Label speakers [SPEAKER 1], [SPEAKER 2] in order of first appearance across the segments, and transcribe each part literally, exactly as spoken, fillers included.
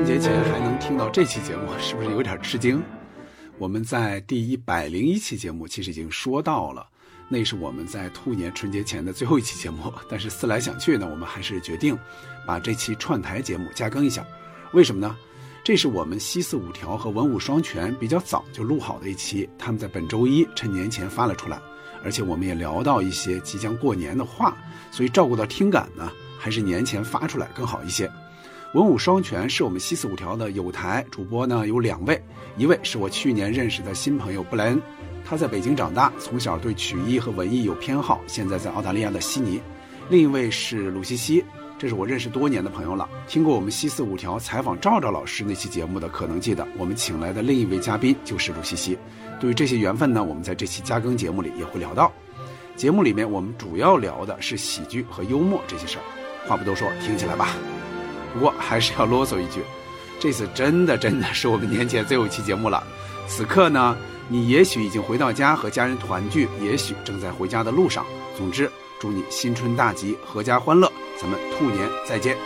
[SPEAKER 1] 节前还能听到这期节目，是不是有点吃惊？我们在第一百零一期节目其实已经说到了，那是我们在兔年春节前的最后一期节目，但是思来想去呢，我们还是决定把这期串台节目加更一下。为什么呢？这是我们西四五条和文武双全比较早就录好的一期，他们在本周一趁年前发了出来，而且我们也聊到一些即将过年的话，所以照顾到听感呢，还是年前发出来更好一些。文武双全是我们西四五条的有台主播呢，有两位，一位是我去年认识的新朋友布莱恩，他在北京长大，从小对曲艺和文艺有偏好，现在在澳大利亚的悉尼。另一位是鲁西西，这是我认识多年的朋友了，听过我们西四五条采访赵赵老师那期节目的可能记得，我们请来的另一位嘉宾就是鲁西西。对于这些缘分呢，我们在这期加更节目里也会聊到。节目里面我们主要聊的是喜剧和幽默这些事儿，话不多说，听起来吧。不过还是要啰嗦一句，这次真的真的是我们年前最后一期节目了。此刻呢，你也许已经回到家和家人团聚，也许正在回家的路上。总之，祝你新春大吉，阖家欢乐。咱们兔年再见。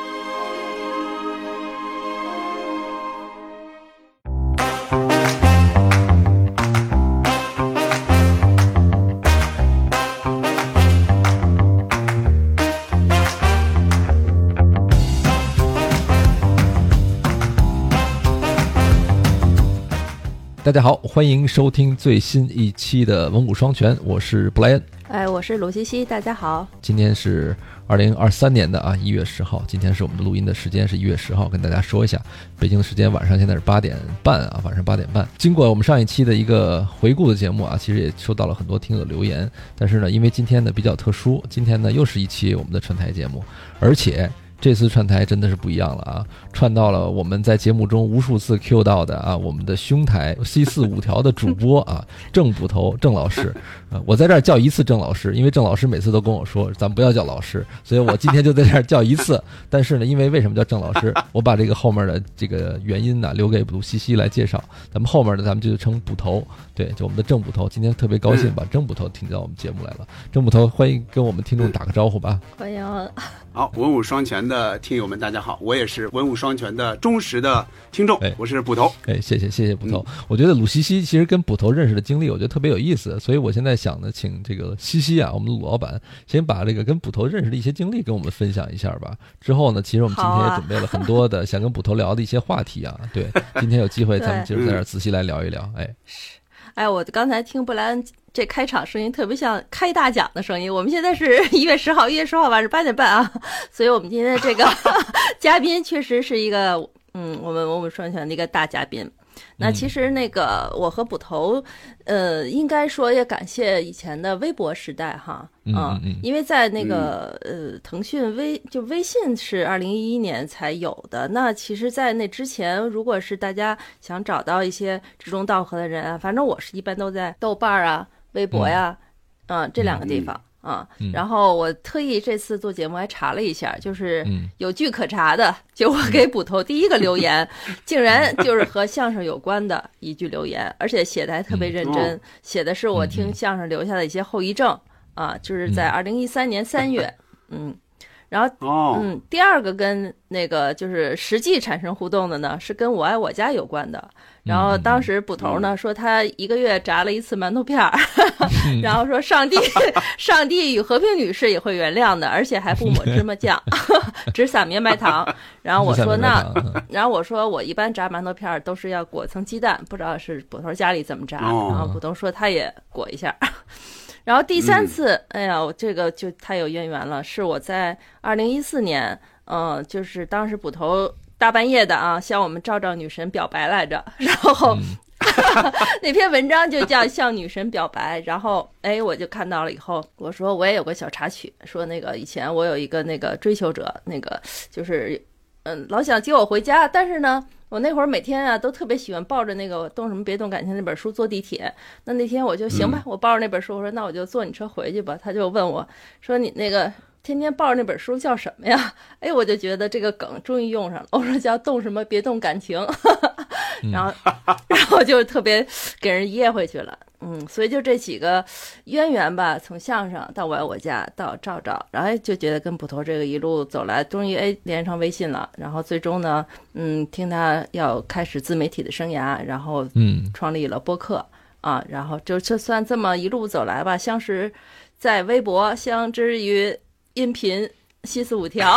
[SPEAKER 2] 大家好，欢迎收听最新一期的文武双全，我是布莱恩。
[SPEAKER 3] 哎，我是鲁西西，大家好。
[SPEAKER 2] 今天是二零二三年的啊一月十号，今天是我们的录音的时间是一月十号，跟大家说一下，北京时间晚上现在是八点半啊，晚上八点半。经过我们上一期的一个回顾的节目啊，其实也收到了很多听友留言，但是呢，因为今天呢比较特殊，今天呢又是一期我们的串台节目，而且这次串台真的是不一样了啊！串到了我们在节目中无数次 Q 到的啊，我们的兄台西四五条的主播啊，郑捕头郑老师啊，我在这儿叫一次郑老师，因为郑老师每次都跟我说咱不要叫老师，所以我今天就在这儿叫一次。但是呢，因为为什么叫郑老师，我把这个后面的这个原因呢留给鲁西西来介绍，咱们后面的咱们就称捕头，对，就我们的郑捕头。今天特别高兴把郑捕头请到我们节目来了，郑捕头欢迎跟我们听众打个招呼吧。
[SPEAKER 3] 欢迎。
[SPEAKER 1] 好，文武双全的听友们大家好，我也是文武双全的忠实的听众，我是捕头。
[SPEAKER 2] 哎，谢谢谢谢捕头、嗯、我觉得鲁西西其实跟捕头认识的经历我觉得特别有意思，所以我现在想呢，请这个西西啊，我们的鲁老板先把这个跟捕头认识的一些经历跟我们分享一下吧。之后呢，其实我们今天也准备了很多的想跟捕头聊的一些话题啊。对，今天有机会咱们就是在这儿仔细来聊一聊。哎，
[SPEAKER 3] 是，哎，我刚才听布莱恩这开场声音特别像开大奖的声音。我们现在是一月十号，一月十号晚上八点半啊，所以我们今天的这个嘉宾确实是一个，嗯，我们我们双全的一个大嘉宾。那其实那个我和捕头，呃，应该说也感谢以前的微博时代哈，
[SPEAKER 2] 嗯嗯，
[SPEAKER 3] 因为在那个呃腾讯微就微信是二零一一年才有的，那其实，在那之前，如果是大家想找到一些志同道合的人啊，反正我是一般都在豆瓣啊、微博呀，嗯、呃，这两个地方。啊、嗯，然后我特意这次做节目还查了一下，就是有据可查的，就我给捕头第一个留言，竟然就是和相声有关的一句留言，而且写的还特别认真，写的是我听相声留下的一些后遗症啊，就是在二零一三年三月，嗯。然后，嗯，第二个跟那个就是实际产生互动的呢，是跟我爱我家有关的。然后当时捕头呢说他一个月炸了一次馒头片儿，然后说上帝，上帝与和平女士也会原谅的，而且还不抹芝麻酱，只撒绵白糖。然后我说那，然后我说我一般炸馒头片儿都是要裹层鸡蛋，不知道是捕头家里怎么炸。然后捕头说他也裹一下。然后第三次，嗯、哎呀，我这个就太有渊源了，是我在二零一四年，嗯、呃，就是当时捕头大半夜的啊，向我们赵赵女神表白来着，然后、嗯、那篇文章就叫《向女神表白》，然后哎，我就看到了以后，我说我也有个小插曲，说那个以前我有一个那个追求者，那个就是嗯，老想接我回家，但是呢。我那会儿每天啊都特别喜欢抱着那个动什么别动感情那本书坐地铁，那那天我就行吧，我抱着那本书，我说那我就坐你车回去吧。他就问我说你那个天天抱着那本书叫什么呀？哎，我就觉得这个梗终于用上了，我说叫动什么别动感情，然后然后就特别给人噎回去了。 嗯，所以就这几个渊源吧，从相声到我爱我家到赵赵，然后就觉得跟捕头这个一路走来，终于哎连上微信了，然后最终呢，嗯，听他要开始自媒体的生涯，然后嗯，创立了播客啊，然后就就算这么一路走来吧，相识在微博，相知于音频西四五条，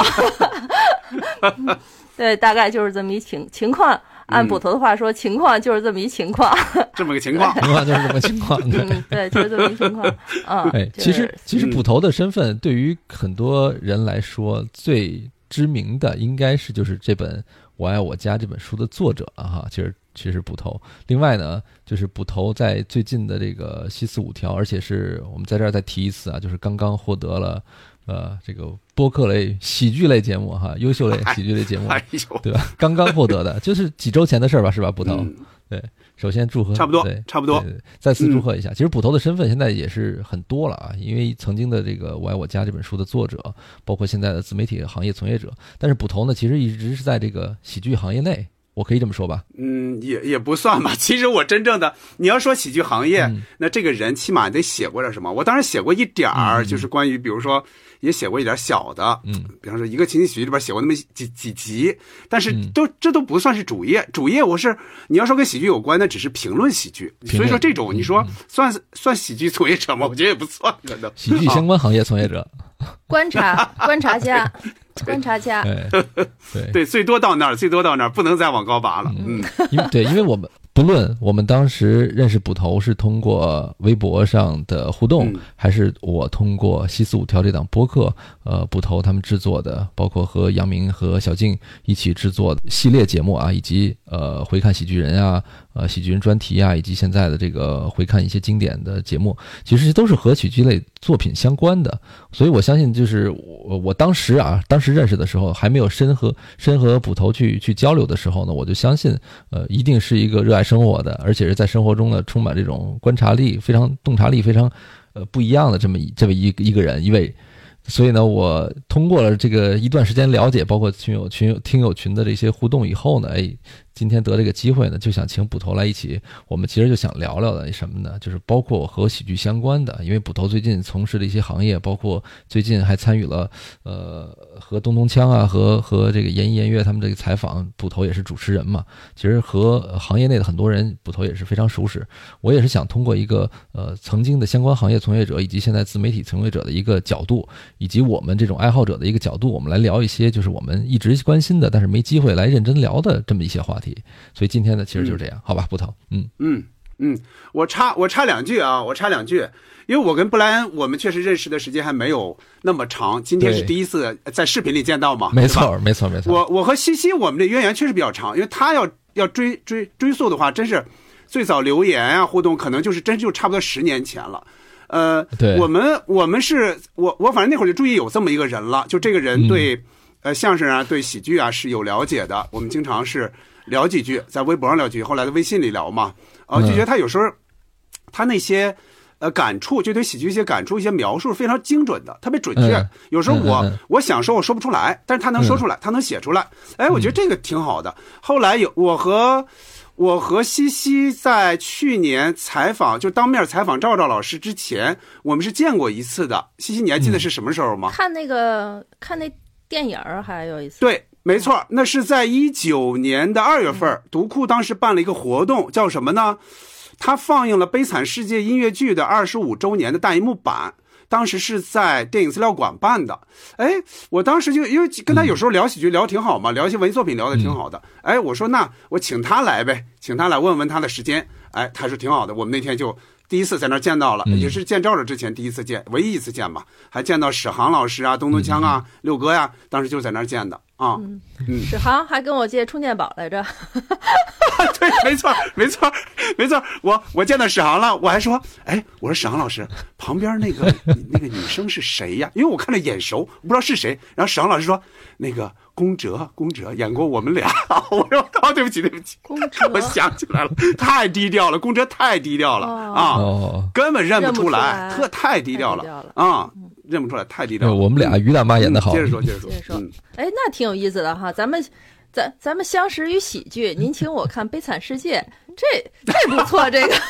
[SPEAKER 3] 对，大概就是这么一情情况。按捕头的话说，情况就是这么一情况，
[SPEAKER 1] 这么个情况，
[SPEAKER 2] 情况就是这么情况，对、
[SPEAKER 3] 嗯，对，就是这么一情况。嗯，
[SPEAKER 2] 哎，其实其实捕头的身份对于很多人来说，最知名的应该是就是这本《我爱我家》这本书的作者了哈。其实其实捕头，另外呢，就是捕头在最近的这个西四五条，而且是我们在这儿再提一次啊，就是刚刚获得了。呃，这个播客类、喜剧类节目哈，优秀类喜剧类节目，
[SPEAKER 1] 哎、
[SPEAKER 2] 对吧？刚刚获得的，就是几周前的事儿吧，是吧？捕头，嗯、对，首先祝贺，
[SPEAKER 1] 差不多，
[SPEAKER 2] 对，
[SPEAKER 1] 差不多，
[SPEAKER 2] 对对对再次祝贺一下。嗯、其实捕头的身份现在也是很多了啊，因为曾经的这个《我爱我家》这本书的作者，包括现在的自媒体行业从业者，但是捕头呢，其实一直是在这个喜剧行业内。我可以这么说吧，
[SPEAKER 1] 嗯，也也不算吧。其实我真正的，你要说喜剧行业，嗯、那这个人起码得写过点什么。我当然写过一点儿，嗯、就是关于，比如说也写过一点小的，嗯，比方说一个情景喜剧里边写过那么几几集，但是都、嗯、这都不算是主业。主业我是你要说跟喜剧有关，那只是评论喜剧。所以说这种你说算、嗯、算喜剧从业者吗？我觉得也不算，可能
[SPEAKER 2] 喜剧相关行业从业者，
[SPEAKER 3] 观察观察家。观察家，
[SPEAKER 2] 对对
[SPEAKER 1] 对，最多到那儿，最多到那儿，不能再往高拔了。嗯，
[SPEAKER 2] 因为对，因为我们不论我们当时认识捕头是通过微博上的互动，嗯、还是我通过西四五条这档播客，呃，捕头他们制作的，包括和杨明和小静一起制作的系列节目啊，以及呃回看喜剧人啊，呃喜剧人专题啊，以及现在的这个回看一些经典的节目，其实都是和喜剧类作品相关的。所以我相信，就是我我当时啊，当时认识的时候，还没有深和深和捕头去去交流的时候呢，我就相信，呃，一定是一个热爱生活的，而且是在生活中呢充满这种观察力、非常洞察力非常呃不一样的这么一这么一一个人一位。所以呢，我通过了这个一段时间了解，包括群友群友听友群的这些互动以后呢，哎，今天得这个机会呢，就想请捕头来一起，我们其实就想聊聊的什么呢？就是包括和喜剧相关的，因为捕头最近从事的一些行业，包括最近还参与了呃和东东锵啊和和这个言一言月他们这个采访，捕头也是主持人嘛。其实和行业内的很多人，捕头也是非常熟识。我也是想通过一个呃曾经的相关行业从业者以及现在自媒体从业者的一个角度，以及我们这种爱好者的一个角度，我们来聊一些就是我们一直关心的，但是没机会来认真聊的这么一些话题。所以今天呢，其实就是这样，嗯、好吧，捕头，嗯
[SPEAKER 1] 嗯嗯，我插我插两句啊，我插两句，因为我跟布莱恩我们确实认识的时间还没有那么长，今天是第一次在视频里见到嘛，
[SPEAKER 2] 没错没错没错。
[SPEAKER 1] 我我和西西我们的渊源确实比较长，因为他要要追追追溯的话，真是最早留言啊互动，可能就是真就差不多十年前了。呃，
[SPEAKER 2] 对，
[SPEAKER 1] 我们我们是我我反正那会儿就注意有这么一个人了，就这个人对、嗯、呃相声啊对喜剧啊是有了解的，我们经常是聊几句，在微博上聊几句，后来在微信里聊嘛，呃，就觉得他有时候、嗯、他那些呃感触，就对喜剧一些感触一些描述是非常精准的，特别准确。嗯、有时候我、嗯、我想说我说不出来，但是他能说出来，嗯、他能写出来，哎，我觉得这个挺好的。嗯、后来有我和。我和西西在去年采访，就当面采访赵赵老师之前，我们是见过一次的。西西，你还记得是什么时候吗？
[SPEAKER 3] 嗯、看那个看那电影还有一次。
[SPEAKER 1] 对，没错，那是在一九年的二月份，嗯、读库当时办了一个活动，叫什么呢？他放映了《悲惨世界》音乐剧的二十五周年的大银幕版。当时是在电影资料馆办的，哎，我当时就因为跟他有时候聊喜剧聊挺好嘛，聊一些文艺作品聊得挺好的，哎，我说那我请他来呗，请他来问问他的时间，哎，他说挺好的，我们那天就第一次在那儿见到了，也是见赵赵之前第一次见，唯一一次见吧，还见到史航老师啊、东东锵啊、六哥呀，当时就在那儿见的啊。
[SPEAKER 3] 嗯嗯，史航还跟我借充电宝来着。
[SPEAKER 1] 对，没错，没错，没错。我我见到史航了，我还说，哎，我说史航老师，旁边那个那个女生是谁呀？因为我看着眼熟，我不知道是谁。然后史航老师说，那个龚哲，龚哲演过我们俩。我说，哦，对不起，对不起，
[SPEAKER 3] 龚哲，
[SPEAKER 1] 我想起来了，太低调了，龚哲太低调了、哦、啊、
[SPEAKER 2] 哦，
[SPEAKER 1] 根本认不出来，特太低调了啊。认不出来，太低调了。
[SPEAKER 2] 我们俩于大妈演的好。
[SPEAKER 1] 接着说，接着说，
[SPEAKER 3] 接着说。哎，那挺有意思的哈。咱们咱咱们相识于喜剧，您请我看《悲惨世界》，这这不错，这个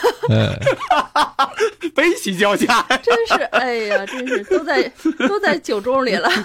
[SPEAKER 1] 悲喜交加，
[SPEAKER 3] 真是哎呀，真是都在都在酒盅里了。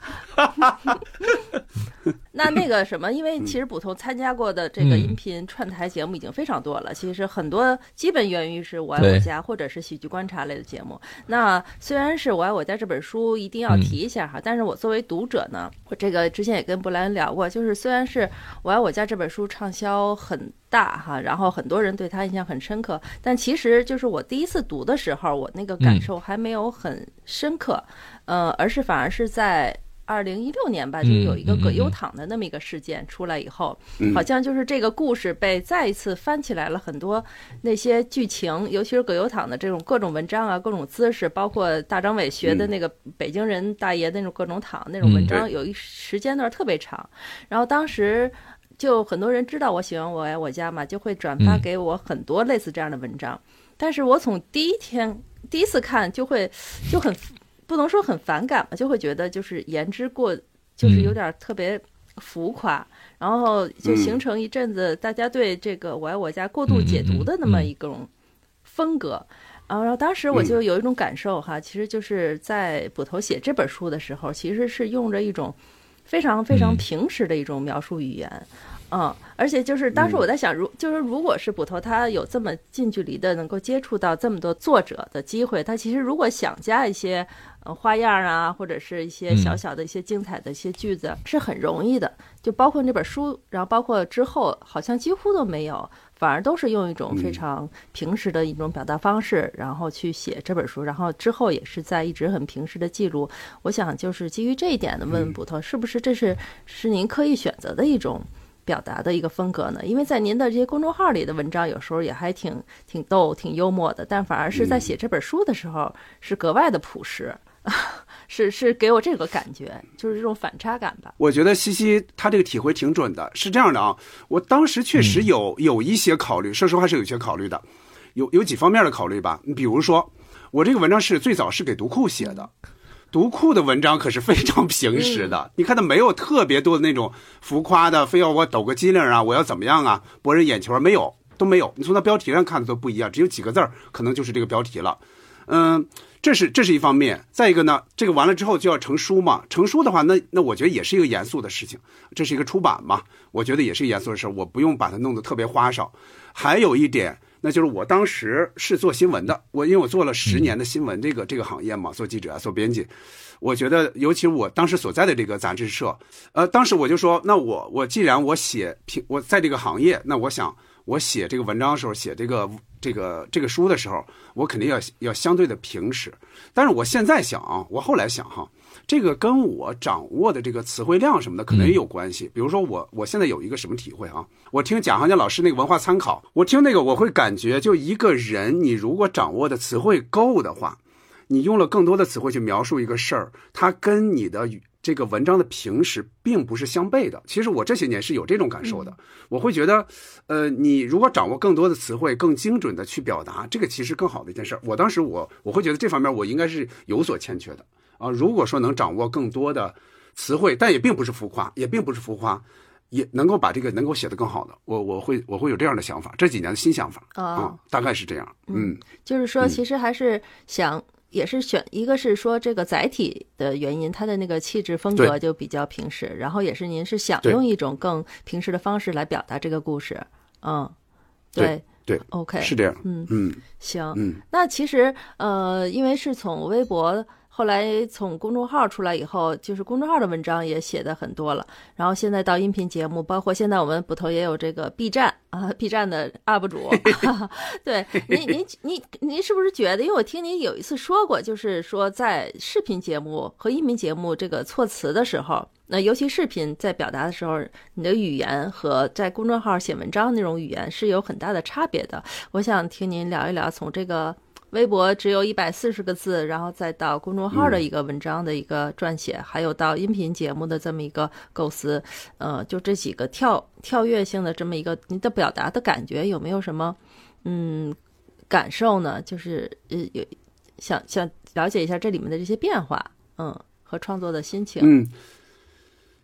[SPEAKER 3] 那那个什么，因为其实捕头参加过的这个音频串台节目已经非常多了，其实很多基本源于是我爱我家或者是喜剧观察类的节目。那虽然是我爱我家这本书一定要提一下哈，但是我作为读者呢，我这个之前也跟布莱恩聊过，就是虽然是我爱我家这本书畅销很大哈，然后很多人对他印象很深刻，但其实就是我第一次读的时候，我那个感受还没有很深刻，呃，而是反而是在二零一六年吧，就有一个葛优躺的那么一个事件出来以后，
[SPEAKER 1] 嗯、
[SPEAKER 3] 好像就是这个故事被再一次翻起来了很多那些剧情，尤其是葛优躺的这种各种文章啊、各种姿势，包括大张伟学的那个北京人大爷的那种各种躺那种文章，有一时间段特别长。然后当时就很多人知道我喜欢我爱我家嘛，就会转发给我很多类似这样的文章。但是我从第一天第一次看就会就很。不能说很反感吧，就会觉得就是言之过，就是有点特别浮夸，然后就形成一阵子大家对这个我爱我家过度解读的那么一种风格。然后当时我就有一种感受哈，其实就是在捕头写这本书的时候，其实是用着一种非常非常平实的一种描述语言。嗯，而且就是当时我在想，如就是如果是捕头他有这么近距离的能够接触到这么多作者的机会，他其实如果想加一些呃花样啊，或者是一些小小的一些精彩的一些句子，是很容易的。就包括那本书，然后包括之后，好像几乎都没有，反而都是用一种非常平实的一种表达方式，然后去写这本书，然后之后也是在一直很平实的记录。我想就是基于这一点的问捕头，是不是这是是您刻意选择的一种表达的一个风格呢？因为在您的这些公众号里的文章有时候也还挺挺逗挺幽默的，但反而是在写这本书的时候是格外的朴实，是是给我这个感觉，就是这种反差感吧。
[SPEAKER 1] 我觉得西西他这个体会挺准的。是这样的啊，我当时确实有有一些考虑，说实话是有一些考虑的，有有几方面的考虑吧。比如说我这个文章是最早是给读库写的，读库的文章可是非常平实的，嗯、你看它没有特别多的那种浮夸的，非要我抖个机灵啊，我要怎么样啊，博人眼球，没有，都没有。你从它标题上看的都不一样，只有几个字儿，可能就是这个标题了。嗯，这是这是一方面。再一个呢，这个完了之后就要成书嘛，成书的话，那那我觉得也是一个严肃的事情，这是一个出版嘛，我觉得也是一个严肃的事，我不用把它弄得特别花哨。还有一点。那就是我当时是做新闻的，我因为我做了十年的新闻这个这个行业嘛，做记者啊，做编辑，我觉得尤其我当时所在的这个杂志社，呃，当时我就说，那我我既然我写评我在这个行业，那我想我写这个文章的时候，写这个这个这个书的时候，我肯定要要相对的平实。但是我现在想啊，我后来想哈。这个跟我掌握的这个词汇量什么的可能也有关系。比如说我我现在有一个什么体会啊？我听贾行家老师那个文化参考，我听那个我会感觉，就一个人你如果掌握的词汇够的话，你用了更多的词汇去描述一个事儿，它跟你的这个文章的平实并不是相悖的。其实我这些年是有这种感受的，我会觉得，呃，你如果掌握更多的词汇，更精准的去表达，这个其实更好的一件事。我当时我我会觉得这方面我应该是有所欠缺的。啊，如果说能掌握更多的词汇，但也并不是浮夸，也并不是浮夸，也能够把这个能够写得更好的，我我会我会有这样的想法，这几年的新想法啊、哦嗯，大概是这样。嗯，
[SPEAKER 3] 就是说，其实还是想、嗯、也是选一个是说这个载体的原因，它的那个气质风格就比较平实，然后也是您是想用一种更平实的方式来表达这个故事。嗯，对。
[SPEAKER 1] 对
[SPEAKER 3] ，OK，
[SPEAKER 1] 是这样。
[SPEAKER 3] 嗯
[SPEAKER 1] 嗯，
[SPEAKER 3] 行。
[SPEAKER 1] 嗯，
[SPEAKER 3] 那其实呃，因为是从微博。后来从公众号出来以后，就是公众号的文章也写的很多了，然后现在到音频节目，包括现在我们捕头也有这个 B 站啊 ，B 站的 U P 主。对，您您您您是不是觉得？因为我听您有一次说过，就是说在视频节目和音频节目这个措辞的时候，那尤其视频在表达的时候，你的语言和在公众号写文章那种语言是有很大的差别的。我想听您聊一聊从这个。微博只有一百四十个字，然后再到公众号的一个文章的一个撰写、嗯、还有到音频节目的这么一个构思，呃，就这几个跳跳跃性的这么一个你的表达的感觉有没有什么嗯感受呢？就是呃有想想了解一下这里面的这些变化，嗯，和创作的心情。
[SPEAKER 1] 嗯，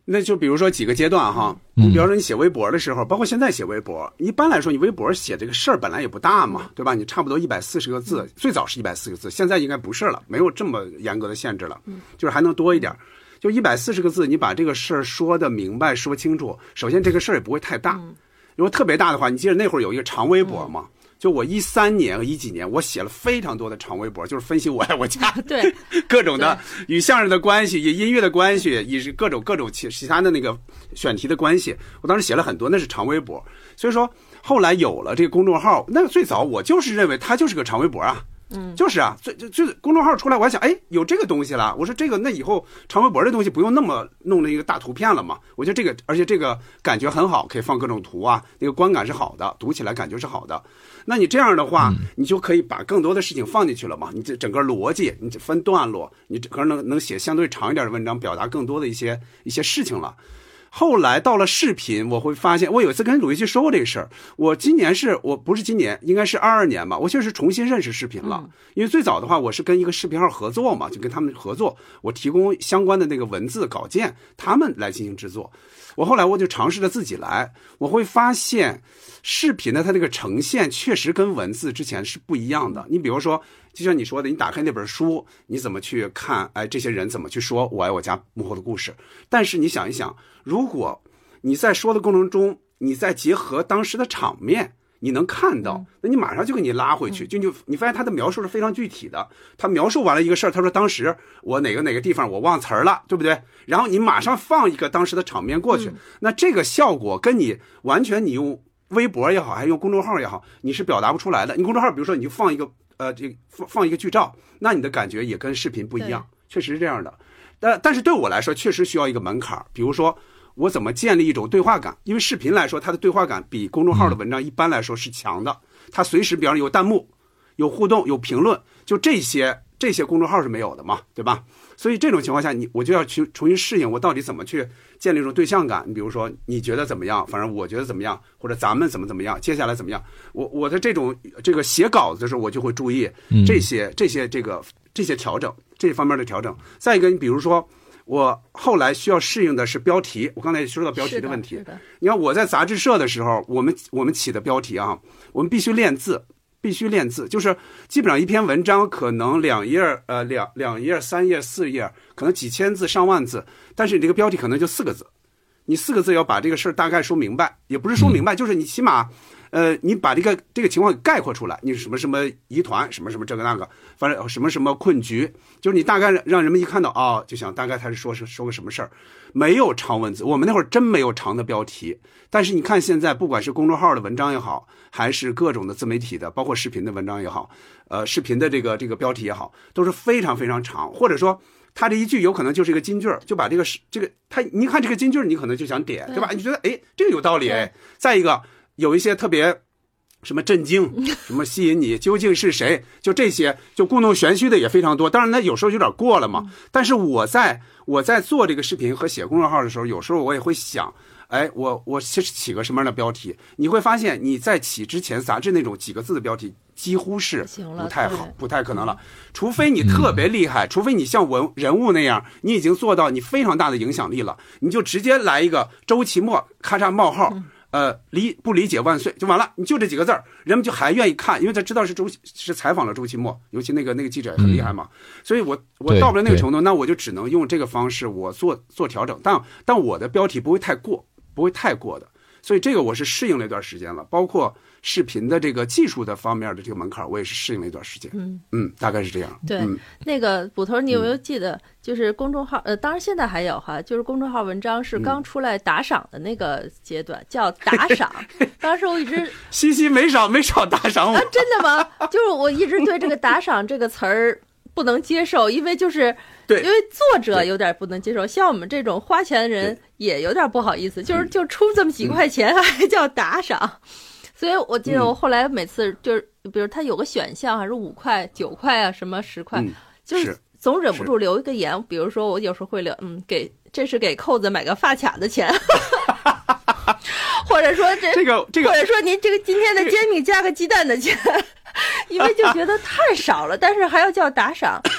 [SPEAKER 1] 那就比如说几个阶段哈，你比如说你写微博的时候，包括现在写微博，一般来说你微博写这个事儿本来也不大嘛，对吧？你差不多一百四十个字，最早是一百四十个字，现在应该不是了，没有这么严格的限制了，就是还能多一点。就一百四十个字，你把这个事儿说的明白、说清楚。首先这个事儿也不会太大，如果特别大的话，你记得那会儿有一个长微博嘛？就我一三年和一几年，我写了非常多的长微博，就是分析我爱我家，
[SPEAKER 3] 对
[SPEAKER 1] 各种的与相声的关系，与音乐的关系，以各种各种其其他的那个选题的关系，我当时写了很多，那是长微博。所以说后来有了这个公众号，那最早我就是认为它就是个长微博啊。嗯，就是啊，最就就公众号出来，我还想，哎，有这个东西了。我说这个，那以后长微博这东西不用那么弄了一个大图片了嘛？我觉得这个，而且这个感觉很好，可以放各种图啊，那个观感是好的，读起来感觉是好的。那你这样的话，你就可以把更多的事情放进去了嘛？你这整个逻辑，你分段落，你整个能能写相对长一点的文章，表达更多的一些一些事情了。后来到了视频，我会发现，我有一次跟鲁豫去说过这个事儿。我今年是我不是今年，应该是二二年吧。我确实重新认识视频了，因为最早的话，我是跟一个视频号合作嘛，就跟他们合作，我提供相关的那个文字稿件，他们来进行制作。我后来我就尝试着自己来，我会发现视频的它这个呈现确实跟文字之前是不一样的。你比如说，就像你说的，你打开那本书，你怎么去看？哎，这些人怎么去说我爱我家幕后的故事？但是你想一想，如果你在说的过程中，你再结合当时的场面，你能看到，那你马上就给你拉回去，就就你发现他的描述是非常具体的。他描述完了一个事儿，他说当时我哪个哪个地方我忘词儿了，对不对？然后你马上放一个当时的场面过去，那这个效果跟你完全你用微博也好，还是用公众号也好，你是表达不出来的。你公众号比如说你就放一个呃这放放一个剧照，那你的感觉也跟视频不一样，确实是这样的。但但是对我来说，确实需要一个门槛，比如说我怎么建立一种对话感？因为视频来说，它的对话感比公众号的文章一般来说是强的。它随时，比方说有弹幕、有互动、有评论，就这些这些公众号是没有的嘛，对吧？所以这种情况下，你我就要去重新适应，我到底怎么去建立一种对象感？你比如说，你觉得怎么样？反正我觉得怎么样，或者咱们怎么怎么样，接下来怎么样？我我的这种这个写稿子的时候，我就会注意这些这些这个这些调整，这方面的调整。再一个，你比如说。我后来需要适应的是标题，我刚才也说到标题的问题。你看我在杂志社的时候，我们我们起的标题啊，我们必须练字，必须练字，就是基本上一篇文章可能两页呃两两页三页四页，可能几千字上万字，但是你这个标题可能就四个字，你四个字要把这个事儿大概说明白，也不是说明白，就是你起码。呃，你把这个这个情况给概括出来，你什么什么疑团，什么什么这个那个，反正什么什么困局，就是你大概让人们一看到啊、哦，就想大概他是说是说个什么事儿，没有长文字，我们那会儿真没有长的标题。但是你看现在，不管是公众号的文章也好，还是各种的自媒体的，包括视频的文章也好，呃，视频的这个这个标题也好，都是非常非常长，或者说。他这一句有可能就是一个金句，就把这个这个他，你看这个金句，你可能就想点，对吧？你觉得哎，这个有道理哎。再一个，有一些特别什么震惊，什么吸引你，究竟是谁？就这些，就故弄玄虚的也非常多。当然，他有时候有点过了嘛。但是我在我在做这个视频和写公众号的时候，有时候我也会想。哎，我我起起个什么样的标题？你会发现你在起之前，杂志那种几个字的标题几乎是不太好，不太可能了。除非你特别厉害，除非你像文人物那样，你已经做到你非常大的影响力了，你就直接来一个周奇墨，咔嚓冒号，呃，理不理解万岁就完了，你就这几个字儿，人们就还愿意看，因为他知道是周是采访了周奇墨，尤其那个那个记者也很厉害嘛，所以我我到不了那个程度，那我就只能用这个方式我做做调整，但但我的标题不会太过。不会太过的，所以这个我是适应了一段时间了，包括视频的这个技术的方面的这个门槛，我也是适应了一段时间。嗯嗯，大概是这样。
[SPEAKER 3] 对，
[SPEAKER 1] 嗯、
[SPEAKER 3] 那个捕头，你有没有记得，就是公众号，呃，当然现在还有哈，就是公众号文章是刚出来打赏的那个阶段，嗯、叫打赏。当时我一直
[SPEAKER 1] 西西没少没少打赏我、
[SPEAKER 3] 啊，真的吗？就是我一直对这个打赏这个词儿不能接受，因为就是。
[SPEAKER 1] 对，
[SPEAKER 3] 因为作者有点不能接受，像我们这种花钱的人也有点不好意思，就是就出这么几块钱还叫打赏，嗯、所以我记得我后来每次就是，比如他有个选项还是五块、九块啊，什么十块，
[SPEAKER 1] 嗯、
[SPEAKER 3] 就是总忍不住留一个言，比如说我有时候会留，嗯，给这是给扣子买个发卡的钱。或者说这
[SPEAKER 1] 这个这个，
[SPEAKER 3] 或者说您这个今天的煎饼加个鸡蛋的钱，因为就觉得太少了，但是还要叫打赏。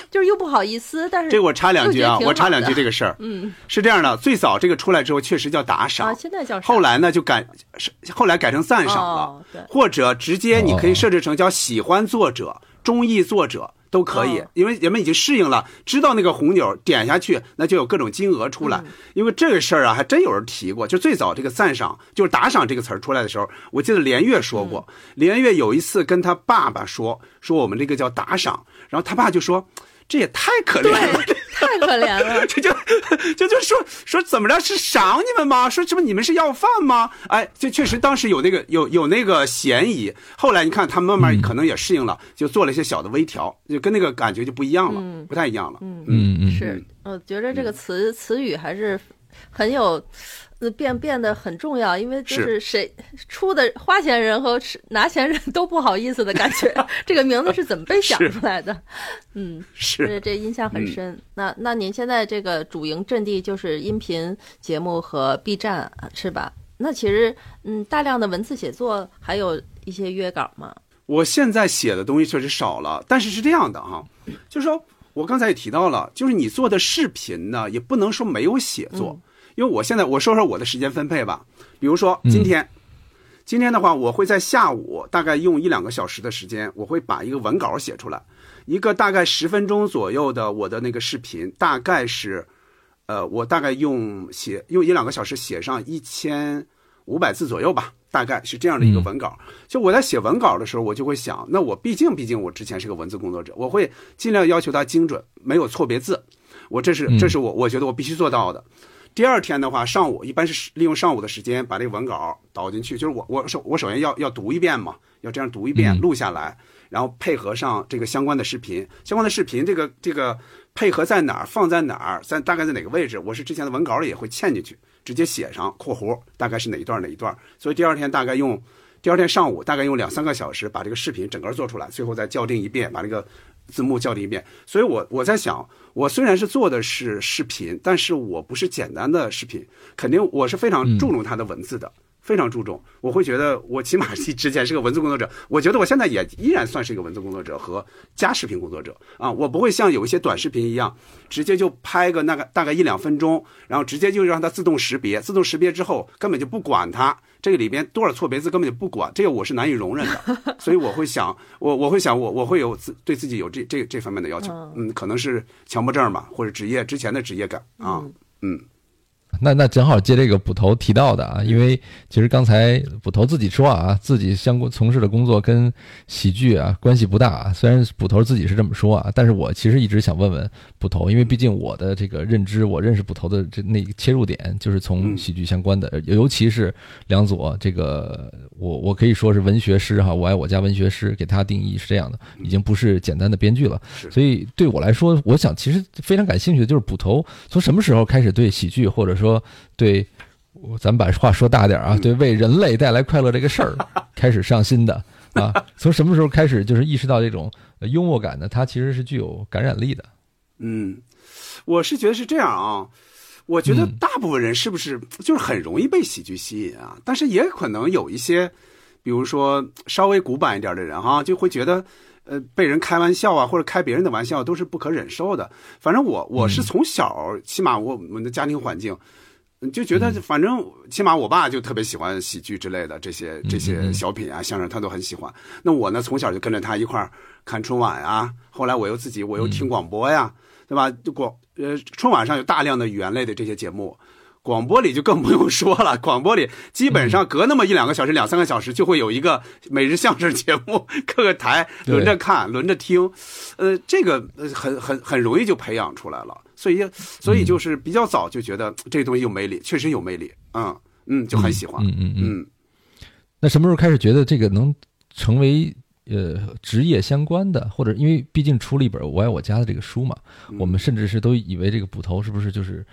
[SPEAKER 3] 就是又不好意思，但是
[SPEAKER 1] 这个我插两句啊，我插两句这
[SPEAKER 3] 个
[SPEAKER 1] 个事儿。
[SPEAKER 3] 嗯，
[SPEAKER 1] 是这样的，最早这个出来之后确实叫打赏，
[SPEAKER 3] 啊，现在叫
[SPEAKER 1] 后来呢就改，后来改成赞赏了，
[SPEAKER 3] 哦、对，
[SPEAKER 1] 或者直接你可以设置成叫喜欢作者、中意作者。都可以，因为人们已经适应了，知道那个红钮点下去，那就有各种金额出来。因为这个事儿啊，还真有人提过。就最早这个赞赏，就是打赏这个词儿出来的时候，我记得连岳说过，连岳有一次跟他爸爸说，说我们这个叫打赏，然后他爸就说。这也太可怜了，
[SPEAKER 3] 太可怜了。
[SPEAKER 1] 这就这就说说怎么着是赏你们吗？说什么你们是要饭吗？哎，这确实当时有那个有有那个嫌疑。后来你看他慢慢可能也适应了，就做了一些小的微调，就跟那个感觉就不一样了，嗯、不太一样了。
[SPEAKER 3] 嗯
[SPEAKER 2] 嗯嗯，
[SPEAKER 3] 是，我觉得这个词、嗯、词语还是很有。呃，变变得很重要，因为就是谁出的花钱人和拿钱人都不好意思的感觉。这个名字是怎么被想出来的？嗯，
[SPEAKER 1] 是
[SPEAKER 3] 这印象很深。嗯、那那您现在这个主营阵地就是音频节目和 B 站是吧？那其实嗯，大量的文字写作还有一些约稿吗？
[SPEAKER 1] 我现在写的东西确实少了，但是是这样的哈，就是说我刚才也提到了，就是你做的视频呢，也不能说没有写作。嗯，因为我现在我说说我的时间分配吧，比如说今天，嗯、今天的话，我会在下午大概用一两个小时的时间，我会把一个文稿写出来，一个大概十分钟左右的我的那个视频，大概是，呃，我大概用写用一两个小时写上一千五百字左右吧，大概是这样的一个文稿。嗯、就我在写文稿的时候，我就会想，那我毕竟毕竟我之前是个文字工作者，我会尽量要求它精准，没有错别字，我这是这是我我觉得我必须做到的。第二天的话，上午一般是利用上午的时间把这个文稿导进去，就是我我首我首先要要读一遍嘛，要这样读一遍，录下来，然后配合上这个相关的视频，相关的视频这个这个配合在哪儿，放在哪儿，在大概在哪个位置，我是之前的文稿里也会嵌进去，直接写上括弧，大概是哪一段哪一段，所以第二天大概用第二天上午大概用两三个小时把这个视频整个做出来，最后再校正一遍，把这个字幕校正一遍。所以我我在想，我虽然是做的是视频，但是我不是简单的视频，肯定我是非常注重它的文字的，嗯、非常注重。我会觉得我起码之前是个文字工作者，我觉得我现在也依然算是一个文字工作者和加视频工作者啊。我不会像有一些短视频一样，直接就拍个那个大概一两分钟，然后直接就让它自动识别，自动识别之后根本就不管它。这个里边多少错别字根本就不管，这个我是难以容忍的，所以我会想，我我会想，我我会有自对自己有这这这方面的要求，嗯，可能是强迫症吧，或者职业之前的职业感啊，嗯。
[SPEAKER 2] 那那正好接这个捕头提到的啊，因为其实刚才捕头自己说啊，自己相关从事的工作跟喜剧啊关系不大啊。虽然捕头自己是这么说啊，但是我其实一直想问问捕头，因为毕竟我的这个认知，我认识捕头的这那个切入点就是从喜剧相关的，嗯、尤其是梁左这个，我我可以说是文学师哈，我爱我家文学师，给他定义是这样的，已经不是简单的编剧了。所以对我来说，我想其实非常感兴趣的就是捕头从什么时候开始对喜剧或者说对，咱们把话说大点啊，对为人类带来快乐这个事儿开始上心的啊，从什么时候开始就是意识到这种幽默感呢？它其实是具有感染力的。
[SPEAKER 1] 嗯，我是觉得是这样啊，我觉得大部分人是不是就是很容易被喜剧吸引啊？但是也可能有一些，比如说稍微古板一点的人哈、啊，就会觉得。呃，被人开玩笑啊，或者开别人的玩笑都是不可忍受的。反正我我是从小，嗯、起码我们的家庭环境，就觉得反正起码我爸就特别喜欢喜剧之类的这些这些小品啊、相声，他都很喜欢。那我呢，从小就跟着他一块儿看春晚啊，后来我又自己我又听广播呀，对吧？就广呃春晚上有大量的语言类的这些节目。广播里就更不用说了，广播里基本上隔那么一两个小时、两三个小时就会有一个每日相声节目，各个台轮着看、轮着听，呃，这个很很很容易就培养出来了。所以，所以就是比较早就觉得这东西有魅力，确实有魅力，嗯嗯，就很喜欢，
[SPEAKER 2] 嗯嗯嗯。那什么时候开始觉得这个能成为呃职业相关的，或者因为毕竟出了一本《我爱我家》的这个书嘛，我们甚至是都以为这个捕头是不是就是。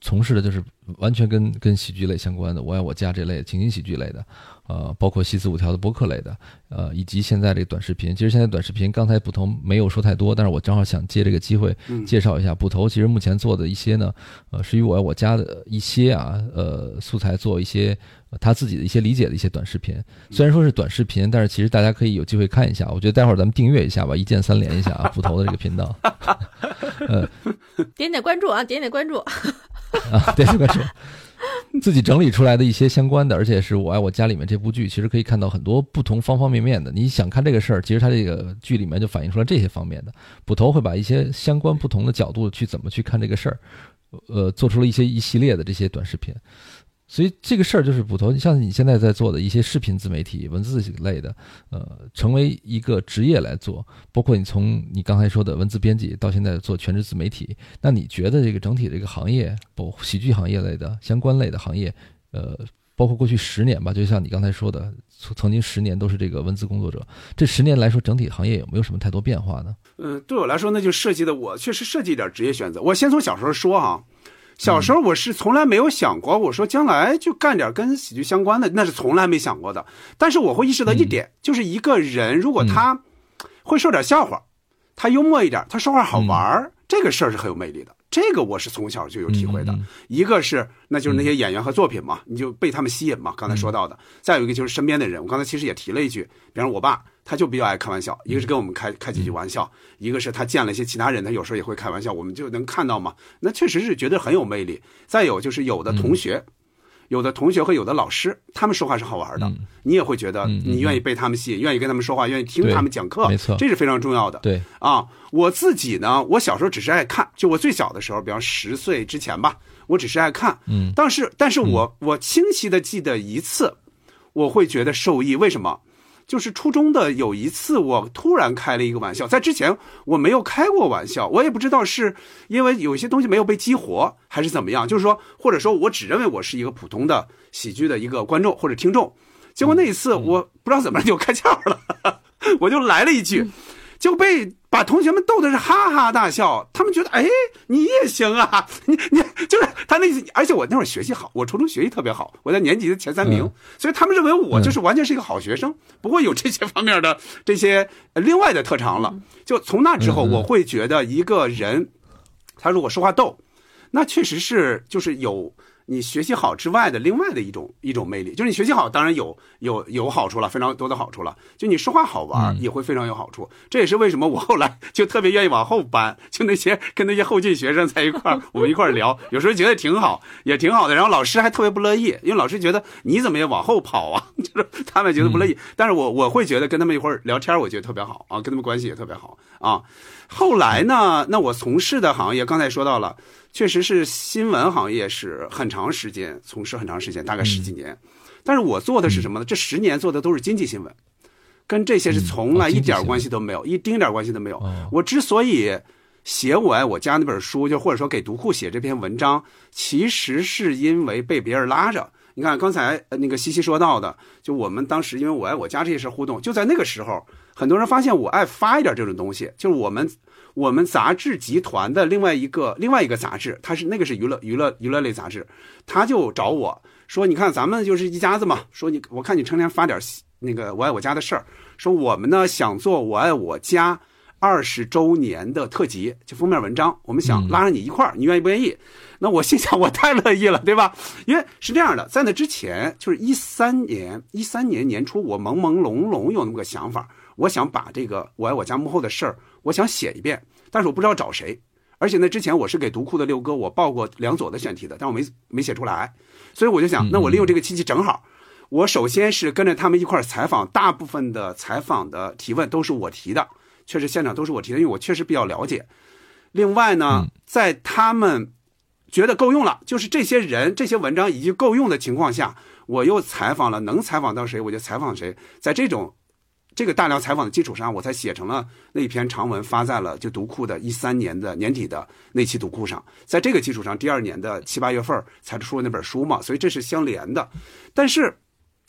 [SPEAKER 2] 从事的就是完全跟跟喜剧类相关的，我爱我家这类情景喜剧类的，呃，包括西四五条的播客类的，呃，以及现在这个短视频。其实现在短视频刚才捕头没有说太多，但是我正好想借这个机会介绍一下捕头。其实目前做的一些呢，呃，是与我爱我家的一些啊，呃，素材做一些、呃、他自己的一些理解的一些短视频。虽然说是短视频，但是其实大家可以有机会看一下。我觉得待会儿咱们订阅一下吧，一键三连一下啊，捕头的这个频道。呃，
[SPEAKER 3] 点点关注啊，点点关注。
[SPEAKER 2] 啊，点点关注。自己整理出来的一些相关的，而且是我爱我家里面这部剧，其实可以看到很多不同方方面面的。你想看这个事儿，其实它这个剧里面就反映出来这些方面的。捕头会把一些相关不同的角度去怎么去看这个事儿，呃，做出了一些一系列的这些短视频。所以这个事儿就是捕头，像你现在在做的一些视频自媒体、文字类的，呃，成为一个职业来做，包括你从你刚才说的文字编辑到现在做全职自媒体，那你觉得这个整体这个行业，包括喜剧行业类的相关类的行业，呃，包括过去十年吧，就像你刚才说的，曾经十年都是这个文字工作者，这十年来说，整体行业有没有什么太多变化呢？
[SPEAKER 1] 嗯，对我来说，那就涉及的我确实涉及一点职业选择。我先从小时候说哈。小时候我是从来没有想过，我说将来就干点跟喜剧相关的，那是从来没想过的。但是我会意识到一点，就是一个人如果他会说点笑话，他幽默一点，他说话好玩，这个事儿是很有魅力的。这个我是从小就有体会的。一个是那就是那些演员和作品嘛，你就被他们吸引嘛，刚才说到的。再有一个就是身边的人，我刚才其实也提了一句，比方我爸他就比较爱开玩笑，一个是跟我们开开几句玩笑，一个是他见了一些其他人，他有时候也会开玩笑，我们就能看到嘛，那确实是觉得很有魅力。再有就是有的同学、嗯、有的同学和有的老师，他们说话是好玩的、嗯、你也会觉得你愿意被他们吸引、嗯、愿意跟他们说话，愿意听他们讲课，
[SPEAKER 2] 没错，
[SPEAKER 1] 这是非常重要的。
[SPEAKER 2] 对
[SPEAKER 1] 啊，我自己呢，我小时候只是爱看，就我最小的时候，比方十岁之前吧，我只是爱看，嗯，但是但是我、嗯、我清晰的记得一次我会觉得受益，为什么？就是初中的有一次我突然开了一个玩笑，在之前我没有开过玩笑，我也不知道是因为有些东西没有被激活还是怎么样，就是说或者说我只认为我是一个普通的喜剧的一个观众或者听众，结果那一次我不知道怎么就开窍了，我就来了一句，就被把同学们逗的是哈哈大笑，他们觉得哎你也行啊，你你就是他那，而且我那会儿学习好，我初中学习特别好，我在年级的前三名、嗯、所以他们认为我就是完全是一个好学生、嗯、不过有这些方面的这些另外的特长了。就从那之后我会觉得一个人他如果说话逗，那确实是就是有你学习好之外的另外的一种一种魅力，就是你学习好当然有有有好处了，非常多的好处了，就你说话好玩也会非常有好处、嗯、这也是为什么我后来就特别愿意往后搬，就那些跟那些后进学生在一块儿我们一块儿聊，有时候觉得挺好也挺好的，然后老师还特别不乐意，因为老师觉得你怎么也往后跑啊，就是他们觉得不乐意、嗯、但是我我会觉得跟他们一块儿聊天我觉得特别好啊，跟他们关系也特别好啊。后来呢，那我从事的行业刚才说到了，确实是新闻行业是很长时间从事很长时间，大概十几年、嗯、但是我做的是什么呢？这十年做的都是经济新闻，跟这些是从来一点关系都没有、嗯哦、一丁点关系都没有、哦、我之所以写我爱我家那本书，就或者说给读库写这篇文章，其实是因为被别人拉着。你看刚才那个西西说到的，就我们当时因为我爱我家这些事互动，就在那个时候很多人发现我爱发一点这种东西，就是我们我们杂志集团的另外一个另外一个杂志，它是那个是娱乐娱乐娱乐类杂志，他就找我说，你看咱们就是一家子嘛，说你我看你成天发点那个我爱我家的事儿，说我们呢想做我爱我家二十周年的特辑，就封面文章，我们想拉着你一块儿、嗯、你愿意不愿意？那我心想我太乐意了，对吧？因为是这样的，在那之前就是一三年一三年年初，我朦朦胧胧有那么个想法，我想把这个我爱我家幕后的事儿我想写一遍，但是我不知道找谁，而且那之前我是给读库的六哥我报过梁左的选题的，但我没没写出来，所以我就想那我利用这个契机正好，我首先是跟着他们一块儿采访，大部分的采访的提问都是我提的，确实现场都是我提的，因为我确实比较了解。另外呢，在他们觉得够用了，就是这些人这些文章已经够用的情况下，我又采访了，能采访到谁我就采访谁，在这种这个大量采访的基础上，我才写成了那篇长文，发在了就读库的一三年的年底的那期读库上，在这个基础上第二年的七八月份才出了那本书嘛，所以这是相连的。但是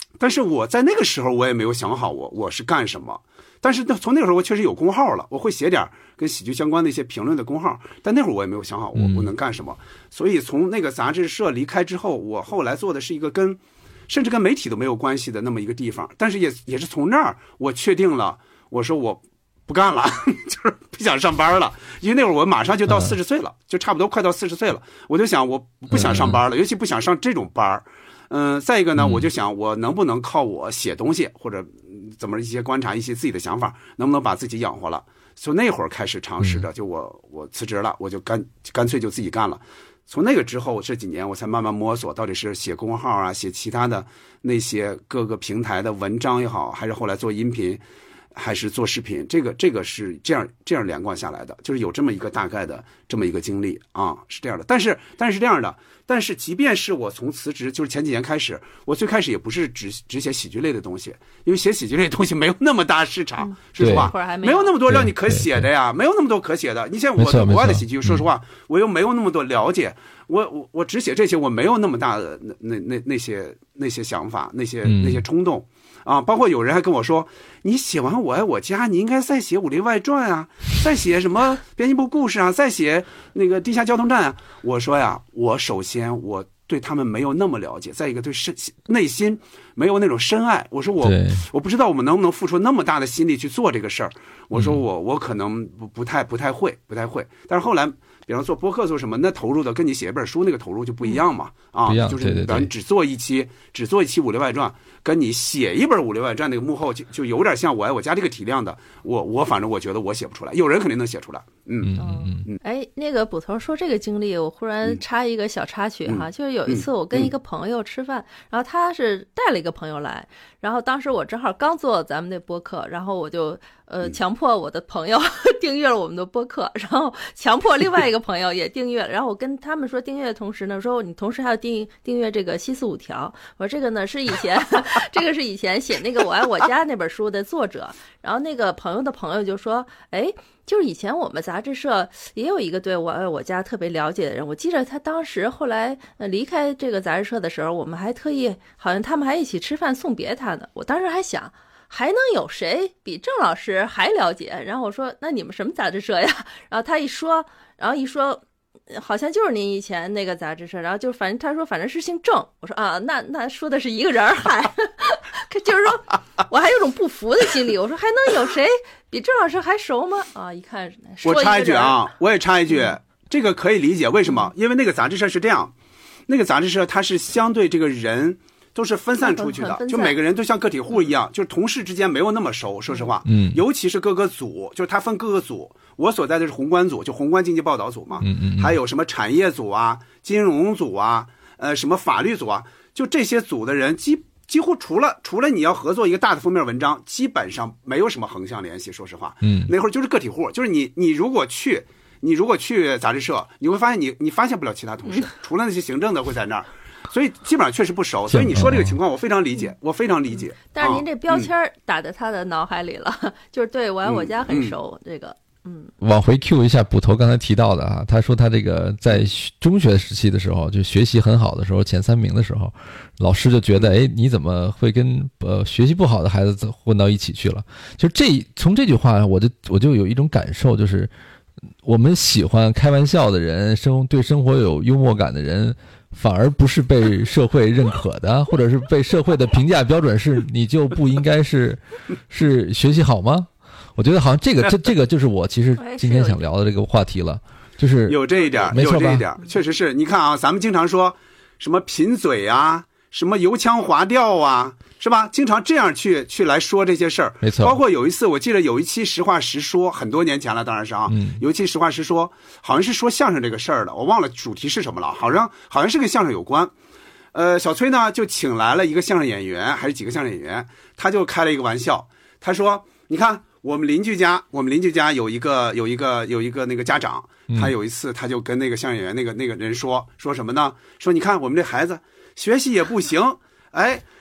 [SPEAKER 1] 但是我在那个时候我也没有想好我我是干什么。但是从那个时候我确实有公号了，我会写点跟喜剧相关的一些评论的公号，但那会儿我也没有想好我我能干什么。嗯、所以从那个杂志社离开之后，我后来做的是一个跟甚至跟媒体都没有关系的那么一个地方，但是也也是从那儿我确定了，我说我不干了，就是不想上班了，因为那会儿我马上就到四十岁了，嗯、就差不多快到四十岁了，我就想我不想上班了，嗯、尤其不想上这种班。嗯、呃，再一个呢，我就想我能不能靠我写东西或者怎么一些观察一些自己的想法，能不能把自己养活了？从那会儿开始尝试着，就我我辞职了，我就干干脆就自己干了。从那个之后，这几年我才慢慢摸索，到底是写公号啊，写其他的那些各个平台的文章也好，还是后来做音频，还是做视频，这个这个是这样这样连贯下来的，就是有这么一个大概的这么一个经历啊，是这样的。但是但是这样的。但是即便是我从辞职，就是前几年开始，我最开始也不是只只写喜剧类的东西，因为写喜剧类的东西没有那么大市场，说实话，没有那么多让你可写的呀，没有那么多可写的。你像我对国外的喜剧，说实话，我又没有那么多了解，我我我只写这些，我没有那么大的那那那那些那些想法，那些那些冲动。啊，包括有人还跟我说，你写完《我爱我家》，你应该再写《武林外传》啊，再写什么编辑部故事啊，再写那个地下交通站啊。我说呀，我首先我对他们没有那么了解，再一个对深内心没有那种深爱。我说我我不知道我们能不能付出那么大的心力去做这个事儿。我说我我可能不不太不太会不太会，但是后来。比方做播客做什么，那投入的跟你写一本书那个投入就不一样嘛，啊，就是比方你只做一期，只做一期《武林外传》，跟你写一本《武林外传》那个幕后就就有点像我爱我家这个体量的，我我反正我觉得我写不出来，有人肯定能写出来，嗯
[SPEAKER 3] 嗯嗯。哎，那个捕头说这个经历，我忽然插一个小插曲哈，
[SPEAKER 1] 嗯、
[SPEAKER 3] 就是有一次我跟一个朋友吃饭，嗯、然后他是带了一个朋友来，然后当时我正好刚做咱们那播客，然后我就。呃，强迫我的朋友订阅了我们的播客，然后强迫另外一个朋友也订阅了。然后我跟他们说订阅的同时呢，说你同时还要订订阅这个西四五条。我说这个呢是以前，这个是以前写那个《我爱我家》那本书的作者。然后那个朋友的朋友就说，哎，就是以前我们杂志社也有一个对我爱我家特别了解的人。我记得他当时后来呃离开这个杂志社的时候，我们还特意好像他们还一起吃饭送别他呢。我当时还想。还能有谁比郑老师还了解？然后我说：“那你们什么杂志社呀？”然后他一说，然后一说，好像就是您以前那个杂志社。然后就反正他说反正是姓郑。我说啊，那那说的是一个人儿，还就是说我还有种不服的心理。我说还能有谁比郑老师还熟吗？啊，一看说一
[SPEAKER 1] 我插一句啊，我也插一句，嗯、这个可以理解为什么？因为那个杂志社是这样，那个杂志社它是相对这个人。都是分散出去的，就每个人都像个体户一样，就是同事之间没有那么熟，说实话，
[SPEAKER 2] 嗯，
[SPEAKER 1] 尤其是各个组，就是他分各个组，我所在的是宏观组，就宏观经济报道组嘛，
[SPEAKER 2] 嗯嗯，
[SPEAKER 1] 还有什么产业组啊、金融组啊、呃什么法律组啊，就这些组的人几几乎除了除了你要合作一个大的封面文章，基本上没有什么横向联系，说实话，
[SPEAKER 2] 嗯，
[SPEAKER 1] 那会儿就是个体户，就是你你如果去你如果去杂志社，你会发现你你发现不了其他同事，除了那些行政的会在那儿。所以基本上确实不熟，所以你说这个情况我非常理解，我非常理解。
[SPEAKER 3] 但是您这标签打在他的脑海里了，嗯、就是对我爱我家很熟，嗯、这个嗯。
[SPEAKER 2] 往回 Q 一下捕头刚才提到的啊，他说他这个在中学时期的时候，就学习很好的时候，前三名的时候，老师就觉得，哎，你怎么会跟呃学习不好的孩子混到一起去了？就这从这句话，我就我就有一种感受，就是我们喜欢开玩笑的人，生对生活有幽默感的人。反而不是被社会认可的，或者是被社会的评价标准是你就不应该是是学习好吗？我觉得好像这个这这个就是我其实今天想聊的这个话题了，就是
[SPEAKER 1] 有这一点，有这一点，确实是你看啊，咱们经常说什么贫嘴啊，什么油腔滑调啊，是吧？经常这样去去来说这些事儿，
[SPEAKER 2] 没错。
[SPEAKER 1] 包括有一次，我记得有一期实话实说，很多年前了，当然是啊，
[SPEAKER 2] 嗯、
[SPEAKER 1] 有一期实话实说，好像是说相声这个事儿的，我忘了主题是什么了，好像好像是跟相声有关。呃，小崔呢就请来了一个相声演员，还是几个相声演员，他就开了一个玩笑，他说：“你看我们邻居家，我们邻居家有一个有一个有一个那个家长，他有一次他就跟那个相声演员那个那个人说说什么呢？说你看我们这孩子学习也不行。”哎，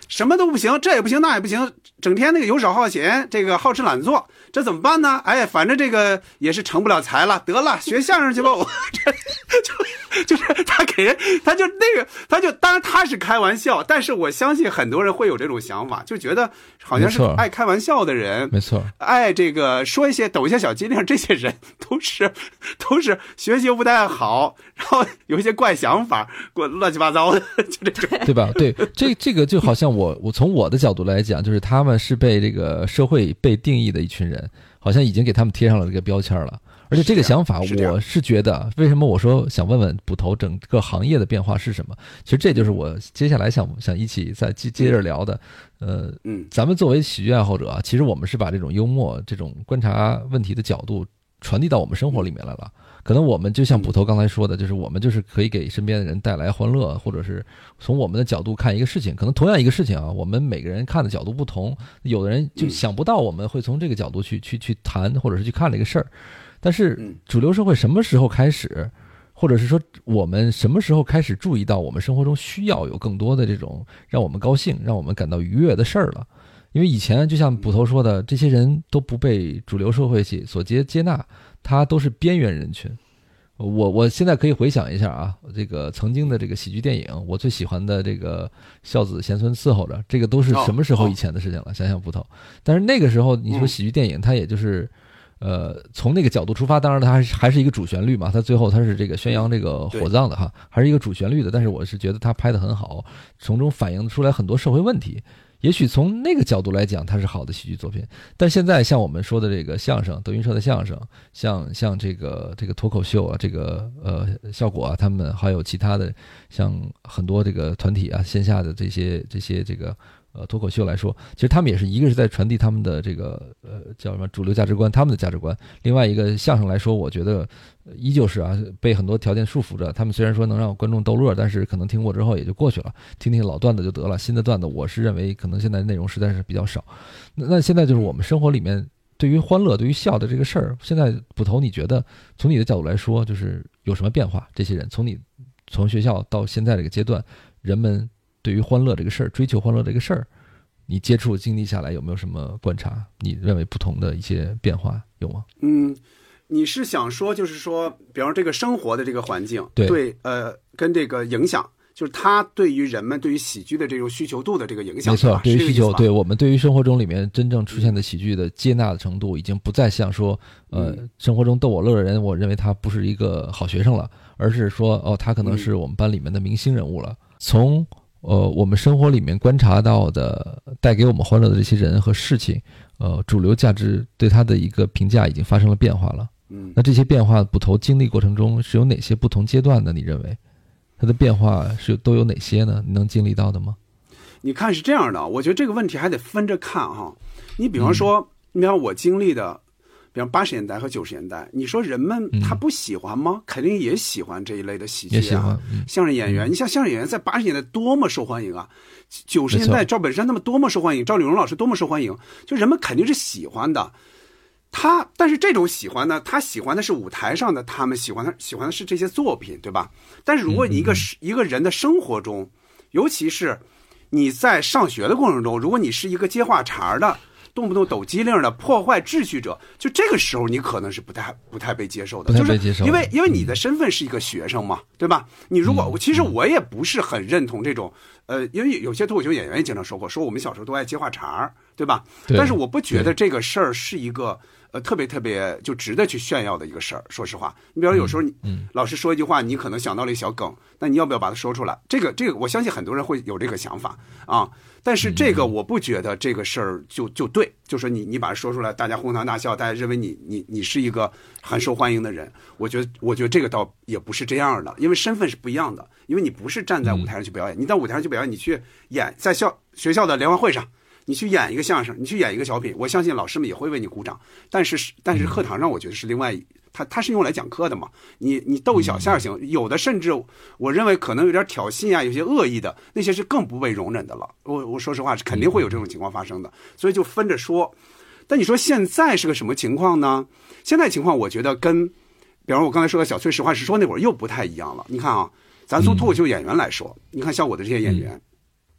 [SPEAKER 1] 什么都不行，这也不行那也不行，整天那个游手好闲，这个好吃懒做，这怎么办呢？哎，反正这个也是成不了才了，得了，学相声去吧。我这就就是他给人，他就那个，他就当然他是开玩笑，但是我相信很多人会有这种想法，就觉得好像是爱开玩笑的人，
[SPEAKER 2] 没错，
[SPEAKER 1] 爱这个说一些抖一些小机灵，这些人都是都是学习不太好，然后有一些怪想法，乱七八糟的，就这种，
[SPEAKER 2] 对吧？对，这这个就好像我我从我的角度来讲，就是他们是被这个社会被定义的一群人，好像已经给他们贴上了这个标签了。而且这个想法，我是觉得，为什么我说想问问捕头整个行业的变化是什么？其实这就是我接下来想想一起再接接着聊的。呃，嗯，咱们作为喜剧爱好者啊，其实我们是把这种幽默、这种观察问题的角度传递到我们生活里面来了。可能我们就像捕头刚才说的，就是我们就是可以给身边的人带来欢乐，或者是从我们的角度看一个事情。可能同样一个事情啊，我们每个人看的角度不同，有的人就想不到我们会从这个角度去去去谈，或者是去看这个事儿。但是主流社会什么时候开始，或者是说我们什么时候开始注意到我们生活中需要有更多的这种让我们高兴、让我们感到愉悦的事儿了？因为以前就像捕头说的，这些人都不被主流社会所接接纳，他都是边缘人群。我我现在可以回想一下啊，这个曾经的这个喜剧电影，我最喜欢的这个孝子贤孙伺候着，这个都是什么时候以前的事情了？想想捕头。但是那个时候你说喜剧电影，它也就是呃，从那个角度出发，当然它还是还是一个主旋律嘛，它最后它是这个宣扬这个火葬的哈，还是一个主旋律的。但是我是觉得它拍得很好，从中反映出来很多社会问题。也许从那个角度来讲，它是好的喜剧作品。但现在像我们说的这个相声，德云社的相声，像像这个这个脱口秀啊，这个呃效果啊，他们还有其他的，像很多这个团体啊，线下的这些这些这个。呃，脱口秀来说，其实他们也是一个是在传递他们的这个呃叫什么主流价值观，他们的价值观。另外一个相声来说，我觉得依旧是啊被很多条件束缚着。他们虽然说能让观众逗乐，但是可能听过之后也就过去了，听听老段子就得了。新的段子，我是认为可能现在内容实在是比较少。那那现在就是我们生活里面对于欢乐、对于笑的这个事儿，现在捕头，你觉得从你的角度来说，就是有什么变化？这些人从你从学校到现在这个阶段，人们对于欢乐这个事儿，追求欢乐这个事儿，你接触经历下来有没有什么观察？你认为不同的一些变化有吗？
[SPEAKER 1] 嗯，你是想说，就是说，比方这个生活的这个环境，
[SPEAKER 2] 对，
[SPEAKER 1] 对呃，跟这个影响，就是它对于人们对于喜剧的这种需求度的这个影响。
[SPEAKER 2] 没错，对于需求，对我们对于生活中里面真正出现的喜剧的接纳的程度，已经不再像说，呃，嗯、生活中逗我乐的人，我认为他不是一个好学生了，而是说，哦，他可能是我们班里面的明星人物了。从呃，我们生活里面观察到的带给我们欢乐的这些人和事情，呃，主流价值对他的一个评价已经发生了变化了。嗯，那这些变化捕头经历过程中是有哪些不同阶段的？你认为它的变化是都有哪些呢？你能经历到的吗？
[SPEAKER 1] 你看是这样的，我觉得这个问题还得分着看哈。你比方说，嗯、你比方我经历的。比方八十年代和九十年代，你说人们他不喜欢吗？嗯、肯定也喜欢这一类的喜剧啊，
[SPEAKER 2] 也喜欢嗯、
[SPEAKER 1] 相声演员。嗯、你像相声演员在八十年代多么受欢迎啊，九十年代赵本山他们多么受欢迎，赵丽蓉老师多么受欢迎，就人们肯定是喜欢的。他但是这种喜欢呢，他喜欢的是舞台上的，他们喜欢的喜欢的是这些作品，对吧？但是如果你一个、嗯、一个人的生活中，尤其是你在上学的过程中，如果你是一个接话茬的。动不动抖机灵的破坏秩序者，就这个时候你可能是不太不太被接受的，
[SPEAKER 2] 不太被接受，
[SPEAKER 1] 就是因为因为你的身份是一个学生嘛，对吧？你如果、嗯、其实我也不是很认同这种，呃，因为有些脱口秀演员也经常说过，说我们小时候都爱接话茬，对吧？对，但是我不觉得这个事儿是一个呃特别特别就值得去炫耀的一个事儿。说实话，你比如有时候你、嗯、老师说一句话，你可能想到了一小梗，那你要不要把它说出来？这个这个，我相信很多人会有这个想法啊。但是这个我不觉得这个事儿就就对，就说你你把它说出来，大家哄堂大笑，大家认为你你你是一个很受欢迎的人，我觉得我觉得这个倒也不是这样的，因为身份是不一样的，因为你不是站在舞台上去表演，你到舞台上去表演，你去演在校学校的联欢会上，你去演一个相声，你去演一个小品，我相信老师们也会为你鼓掌，但是但是课堂上我觉得是另外。它它是用来讲课的嘛，你你逗一小下行，有的甚至我认为可能有点挑衅啊，有些恶意的那些是更不被容忍的了。我我说实话是肯定会有这种情况发生的，所以就分着说。但你说现在是个什么情况呢？现在情况我觉得跟，比方说我刚才说的小崔实话实说那会儿又不太一样了。你看啊，咱从脱口秀演员来说，你看效果的这些演员，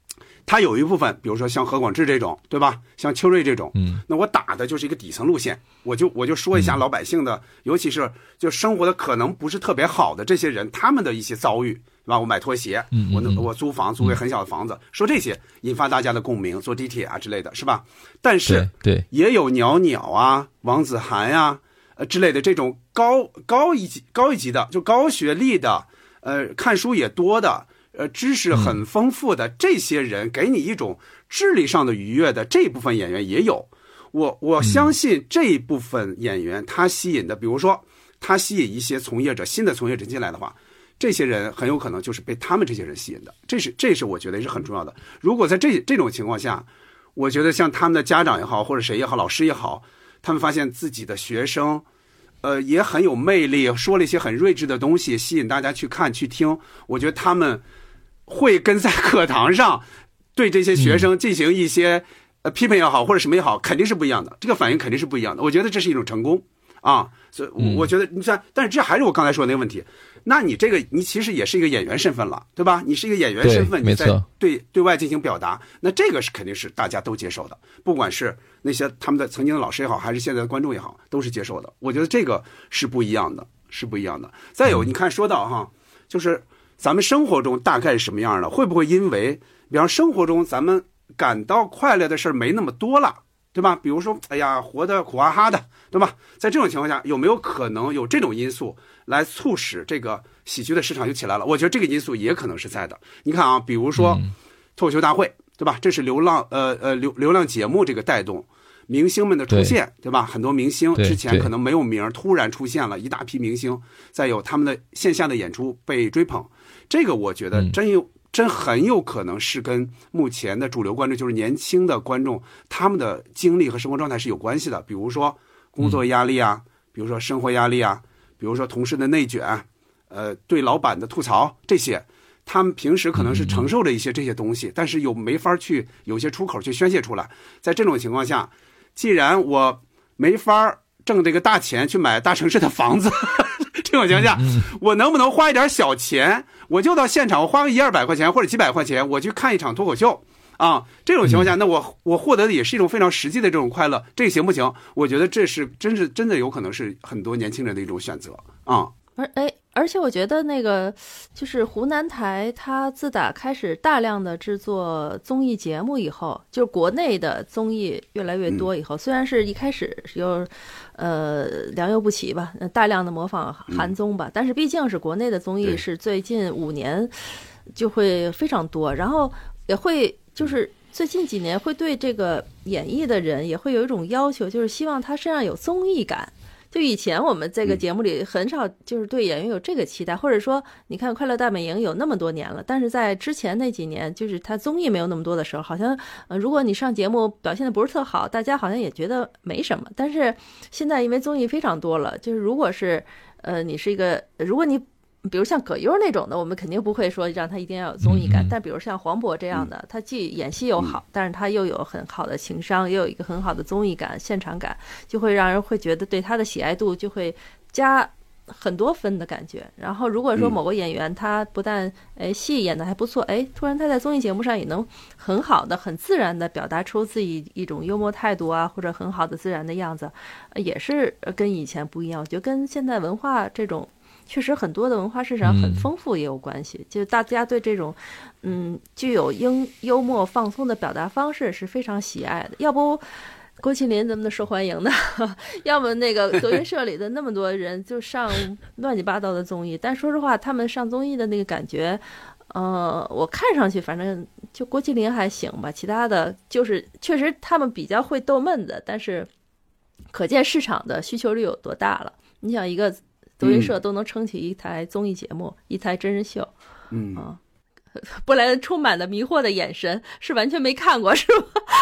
[SPEAKER 1] 他有一部分，比如说像何广智这种，对吧？像邱瑞这种，
[SPEAKER 2] 嗯，
[SPEAKER 1] 那我打的就是一个底层路线，我就我就说一下老百姓的，嗯、尤其是就生活的可能不是特别好的这些人，他们的一些遭遇，是吧？我买拖鞋，
[SPEAKER 2] 嗯、
[SPEAKER 1] 我我租房，租个很小的房子，嗯、说这些引发大家的共鸣，坐地铁啊之类的，是吧？但是
[SPEAKER 2] 对，
[SPEAKER 1] 也有袅袅啊、王子涵呀、呃之类的这种高高一级高一级的，就高学历的，呃，看书也多的。呃，知识很丰富的这些人，给你一种智力上的愉悦的这部分演员也有。我我相信这一部分演员他吸引的，比如说他吸引一些从业者，新的从业者进来的话，这些人很有可能就是被他们这些人吸引的。这是这是我觉得是很重要的。如果在这这种情况下，我觉得像他们的家长也好，或者谁也好，老师也好，他们发现自己的学生。呃，也很有魅力，说了一些很睿智的东西，吸引大家去看去听。我觉得他们会跟在课堂上对这些学生进行一些呃批评也好，或者什么也好，肯定是不一样的。这个反应肯定是不一样的。我觉得这是一种成功啊，所以我觉得你看，但是这还是我刚才说的那个问题。那你这个你其实也是一个演员身份了，对吧？你是一个演员身份，你在对对外进行表达，那这个是肯定是大家都接受的，不管是那些他们的曾经的老师也好，还是现在的观众也好，都是接受的。我觉得这个是不一样的，是不一样的。再有，你看说到哈，就是咱们生活中大概是什么样的？会不会因为，比方生活中咱们感到快乐的事儿没那么多了？对吧？比如说，哎呀，活得苦哈哈的，对吧？在这种情况下，有没有可能有这种因素来促使这个喜剧的市场就起来了？我觉得这个因素也可能是在的。你看啊，比如说脱口秀大会，对吧？这是流浪呃呃流流量节目这个带动明星们的出现， 对, 对吧？很多明星之前可能没有名，突然出现了一大批明星，再有他们的线下的演出被追捧，这个我觉得真有。嗯真很有可能是跟目前的主流观众，就是年轻的观众，他们的经历和生活状态是有关系的。比如说工作压力啊，比如说生活压力啊，比如说同事的内卷，呃，对老板的吐槽，这些他们平时可能是承受着一些这些东西，但是又没法去有些出口去宣泄出来。在这种情况下，既然我没法挣这个大钱去买大城市的房子，这种情况下，我能不能花一点小钱，我就到现场，我花个一二百块钱或者几百块钱，我去看一场脱口秀啊？这种情况下，那我我获得的也是一种非常实际的这种快乐，这个行不行？我觉得这是真是真的有可能是很多年轻人的一种选择啊。
[SPEAKER 3] 而哎，而且我觉得那个就是湖南台，它自打开始大量的制作综艺节目以后，就是国内的综艺越来越多以后，嗯、虽然是一开始有呃良莠不齐吧，大量的模仿韩综吧，嗯、但是毕竟是国内的综艺是最近五年就会非常多，然后也会就是最近几年会对这个演绎的人也会有一种要求，就是希望他身上有综艺感。就以前我们这个节目里很少就是对演员有这个期待，或者说你看《快乐大本营》有那么多年了，但是在之前那几年，就是他综艺没有那么多的时候，好像呃如果你上节目表现的不是特好，大家好像也觉得没什么。但是现在因为综艺非常多了，就是如果是呃你是一个，如果你比如像葛优那种的，我们肯定不会说让他一定要有综艺感，但比如像黄渤这样的，他既演戏又好，但是他又有很好的情商，也有一个很好的综艺感、现场感，就会让人会觉得对他的喜爱度就会加很多分的感觉。然后如果说某个演员他不但哎戏演的还不错，哎突然他在综艺节目上也能很好的、很自然的表达出自己一种幽默态度啊，或者很好的自然的样子，也是跟以前不一样。我觉得跟现在文化这种。确实很多的文化市场很丰富也有关系，嗯、就是大家对这种嗯具有幽幽默放松的表达方式是非常喜爱的。要不郭麒麟这么的受欢迎的，要么那个德云社里的那么多人就上乱七八糟的综艺，但说实话他们上综艺的那个感觉呃我看上去反正就郭麒麟还行吧，其他的就是确实他们比较会逗闷子，但是可见市场的需求率有多大了。你想一个德云社都能撑起一台综艺节目，嗯、一台真人秀，
[SPEAKER 1] 嗯
[SPEAKER 3] 啊，布莱恩充满了迷惑的眼神，是完全没看过是吧？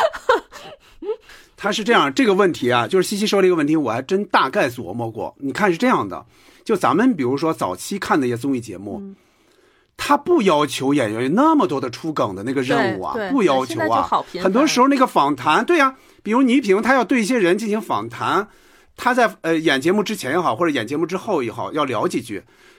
[SPEAKER 1] 他是这样，这个问题啊，就是西西说这个问题，我还真大概琢磨过。你看是这样的，就咱们比如说早期看那些综艺节目，嗯、他不要求演员有那么多的出梗的那个任务啊，不要求啊。很多时候那个访谈，对呀、啊，比如倪萍，他要对一些人进行访谈。他在呃演节目之前也好，或者演节目之后也好，要聊几句，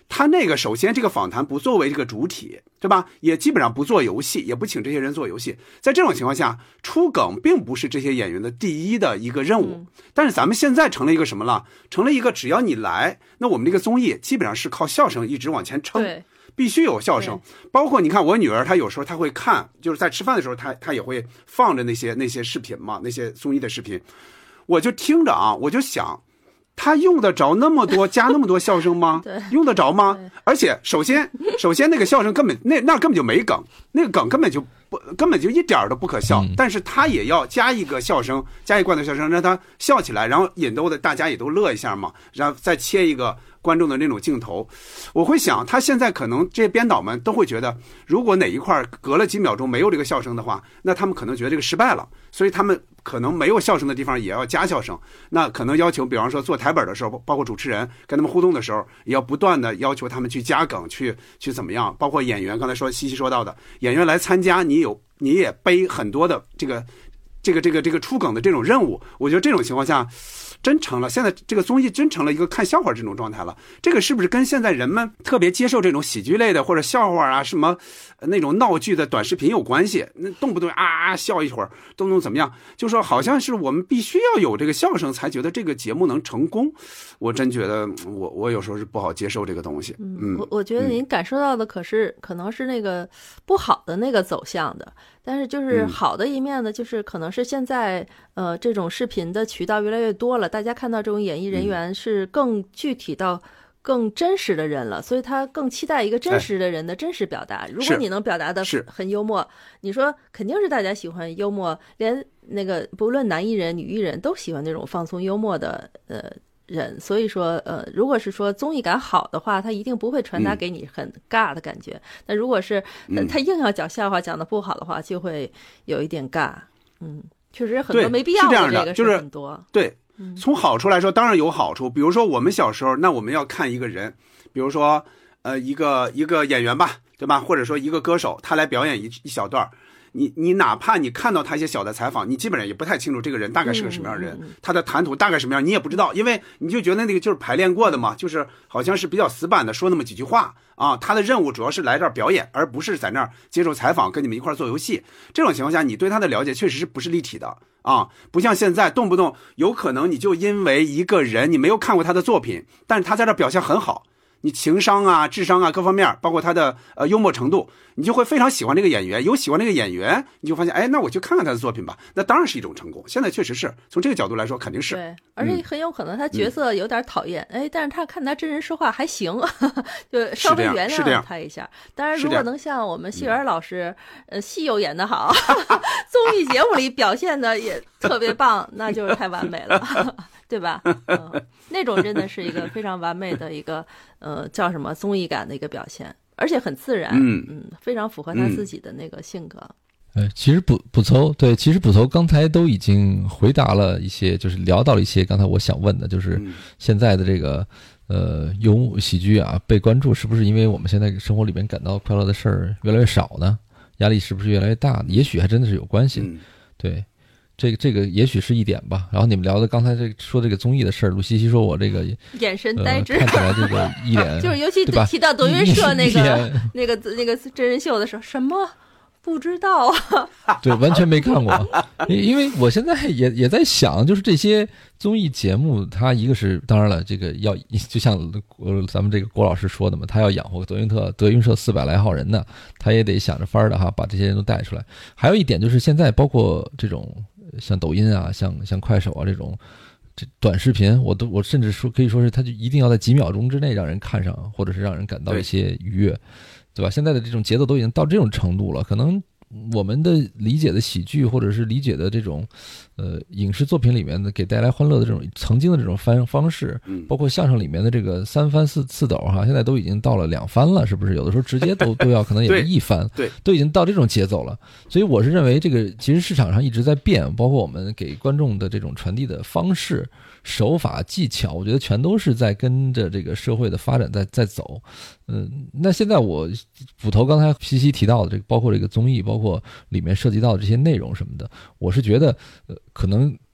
[SPEAKER 1] 他那个首先这个访谈不作为这个主体，对吧？也基本上不做游戏，也不请这些人做游戏。在这种情况下，出梗并不是这些演员的第一的一个任务。嗯、但是咱们现在成了一个什么了？成了一个只要你来，那我们这个综艺基本上是靠笑声一直往前撑。
[SPEAKER 3] 对，
[SPEAKER 1] 必须有笑声。包括你看我女儿，她有时候她会看，就是在吃饭的时候，她她也会放着那些那些视频嘛，那些综艺的视频。我就听着啊，我就想。他用得着那么多加那么多笑声吗？
[SPEAKER 3] 对，
[SPEAKER 1] 用得着吗？而且首先首先那个笑声根本那那根本就没梗，那个梗根本就不根本就一点都不可笑，嗯、但是他也要加一个笑声，加一罐头笑声，让他笑起来，然后引逗的大家也都乐一下嘛，然后再切一个观众的那种镜头。我会想，他现在可能这些编导们都会觉得，如果哪一块隔了几秒钟没有这个笑声的话，那他们可能觉得这个失败了，所以他们可能没有笑声的地方也要加笑声。那可能要求，比方说做台本的时候，包括主持人跟他们互动的时候，也要不断的要求他们去加梗，去去怎么样。包括演员，刚才说西西说到的，演员来参加，你有你也背很多的这个这个这个这个出梗的这种任务。我觉得这种情况下。真成了，现在这个综艺真成了一个看笑话这种状态了。这个是不是跟现在人们特别接受这种喜剧类的或者笑话啊，什么那种闹剧的短视频有关系？那动不动啊啊笑一会儿，动不动怎么样？就说好像是我们必须要有这个笑声，才觉得这个节目能成功。我真觉得我我有时候是不好接受这个东西。嗯，
[SPEAKER 3] 我我觉得您感受到的可是、嗯、可能是那个不好的那个走向的。但是就是好的一面呢，就是可能是现在呃这种视频的渠道越来越多了，大家看到这种演艺人员是更具体到更真实的人了，所以他更期待一个真实的人的真实表达。如果你能表达的很幽默，你说肯定是大家喜欢幽默，连那个不论男艺人女艺人都喜欢那种放松幽默的呃人，所以说呃如果是说综艺感好的话，他一定不会传达给你很尬的感觉。嗯、那如果是他硬要讲笑话讲的不好的话，就会有一点尬。嗯，确实很多没必要的这个是很多。
[SPEAKER 1] 对，从好处来说当然有好处，比如说我们小时候，那我们要看一个人，比如说呃一个一个演员吧，对吧？或者说一个歌手，他来表演一一小段。你你哪怕你看到他一些小的采访，你基本上也不太清楚这个人大概是个什么样的人，嗯、他的谈吐大概什么样，你也不知道，因为你就觉得那个就是排练过的嘛，就是好像是比较死板的说那么几句话啊。他的任务主要是来这儿表演，而不是在那儿接受采访，跟你们一块做游戏。这种情况下，你对他的了解确实是不是立体的啊？不像现在动不动有可能你就因为一个人你没有看过他的作品，但是他在这儿表现很好。你情商啊、智商啊各方面，包括他的呃幽默程度，你就会非常喜欢这个演员。有喜欢这个演员，你就发现，哎，那我去看看他的作品吧。那当然是一种成功。现在确实是从这个角度来说，肯定是。
[SPEAKER 3] 对，而且很有可能他角色有点讨厌，嗯、哎，但是他看他真人说话还行，就稍微原谅他一下。当然，如果能像我们戏园老师，呃，戏又演得好，综艺节目里表现的也特别棒，那就是太完美了。对吧？嗯，那种真的是一个非常完美的一个呃叫什么综艺感的一个表现，而且很自然，嗯嗯，非常符合他自己的那个性格。
[SPEAKER 2] 呃、嗯，其实捕捕头对，其实捕头刚才都已经回答了一些，就是聊到了一些刚才我想问的，就是现在的这个呃幽默喜剧啊被关注，是不是因为我们现在生活里面感到快乐的事儿越来越少呢？压力是不是越来越大？也许还真的是有关系。嗯、对。这个这个也许是一点吧。然后你们聊的刚才这个说这个综艺的事儿，鲁西西说我这个
[SPEAKER 3] 眼神呆滞、
[SPEAKER 2] 呃，看起来这个一脸
[SPEAKER 3] 就是尤其提到德云社那个那个那个真人秀的时候，什么不知道啊？对，
[SPEAKER 2] 完全没看过。因为我现在也也在想，就是这些综艺节目，它一个是当然了，这个要就像咱们这个郭老师说的嘛，他要养活德云特德云社四百来号人呢，他也得想着法儿的哈，把这些人都带出来。还有一点就是现在包括这种。像抖音啊，像像快手啊这种这短视频，我都我甚至说可以说是它就一定要在几秒钟之内让人看上，或者是让人感到一些愉悦， 对, 对吧？现在的这种节奏都已经到这种程度了，可能我们的理解的喜剧或者是理解的这种呃影视作品里面的给带来欢乐的这种曾经的这种翻方式，包括相声里面的这个三翻四四抖哈，现在都已经到了两翻了，是不是？有的时候直接都都要可能也是一翻，
[SPEAKER 1] 对，
[SPEAKER 2] 都已经到这种节奏了。所以我是认为这个其实市场上一直在变，包括我们给观众的这种传递的方式、手法、技巧，我觉得全都是在跟着这个社会的发展在在走。嗯，那现在我捕头刚才西西提到的这个，包括这个综艺，包括里面涉及到的这些内容什么的，我是觉得，呃，可能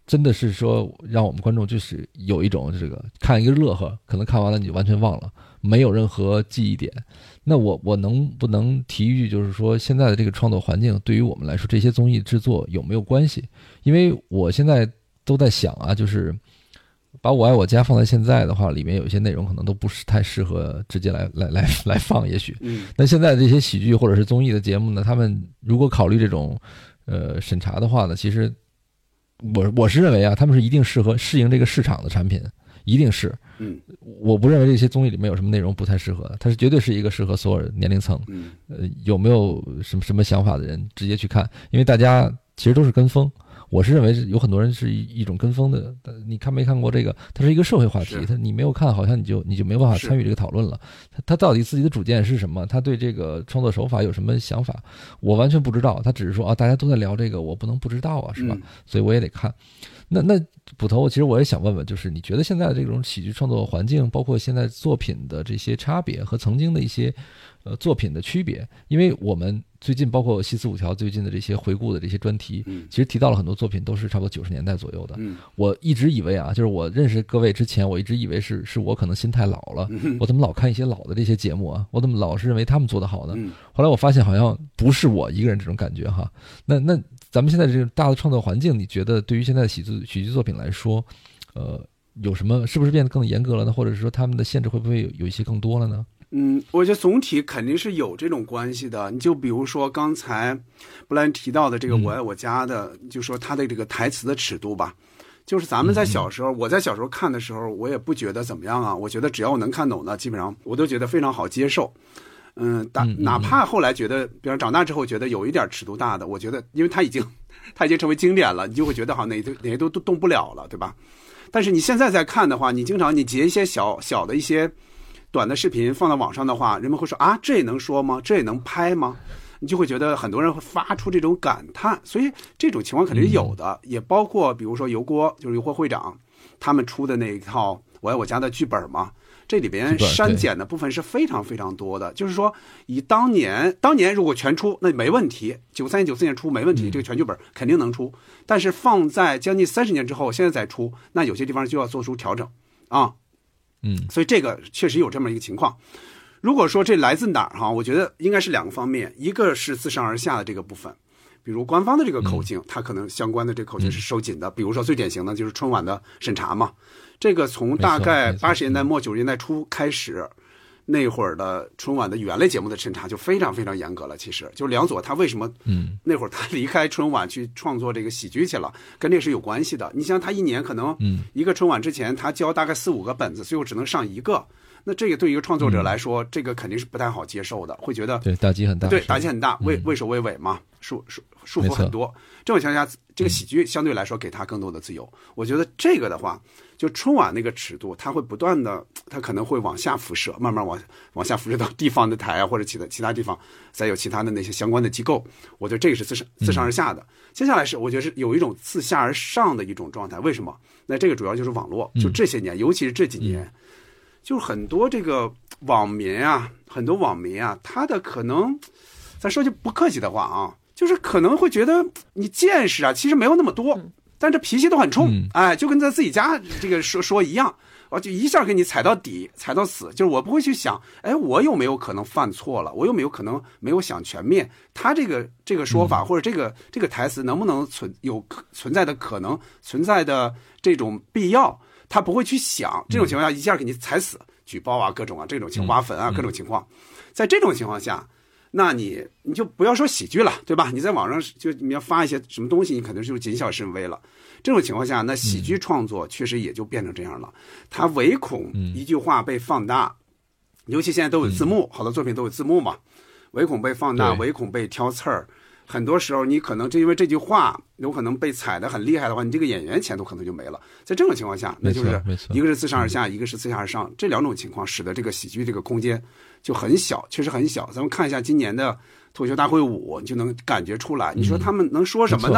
[SPEAKER 2] 真的是说让我们观众就是有一种这个看一个乐呵，可能看完了你就完全忘了，没有任何记忆点。那我我能不能提一句，就是说现在的这个创作环境对于我们来说，这些综艺制作有没有关系？因为我现在都在想啊，就是把我爱我家放在现在的话，里面有一些内容可能都不是太适合直接来来来来放，也许。
[SPEAKER 1] 嗯。
[SPEAKER 2] 那现在这些喜剧或者是综艺的节目呢，他们如果考虑这种呃审查的话呢，其实我我是认为啊，他们是一定适合适应这个市场的产品，一定是。
[SPEAKER 1] 嗯。
[SPEAKER 2] 我不认为这些综艺里面有什么内容不太适合的，它是绝对是一个适合所有年龄层。
[SPEAKER 1] 嗯。
[SPEAKER 2] 呃，有没有什么什么想法的人直接去看，因为大家其实都是跟风。我是认为有很多人是一一种跟风的，你看没看过这个？它是一个社会话题，它你没有看，好像你就你就没有办法参与这个讨论了。他他到底自己的主见是什么？他对这个创作手法有什么想法？我完全不知道。他只是说啊，大家都在聊这个，我不能不知道啊，是吧？
[SPEAKER 1] 嗯、
[SPEAKER 2] 所以我也得看。那那捕头，其实我也想问问，就是你觉得现在的这种喜剧创作环境，包括现在作品的这些差别和曾经的一些呃作品的区别，因为我们最近包括西四五条最近的这些回顾的这些专题，
[SPEAKER 1] 嗯，
[SPEAKER 2] 其实提到了很多作品都是差不多九十年代左右的。
[SPEAKER 1] 嗯，
[SPEAKER 2] 我一直以为啊，就是我认识各位之前，我一直以为是是我可能心太老了，
[SPEAKER 1] 嗯、
[SPEAKER 2] 我怎么老看一些老的这些节目啊？我怎么老是认为他们做得好呢？
[SPEAKER 1] 嗯，
[SPEAKER 2] 后来我发现好像不是我一个人这种感觉哈。那那咱们现在这个大的创作环境，你觉得对于现在的喜剧喜剧作品来说，呃，有什么是不是变得更严格了呢？或者是说他们的限制会不会有有一些更多了呢？
[SPEAKER 1] 嗯，我觉得总体肯定是有这种关系的。你就比如说刚才布莱恩提到的这个《我爱我家》的，嗯、就说他的这个台词的尺度吧，就是咱们在小时候，嗯、我在小时候看的时候，我也不觉得怎么样啊。我觉得只要我能看懂的，基本上我都觉得非常好接受。嗯，哪哪怕后来觉得，比方长大之后觉得有一点尺度大的，我觉得因为他已经他已经成为经典了，你就会觉得好哪哪些都都动不了了，对吧？但是你现在在看的话，你经常你截一些小小的一些短的视频放到网上的话，人们会说啊，这也能说吗？这也能拍吗？你就会觉得很多人会发出这种感叹，所以这种情况肯定是有的，嗯、也包括比如说油锅，就是油锅会长他们出的那一套《我爱我家》的剧本嘛。这里边删减的部分是非常非常多的，就是说以当年当年如果全出那没问题，九三年九四年出没问题，这个全剧本肯定能出。但是放在将近三十年之后，现在再出，那有些地方就要做出调整啊。
[SPEAKER 2] 嗯，
[SPEAKER 1] 所以这个确实有这么一个情况。如果说这来自哪儿哈，我觉得应该是两个方面，一个是自上而下的这个部分，比如官方的这个口径，它可能相关的这个口径是收紧的，比如说最典型的就是春晚的审查嘛。这个从大概八十年代末九十年代初开始，那会儿的春晚的语言类节目的审查就非常非常严格了。其实就梁左他为什么嗯那会儿他离开春晚去创作这个喜剧去了，跟这是有关系的。你像他一年可能一个春晚之前他交大概四五个本子，最后只能上一个。那这个对于一个创作者来说，嗯、这个肯定是不太好接受的，会觉得
[SPEAKER 2] 对打击很大，
[SPEAKER 1] 对打击很大，畏畏首畏尾嘛，束束束缚很多。这种情况下，这个喜剧相对来说给他更多的自由。嗯、我觉得这个的话，就春晚那个尺度，它会不断的，它可能会往下辐射，慢慢往往下辐射到地方的台啊，或者其他其他地方，再有其他的那些相关的机构。我觉得这个是自上自上而下的。嗯、接下来是我觉得是有一种自下而上的一种状态。为什么？那这个主要就是网络，就这些年，嗯、尤其是这几年。嗯就是很多这个网民啊，很多网民啊，他的可能，咱说句不客气的话啊，就是可能会觉得你见识啊，其实没有那么多，但这脾气都很冲，嗯、哎，就跟在自己家这个说说一样，我就一下给你踩到底，踩到死。就是我不会去想，哎，我有没有可能犯错了？我有没有可能没有想全面？他这个这个说法、嗯、或者这个这个台词能不能存有存在的可能，存在的这种必要？他不会去想，这种情况下一下给你踩死，举报啊，各种啊，这种情挖坟啊，各种情况，在这种情况下，那你你就不要说喜剧了，对吧？你在网上就你要发一些什么东西，你可能就谨小慎微了。这种情况下，那喜剧创作确实也就变成这样了。他唯恐一句话被放大，尤其现在都有字幕，好多作品都有字幕嘛，唯恐被放大，唯恐被挑刺儿。很多时候你可能就因为这句话有可能被踩得很厉害的话，你这个演员前途可能就没了。在这种情况下，那就是一个是自上而下，一个是自下而上，这两种情况使得这个喜剧这个空间就很小，确实很小。咱们看一下今年的脱口秀大会五，你就能感觉出来。你说他们能说什么呢？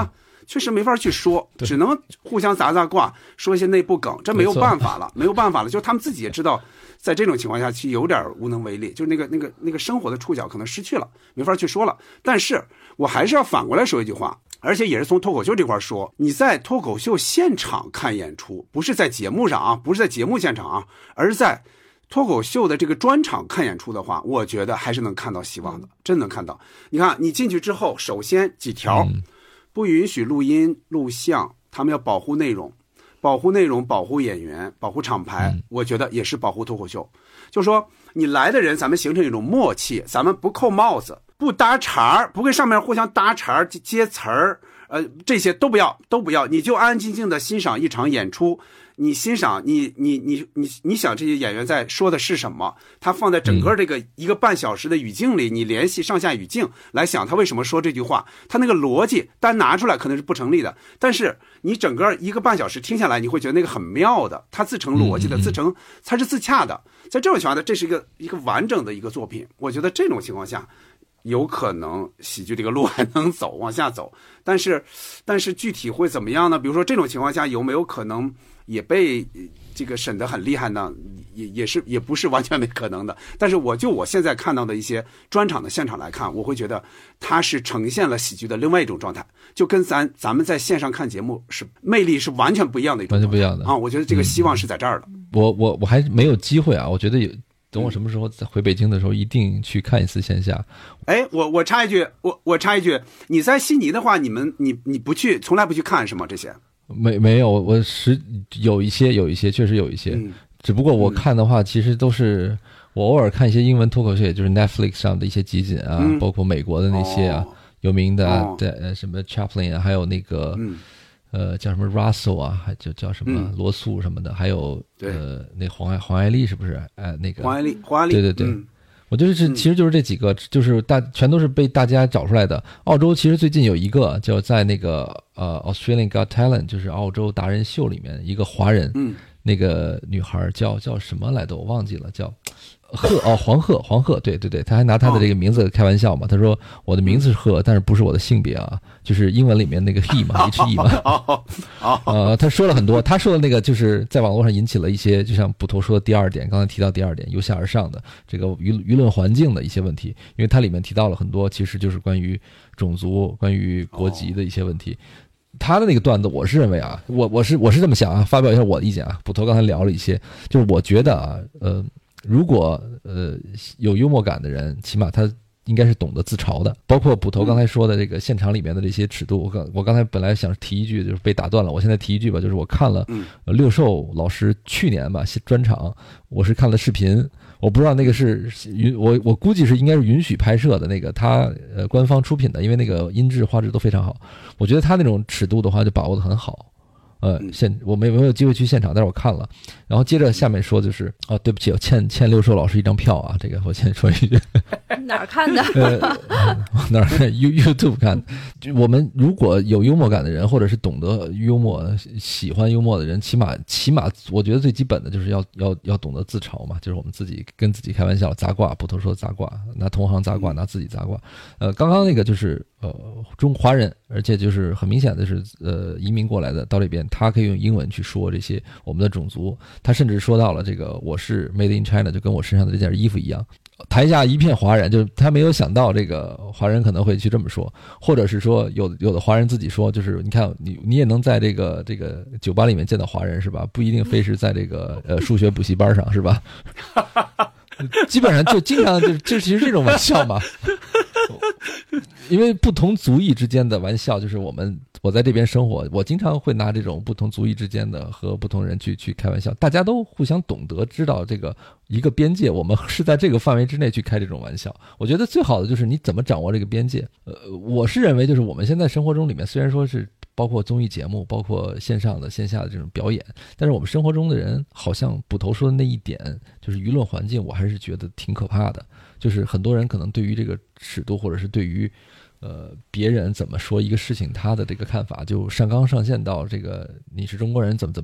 [SPEAKER 1] 确实没法去说，只能互相砸砸挂，说一些内部梗，这没有办法了，没有办法了。就他们自己也知道，在这种情况下去有点无能为力，就是那个那个那个生活的触角可能失去了，没法去说了。但是我还是要反过来说一句话，而且也是从脱口秀这块说，你在脱口秀现场看演出，不是在节目上啊，不是在节目现场啊，而是在脱口秀的这个专场看演出的话，我觉得还是能看到希望的，真能看到。你看，你进去之后，首先几条。嗯，不允许录音录像，他们要保护内容，保护内容，保护演员，保护厂牌，嗯，我觉得也是保护脱口秀。就是说你来的人，咱们形成一种默契，咱们不扣帽子，不搭茬，不跟上面互相搭茬接词儿，呃，这些都不要，都不要，你就安安静静的欣赏一场演出。你欣赏你你你你你想这些演员在说的是什么？他放在整个这个一个半小时的语境里，你联系上下语境来想他为什么说这句话，他那个逻辑单拿出来可能是不成立的，但是你整个一个半小时听下来，你会觉得那个很妙的，它自成逻辑的，自成它是自洽的。在这种情况下，这是一个一个完整的一个作品。我觉得这种情况下，有可能喜剧这个路还能走往下走，但是但是具体会怎么样呢？比如说这种情况下有没有可能也被这个审得很厉害呢？也也是也不是完全没可能的。但是我就我现在看到的一些专场的现场来看，我会觉得它是呈现了喜剧的另外一种状态，就跟咱咱们在线上看节目是魅力是完全不一样的一种，
[SPEAKER 2] 完全不一样的
[SPEAKER 1] 啊！我觉得这个希望是在这儿的。
[SPEAKER 2] 嗯、我我我还没有机会啊，我觉得有。等我什么时候回北京的时候，一定去看一次线下。
[SPEAKER 1] 哎，我我插一句，我我插一句，你在悉尼的话，你们你你不去，从来不去看是吗？这些？
[SPEAKER 2] 没没有，我实有一些有一些确实有一些，嗯、只不过我看的话，其实都是我偶尔看一些英文脱口秀，也就是 Netflix 上的一些集锦啊，嗯、包括美国的那些啊、哦、有名的啊，在、哦、什么 Chaplin 啊，还有那个。嗯呃，叫什么 Russell 啊，还就叫什么罗素什么的，嗯、还有呃，那黄爱黄爱丽是不是？呃，那个
[SPEAKER 1] 黄爱丽，黄爱丽，
[SPEAKER 2] 对对对，
[SPEAKER 1] 嗯、
[SPEAKER 2] 我觉得是，其实就是这几个，就是大全都是被大家找出来的。澳洲其实最近有一个，就在那个呃 Australian Got Talent， 就是澳洲达人秀里面一个华人，嗯，那个女孩叫叫什么来的，我忘记了，叫。鹤哦，黄鹤，黄鹤，对对对，他还拿他的这个名字开玩笑嘛。他说我的名字是鹤，但是不是我的性别啊，就是英文里面那个 he 嘛 ，H E 嘛。呃，他说了很多，他说的那个就是在网络上引起了一些，就像捕头说的第二点，刚才提到第二点，由下而上的这个舆舆论环境的一些问题，因为它里面提到了很多，其实就是关于种族、关于国籍的一些问题。他的那个段子，我是认为啊，我我是我是这么想啊，发表一下我的意见啊。捕头刚才聊了一些，就是我觉得啊，呃。如果呃有幽默感的人，起码他应该是懂得自嘲的。包括捕头刚才说的这个现场里面的这些尺度，我刚我刚才本来想提一句，就是被打断了。我现在提一句吧，就是我看了呃六兽老师去年吧专场，我是看了视频，我不知道那个是允我我估计是应该是允许拍摄的那个他呃官方出品的，因为那个音质画质都非常好。我觉得他那种尺度的话就把握得很好。呃，现我没没有机会去现场，但是我看了。然后接着下面说就是，哦，对不起，我欠欠六兽老师一张票啊，这个我先说一句。
[SPEAKER 3] 哪儿看的？
[SPEAKER 2] 呃，哪儿看 ？YouTube 看的。就我们如果有幽默感的人，或者是懂得幽默、喜欢幽默的人，起码起码，我觉得最基本的就是要要要懂得自嘲嘛，就是我们自己跟自己开玩笑，砸挂，捕头说砸挂，拿同行砸挂，拿自己砸挂。呃，刚刚那个就是呃中华人，而且就是很明显的是呃移民过来的到这边。他可以用英文去说这些我们的种族，他甚至说到了这个我是 Made in China， 就跟我身上的这件衣服一样。台下一片哗然，就是他没有想到这个华人可能会去这么说，或者是说有有的华人自己说，就是你看你你也能在这个这个酒吧里面见到华人是吧？不一定非是在这个呃数学补习班上是吧？基本上就经常就就其实这种玩笑嘛。因为不同族裔之间的玩笑，就是我们我在这边生活，我经常会拿这种不同族裔之间的和不同人去去开玩笑，大家都互相懂得知道这个一个边界，我们是在这个范围之内去开这种玩笑。我觉得最好的就是你怎么掌握这个边界。呃，我是认为就是我们现在生活中里面虽然说是包括综艺节目，包括线上的线下的这种表演，但是我们生活中的人好像捕头说的那一点，就是舆论环境，我还是觉得挺可怕的。就是很多人可能对于这个尺度，或者是对于呃别人怎么说一个事情，他的这个看法就上纲上线到这个你是中国人怎么怎么样，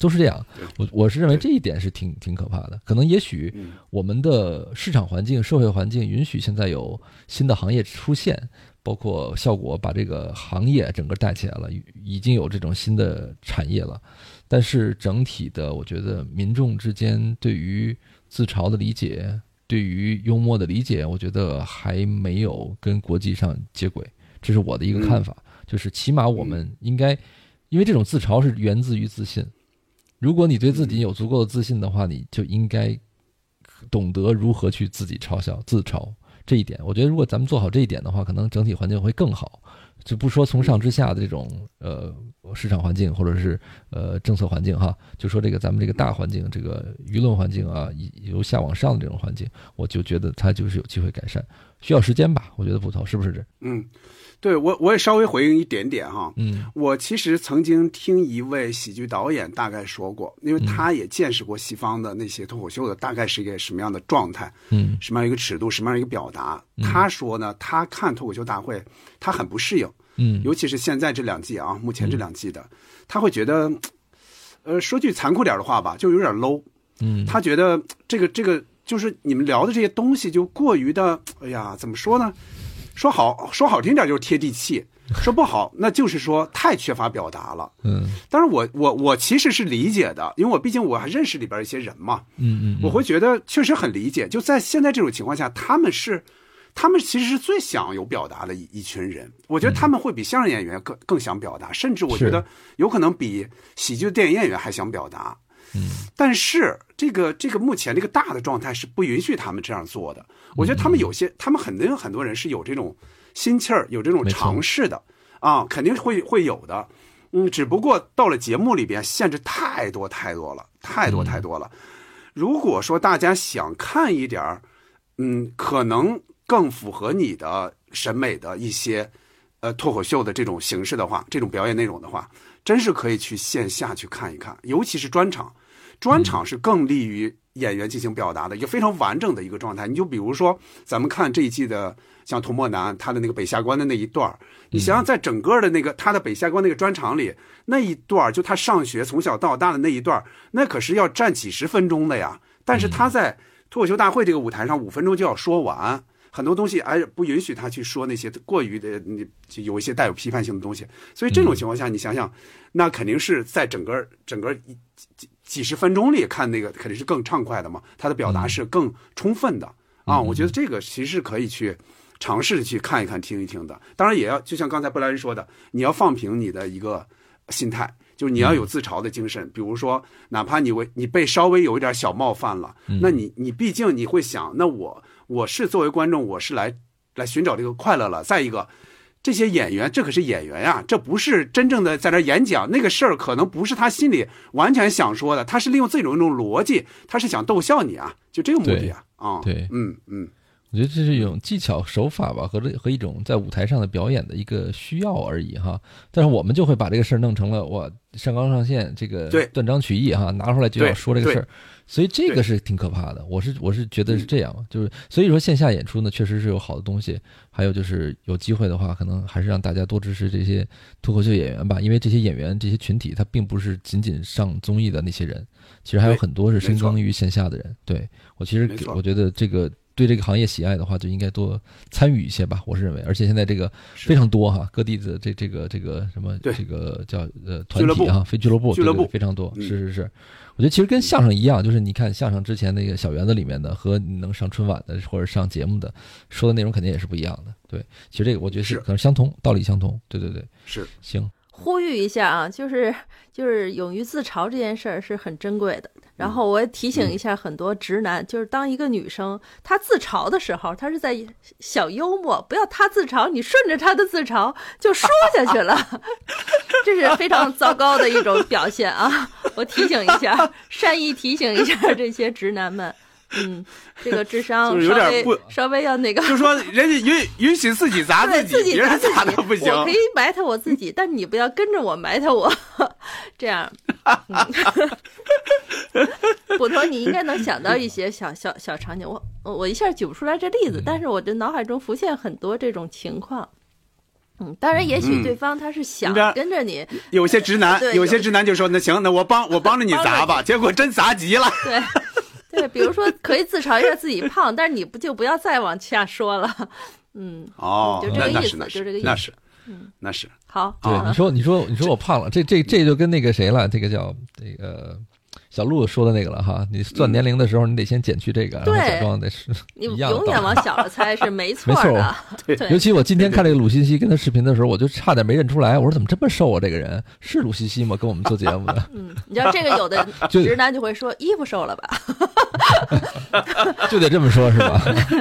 [SPEAKER 2] 都是这样。我我是认为这一点是挺挺可怕的。可能也许我们的市场环境、社会环境允许现在有新的行业出现，包括效果把这个行业整个带起来了，已经有这种新的产业了。但是整体的，我觉得民众之间对于自嘲的理解，对于幽默的理解，我觉得还没有跟国际上接轨，这是我的一个看法。嗯、就是起码我们应该，因为这种自嘲是源自于自信。如果你对自己有足够的自信的话，你就应该懂得如何去自己嘲笑、自嘲这一点。我觉得如果咱们做好这一点的话，可能整体环境会更好。就不说从上至下的这种呃市场环境或者是呃政策环境哈，就说这个咱们这个大环境，这个舆论环境啊，由下往上的这种环境，我就觉得它就是有机会改善，需要时间吧？我觉得捕头是不是这？
[SPEAKER 1] 嗯，对我我也稍微回应一点点哈。
[SPEAKER 2] 嗯，
[SPEAKER 1] 我其实曾经听一位喜剧导演大概说过，因为他也见识过西方的那些脱口秀的大概是一个什么样的状态，
[SPEAKER 2] 嗯，
[SPEAKER 1] 什么样一个尺度，什么样一个表达。他说呢，他看脱口秀大会，他很不适应。
[SPEAKER 2] 嗯，
[SPEAKER 1] 尤其是现在这两季啊，目前这两季的，嗯、他会觉得，呃，说句残酷点的话吧，就有点 low。
[SPEAKER 2] 嗯，
[SPEAKER 1] 他觉得这个这个就是你们聊的这些东西就过于的，哎呀，怎么说呢？说好说好听点就是贴地气，说不好那就是说太缺乏表达了。
[SPEAKER 2] 嗯，
[SPEAKER 1] 当然我我我其实是理解的，因为我毕竟我还认识里边一些人嘛。
[SPEAKER 2] 嗯 嗯, 嗯，
[SPEAKER 1] 我会觉得确实很理解。就在现在这种情况下，他们是。他们其实是最想有表达的一一群人，我觉得他们会比相声演员更更想表达，甚至我觉得有可能比喜剧电影演员还想表达。
[SPEAKER 2] 嗯，
[SPEAKER 1] 但是这个这个目前这个大的状态是不允许他们这样做的。我觉得他们有些，他们很多很多人是有这种心气儿，有这种尝试的啊，肯定会会有的。嗯，只不过到了节目里边，限制太多太多了，太多太多了。如果说大家想看一点，嗯，可能。更符合你的审美的一些，呃，脱口秀的这种形式的话，这种表演内容的话，真是可以去线下去看一看，尤其是专场，专场是更利于演员进行表达的一个非常完整的一个状态。你就比如说，咱们看这一季的像童漠男他的那个北下关的那一段，你想想在整个的那个他的北下关那个专场里，那一段就他上学从小到大的那一段，那可是要占几十分钟的呀。但是他在脱口秀大会这个舞台上五分钟就要说完。很多东西哎不允许他去说那些过于的，你有一些带有批判性的东西，所以这种情况下，你想想，那肯定是在整个整个几几十分钟里看那个肯定是更畅快的嘛，他的表达是更充分的啊。我觉得这个其实是可以去尝试去看一看、听一听的。当然也要就像刚才布莱恩说的，你要放平你的一个心态，就是你要有自嘲的精神。比如说，哪怕你为你被稍微有一点小冒犯了，那你你毕竟你会想，那我。我是作为观众，我是来来寻找这个快乐了。再一个，这些演员，这可是演员呀，这不是真正的在这演讲，那个事儿可能不是他心里完全想说的，他是利用这种一种逻辑，他是想逗笑你啊，就这个目的啊，啊，
[SPEAKER 2] 对，
[SPEAKER 1] 嗯嗯。
[SPEAKER 2] 我觉得这是一种技巧手法吧，和和一种在舞台上的表演的一个需要而已哈。但是我们就会把这个事儿弄成了我上纲上线，这个断章取义哈，拿出来就要说这个事儿，所以这个是挺可怕的。我是我是觉得是这样，就是所以说线下演出呢，确实是有好的东西。还有就是有机会的话，可能还是让大家多支持这些脱口秀演员吧，因为这些演员这些群体，他并不是仅仅上综艺的那些人，其实还有很多是深耕于线下的人。对，我其实我觉得这个。对这个行业喜爱的话，就应该多参与一些吧，我是认为。而且现在这个非常多哈，各地的这这个这个什么这个叫呃团体啊，非俱乐部，
[SPEAKER 1] 俱乐部
[SPEAKER 2] 非常多，
[SPEAKER 1] 嗯、
[SPEAKER 2] 是是是。我觉得其实跟相声一样，就是你看相声之前那个小园子里面的和你能上春晚的或者上节目的说的内容肯定也是不一样的。对，其实这个我觉得是可能相同，道理相同。对对对，
[SPEAKER 1] 是
[SPEAKER 2] 行。
[SPEAKER 3] 呼吁一下啊，就是就是勇于自嘲这件事儿是很珍贵的。然后我也提醒一下很多直男，嗯、就是当一个女生她自嘲的时候，她是在小幽默，不要她自嘲，你顺着她的自嘲就说下去了，这是非常糟糕的一种表现啊！我提醒一下，善意提醒一下这些直男们。嗯，这个智商
[SPEAKER 1] 有点不
[SPEAKER 3] 稍微要那个，
[SPEAKER 1] 就说人家允允许自己砸自己，
[SPEAKER 3] 自己砸自己
[SPEAKER 1] 砸不行。
[SPEAKER 3] 我可以埋汰我自己，但你不要跟着我埋汰我，这样。嗯、捕头，你应该能想到一些小小小场景，我我一下举不出来这例子，但是我的脑海中浮现很多这种情况。 嗯，当然，也许对方他是想跟着你。
[SPEAKER 1] 嗯、有些直男，有些直男就说：“那行，那我帮我帮着你砸吧。”结果真砸急了。
[SPEAKER 3] 对，对，比如说可以自嘲一下自己胖，但是你不就不要再往下说了。嗯，
[SPEAKER 1] 哦，
[SPEAKER 3] 就这个意思，
[SPEAKER 1] 那
[SPEAKER 3] 就这个意思。
[SPEAKER 1] 那是，
[SPEAKER 3] 嗯，
[SPEAKER 1] 那是。
[SPEAKER 3] 好，
[SPEAKER 2] 对，你说，你说，你说我胖了，这这这就跟那个谁了，这个叫这个。小鹿说的那个了哈，你算年龄的时候，你得先减去这个，
[SPEAKER 3] 对，
[SPEAKER 2] 然后假装得是
[SPEAKER 3] 你永远往小了猜是没错的。
[SPEAKER 2] 没错，尤其我今天看这个鲁西西跟他视频的时候，我就差点没认出来，我说怎么这么瘦啊？这个人是鲁西西吗？跟我们做节目的。
[SPEAKER 3] 嗯，你知道这个有的直男就会说衣服瘦了吧？
[SPEAKER 2] 就得这么说，是吧？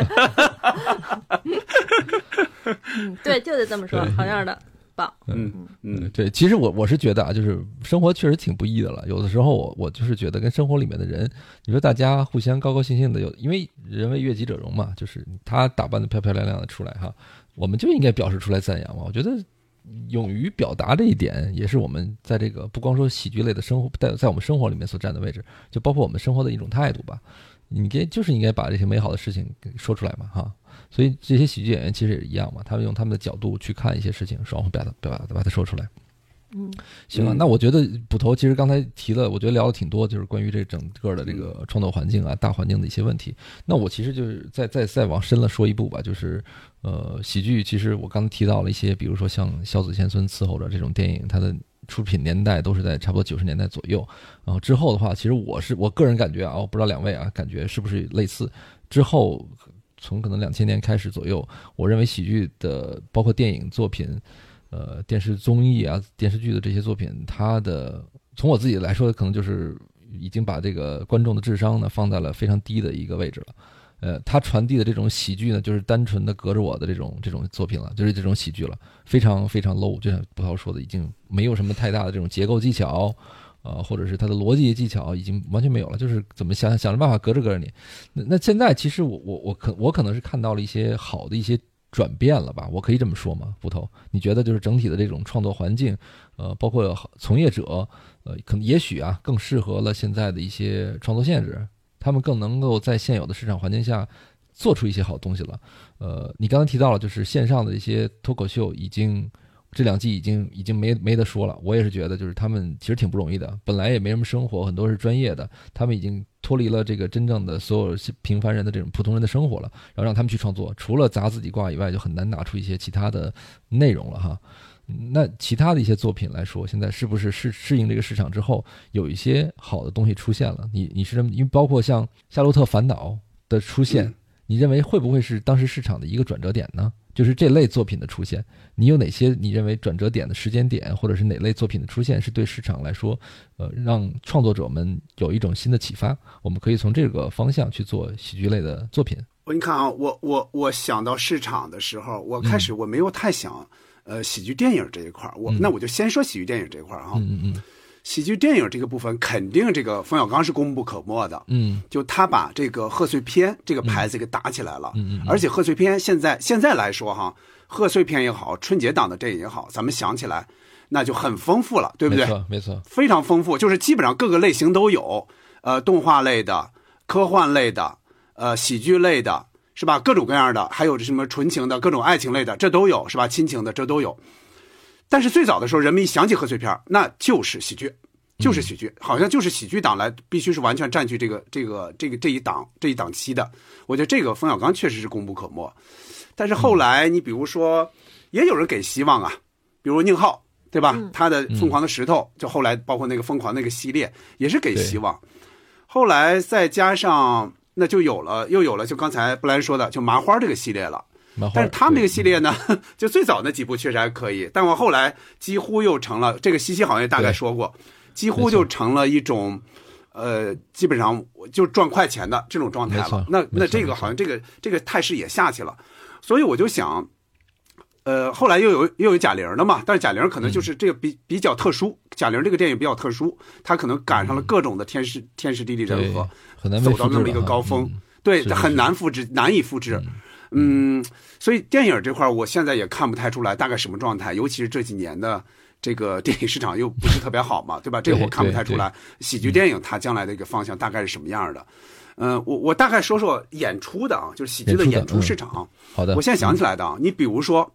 [SPEAKER 3] 嗯，对，就得这么说，好样的。棒，
[SPEAKER 1] 嗯嗯，
[SPEAKER 2] 对，其实我我是觉得啊，就是生活确实挺不易的了。有的时候我我就是觉得跟生活里面的人，你说大家互相高高兴兴的，有因为人为悦己者容嘛，就是他打扮的漂漂亮亮的出来哈，我们就应该表示出来赞扬嘛。我觉得勇于表达这一点，也是我们在这个不光说喜剧类的生活，在在我们生活里面所占的位置，就包括我们生活的一种态度吧。你该就是应该把这些美好的事情给说出来嘛，哈。所以这些喜剧演员其实也一样嘛，他们用他们的角度去看一些事情，双方表达表达把它说出来。
[SPEAKER 3] 嗯，
[SPEAKER 2] 行了，那我觉得捕头其实刚才提了，我觉得聊的挺多，就是关于这整个的这个创作环境啊、大环境的一些问题。那我其实就是再再再往深了说一步吧，就是呃，喜剧其实我刚才提到了一些，比如说像《孝子贤孙伺候着》这种电影，它的出品年代都是在差不多九十年代左右。然后之后的话，其实我是我个人感觉啊，我不知道两位啊，感觉是不是类似？之后从可能两千年开始左右，我认为喜剧的包括电影作品。呃，电视综艺啊、电视剧的这些作品，它的从我自己来说，可能就是已经把这个观众的智商呢放在了非常低的一个位置了。呃，它传递的这种喜剧呢，就是单纯的隔着我的这种这种作品了，就是这种喜剧了，非常非常 low。就像葡萄说的，已经没有什么太大的这种结构技巧，呃，或者是它的逻辑技巧已经完全没有了，就是怎么想想着办法隔着隔着你。那那现在其实我我我可我可能是看到了一些好的一些。转变了吧，我可以这么说吗？捕头，你觉得就是整体的这种创作环境，呃，包括从业者，呃，可能也许啊，更适合了现在的一些创作限制，他们更能够在现有的市场环境下做出一些好东西了。呃，你刚才提到了，就是线上的一些脱口秀已经这两季已经已经没没得说了。我也是觉得，就是他们其实挺不容易的，本来也没什么生活，很多是专业的，他们已经脱离了这个真正的所有平凡人的这种普通人的生活了，然后让他们去创作，除了砸自己挂以外，就很难拿出一些其他的内容了哈。那其他的一些作品来说，现在是不是适适应这个市场之后，有一些好的东西出现了？你你是这么，因为包括像《夏洛特烦恼》的出现，嗯、你认为会不会是当时市场的一个转折点呢？就是这类作品的出现，你有哪些你认为转折点的时间点，或者是哪类作品的出现是对市场来说，呃，让创作者们有一种新的启发？我们可以从这个方向去做喜剧类的作品。
[SPEAKER 1] 你看啊，我我我想到市场的时候，我开始我没有太想，嗯、呃，喜剧电影这一块，我、嗯、那我就先说喜剧电影这一块哈。
[SPEAKER 2] 嗯嗯。
[SPEAKER 1] 喜剧电影这个部分，肯定这个冯小刚是功不可没的。
[SPEAKER 2] 嗯，
[SPEAKER 1] 就他把这个贺岁片这个牌子给打起来了。
[SPEAKER 2] 嗯 嗯, 嗯。
[SPEAKER 1] 而且贺岁片现在现在来说哈，贺岁片也好，春节档的电影也好，咱们想起来那就很丰富了，对不对？
[SPEAKER 2] 没错，没错，
[SPEAKER 1] 非常丰富，就是基本上各个类型都有，呃，动画类的、科幻类的、呃，喜剧类的，是吧？各种各样的，还有什么纯情的、各种爱情类的，这都有，是吧？亲情的这都有。但是最早的时候，人们一想起贺岁片，那就是喜剧，就是喜剧，好像就是喜剧档来，必须是完全占据这个这个这个这一档这一档期的。我觉得这个冯小刚确实是功不可没。但是后来，你比如说，也有人给希望啊，比如宁浩，对吧？
[SPEAKER 3] 嗯、
[SPEAKER 1] 他的《疯狂的石头》嗯，就后来包括那个疯狂那个系列，也是给希望。后来再加上，那就有了，又有了，就刚才布兰说的，就麻花这个系列了。但是他们这个系列呢，就最早那几部确实还可以，但我后来几乎又成了这个西西好像也大概说过，几乎就成了一种，呃，基本上就赚快钱的这种状态了。那那这个好像这个这个态势也下去了，所以我就想，呃，后来又有又有贾玲的嘛，但是贾玲可能就是这个比比较特殊，贾玲这个电影比较特殊，她可能赶上了各种的天时天时地利人和，走到那么一个高峰，对，很难复制，难以复制。嗯，所以电影这块我现在也看不太出来大概什么状态，尤其是这几年的这个电影市场又不是特别好嘛，对吧？这个我看不太出来喜剧电影它将来的一个方向大概是什么样的。嗯、呃，我我大概说说演出的啊，就是喜剧的演出市场。
[SPEAKER 2] 嗯、好的，
[SPEAKER 1] 我现在想起来的啊，嗯、你比如说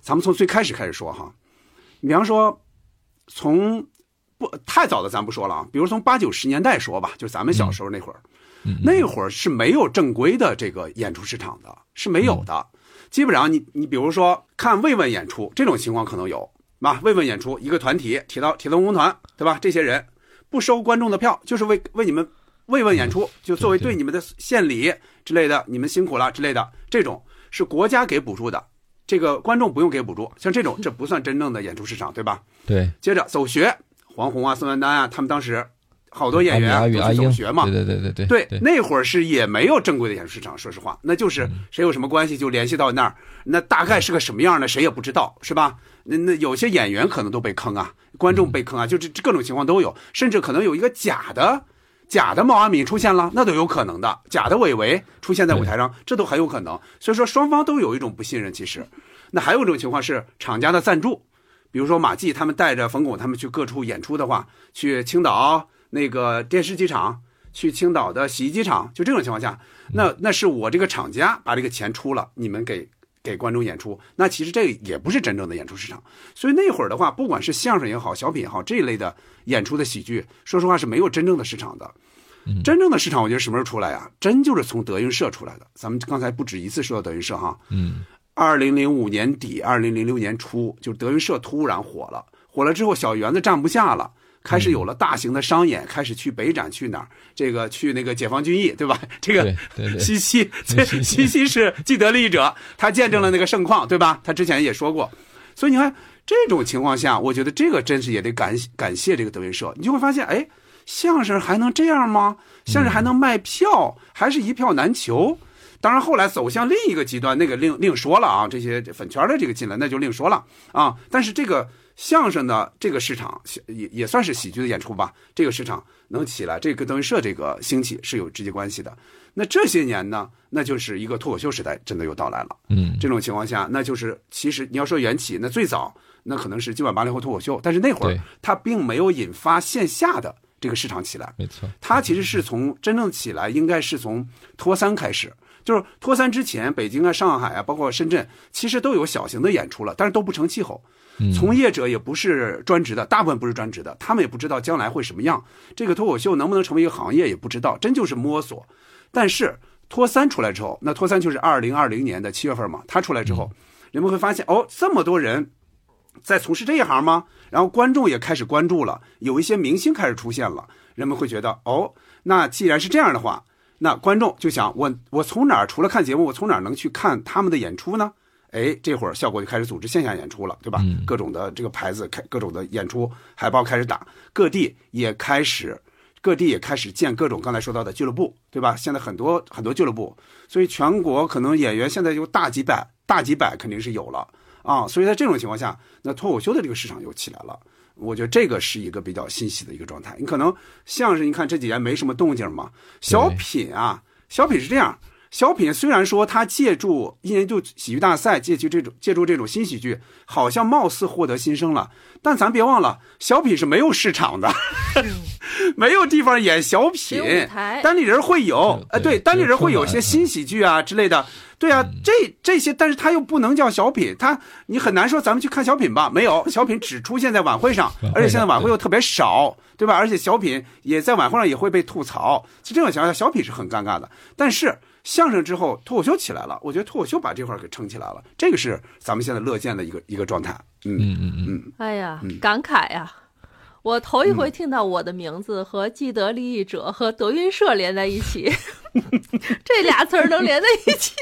[SPEAKER 1] 咱们从最开始开始说哈，比方说从不太早的咱不说了啊，比如从八九十年代说吧，就是咱们小时候那会儿，
[SPEAKER 2] 嗯、
[SPEAKER 1] 那会儿是没有正规的这个演出市场的，是没有的。嗯、基本上你你比如说看慰问演出这种情况可能有啊，慰问演出一个团体铁道铁道文工团对吧？这些人不收观众的票，就是为为你们慰问演出，就作为对你们的献礼之类的，你们辛苦了之类的，这种是国家给补助的，这个观众不用给补助，像这种这不算真正的演出市场，对吧？
[SPEAKER 2] 对。
[SPEAKER 1] 接着走学，黄宏啊、孙文丹啊，他们当时好多演员都去走学嘛，
[SPEAKER 2] 对对对对
[SPEAKER 1] 对对，那会儿是也没有正规的演出市场，说实话，那就是谁有什么关系就联系到那儿，那大概是个什么样的谁也不知道，是吧？那那有些演员可能都被坑啊，观众被坑啊，就这各种情况都有，甚至可能有一个假的假的毛阿敏出现了，那都有可能的，假的韦唯出现在舞台上，这都很有可能。所以说双方都有一种不信任。其实，那还有一种情况是厂家的赞助，比如说马季他们带着冯巩他们去各处演出的话，去青岛那个电视机场，去青岛的洗衣机厂，就这种情况下，那那是我这个厂家把这个钱出了，你们给给观众演出，那其实这也不是真正的演出市场。所以那会儿的话，不管是相声也好，小品也好，这一类的演出的喜剧，说实话是没有真正的市场的。真正的市场我觉得什么时候出来啊？真就是从德云社出来的。咱们刚才不止一次说到德云社哈。
[SPEAKER 2] 嗯。
[SPEAKER 1] 二零零五年底，二零零六年初，就德云社突然火了，火了之后小园子站不下了，开始有了大型的商演，开始去北展，去哪儿？这个去那个解放军艺，对吧？这个西西，西西是既得利益者，他见证了那个盛况，对吧？他之前也说过。所以你看这种情况下，我觉得这个真是也得感感谢这个德云社，你就会发现，哎。相声还能这样吗？相声还能卖票，还是一票难求。当然后来走向另一个极端，那个另另说了啊，这些粉圈的这个进来那就另说了啊。但是这个相声的这个市场也也算是喜剧的演出吧，这个市场能起来，这个德云社这个兴起是有直接关系的。那这些年呢，那就是一个脱口秀时代真的又到来了。
[SPEAKER 2] 嗯，
[SPEAKER 1] 这种情况下，那就是其实你要说缘起，那最早那可能是今晚八零后脱口秀，但是那会儿它并没有引发线下的这个市场起来，
[SPEAKER 2] 没错，
[SPEAKER 1] 它其实是从真正起来，应该是从脱三开始。就是脱三之前，北京啊、上海啊，包括深圳，其实都有小型的演出了，但是都不成气候。从业者也不是专职的，大部分不是专职的，他们也不知道将来会什么样。这个脱口秀能不能成为一个行业也不知道，真就是摸索。但是脱三出来之后，那脱三就是二零二零年的七月份嘛，他出来之后，人们会发现哦，这么多人在从事这一行吗？然后观众也开始关注了，有一些明星开始出现了，人们会觉得哦，那既然是这样的话，那观众就想我我从哪儿除了看节目，我从哪儿能去看他们的演出呢？哎，这会儿效果就开始组织线下演出了，对吧？
[SPEAKER 2] 嗯、
[SPEAKER 1] 各种的这个牌子，开各种的演出海报开始打，各地也开始各地也开始建各种刚才说到的俱乐部，对吧？现在很多很多俱乐部，所以全国可能演员现在就大几百大几百肯定是有了。啊，所以在这种情况下，那脱口秀的这个市场又起来了。我觉得这个是一个比较欣喜的一个状态。你可能相声，你看这几年没什么动静嘛。小品啊，小品是这样，小品虽然说它借助一年一度喜剧大赛，借助这种借助这种新喜剧，好像貌似获得新生了，但咱别忘了，小品是没有市场的，没有地方演小品，单立人会有，呃，对，单立人会有些新喜剧啊之类的。对啊，这这些，但是它又不能叫小品，它你很难说咱们去看小品吧？没有，小品只出现在晚会上，而且现在晚会又特别少，对吧？而且小品也在晚会上也会被吐槽，就这种情况下，小品是很尴尬的。但是相声之后，脱口秀起来了，我觉得脱口秀把这块给撑起来了，这个是咱们现在乐见的一个一个状态。嗯嗯嗯嗯。
[SPEAKER 3] 哎呀，感慨呀！我头一回听到我的名字和既得利益者和德云社连在一起，这俩词儿能连在一起。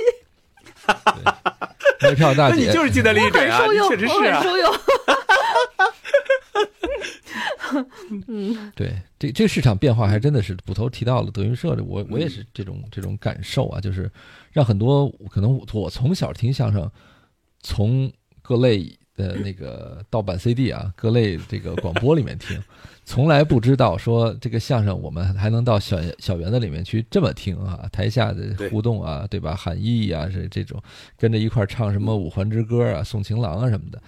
[SPEAKER 2] 卖票大姐，
[SPEAKER 1] 那你就是既得利益者啊，确实是啊。
[SPEAKER 3] 嗯，
[SPEAKER 2] 对，这这个市场变化还真的是捕头提到了德云社的，我我也是这种这种感受啊，就是让很多可能我从小听相声，从各类的那个盗版 C D 啊，各类这个广播里面听，从来不知道说这个相声我们还能到小小园子里面去这么听啊，台下的互动啊， 对, 对吧？喊义啊，是这种跟着一块唱什么五环之歌啊、送情郎啊什么的。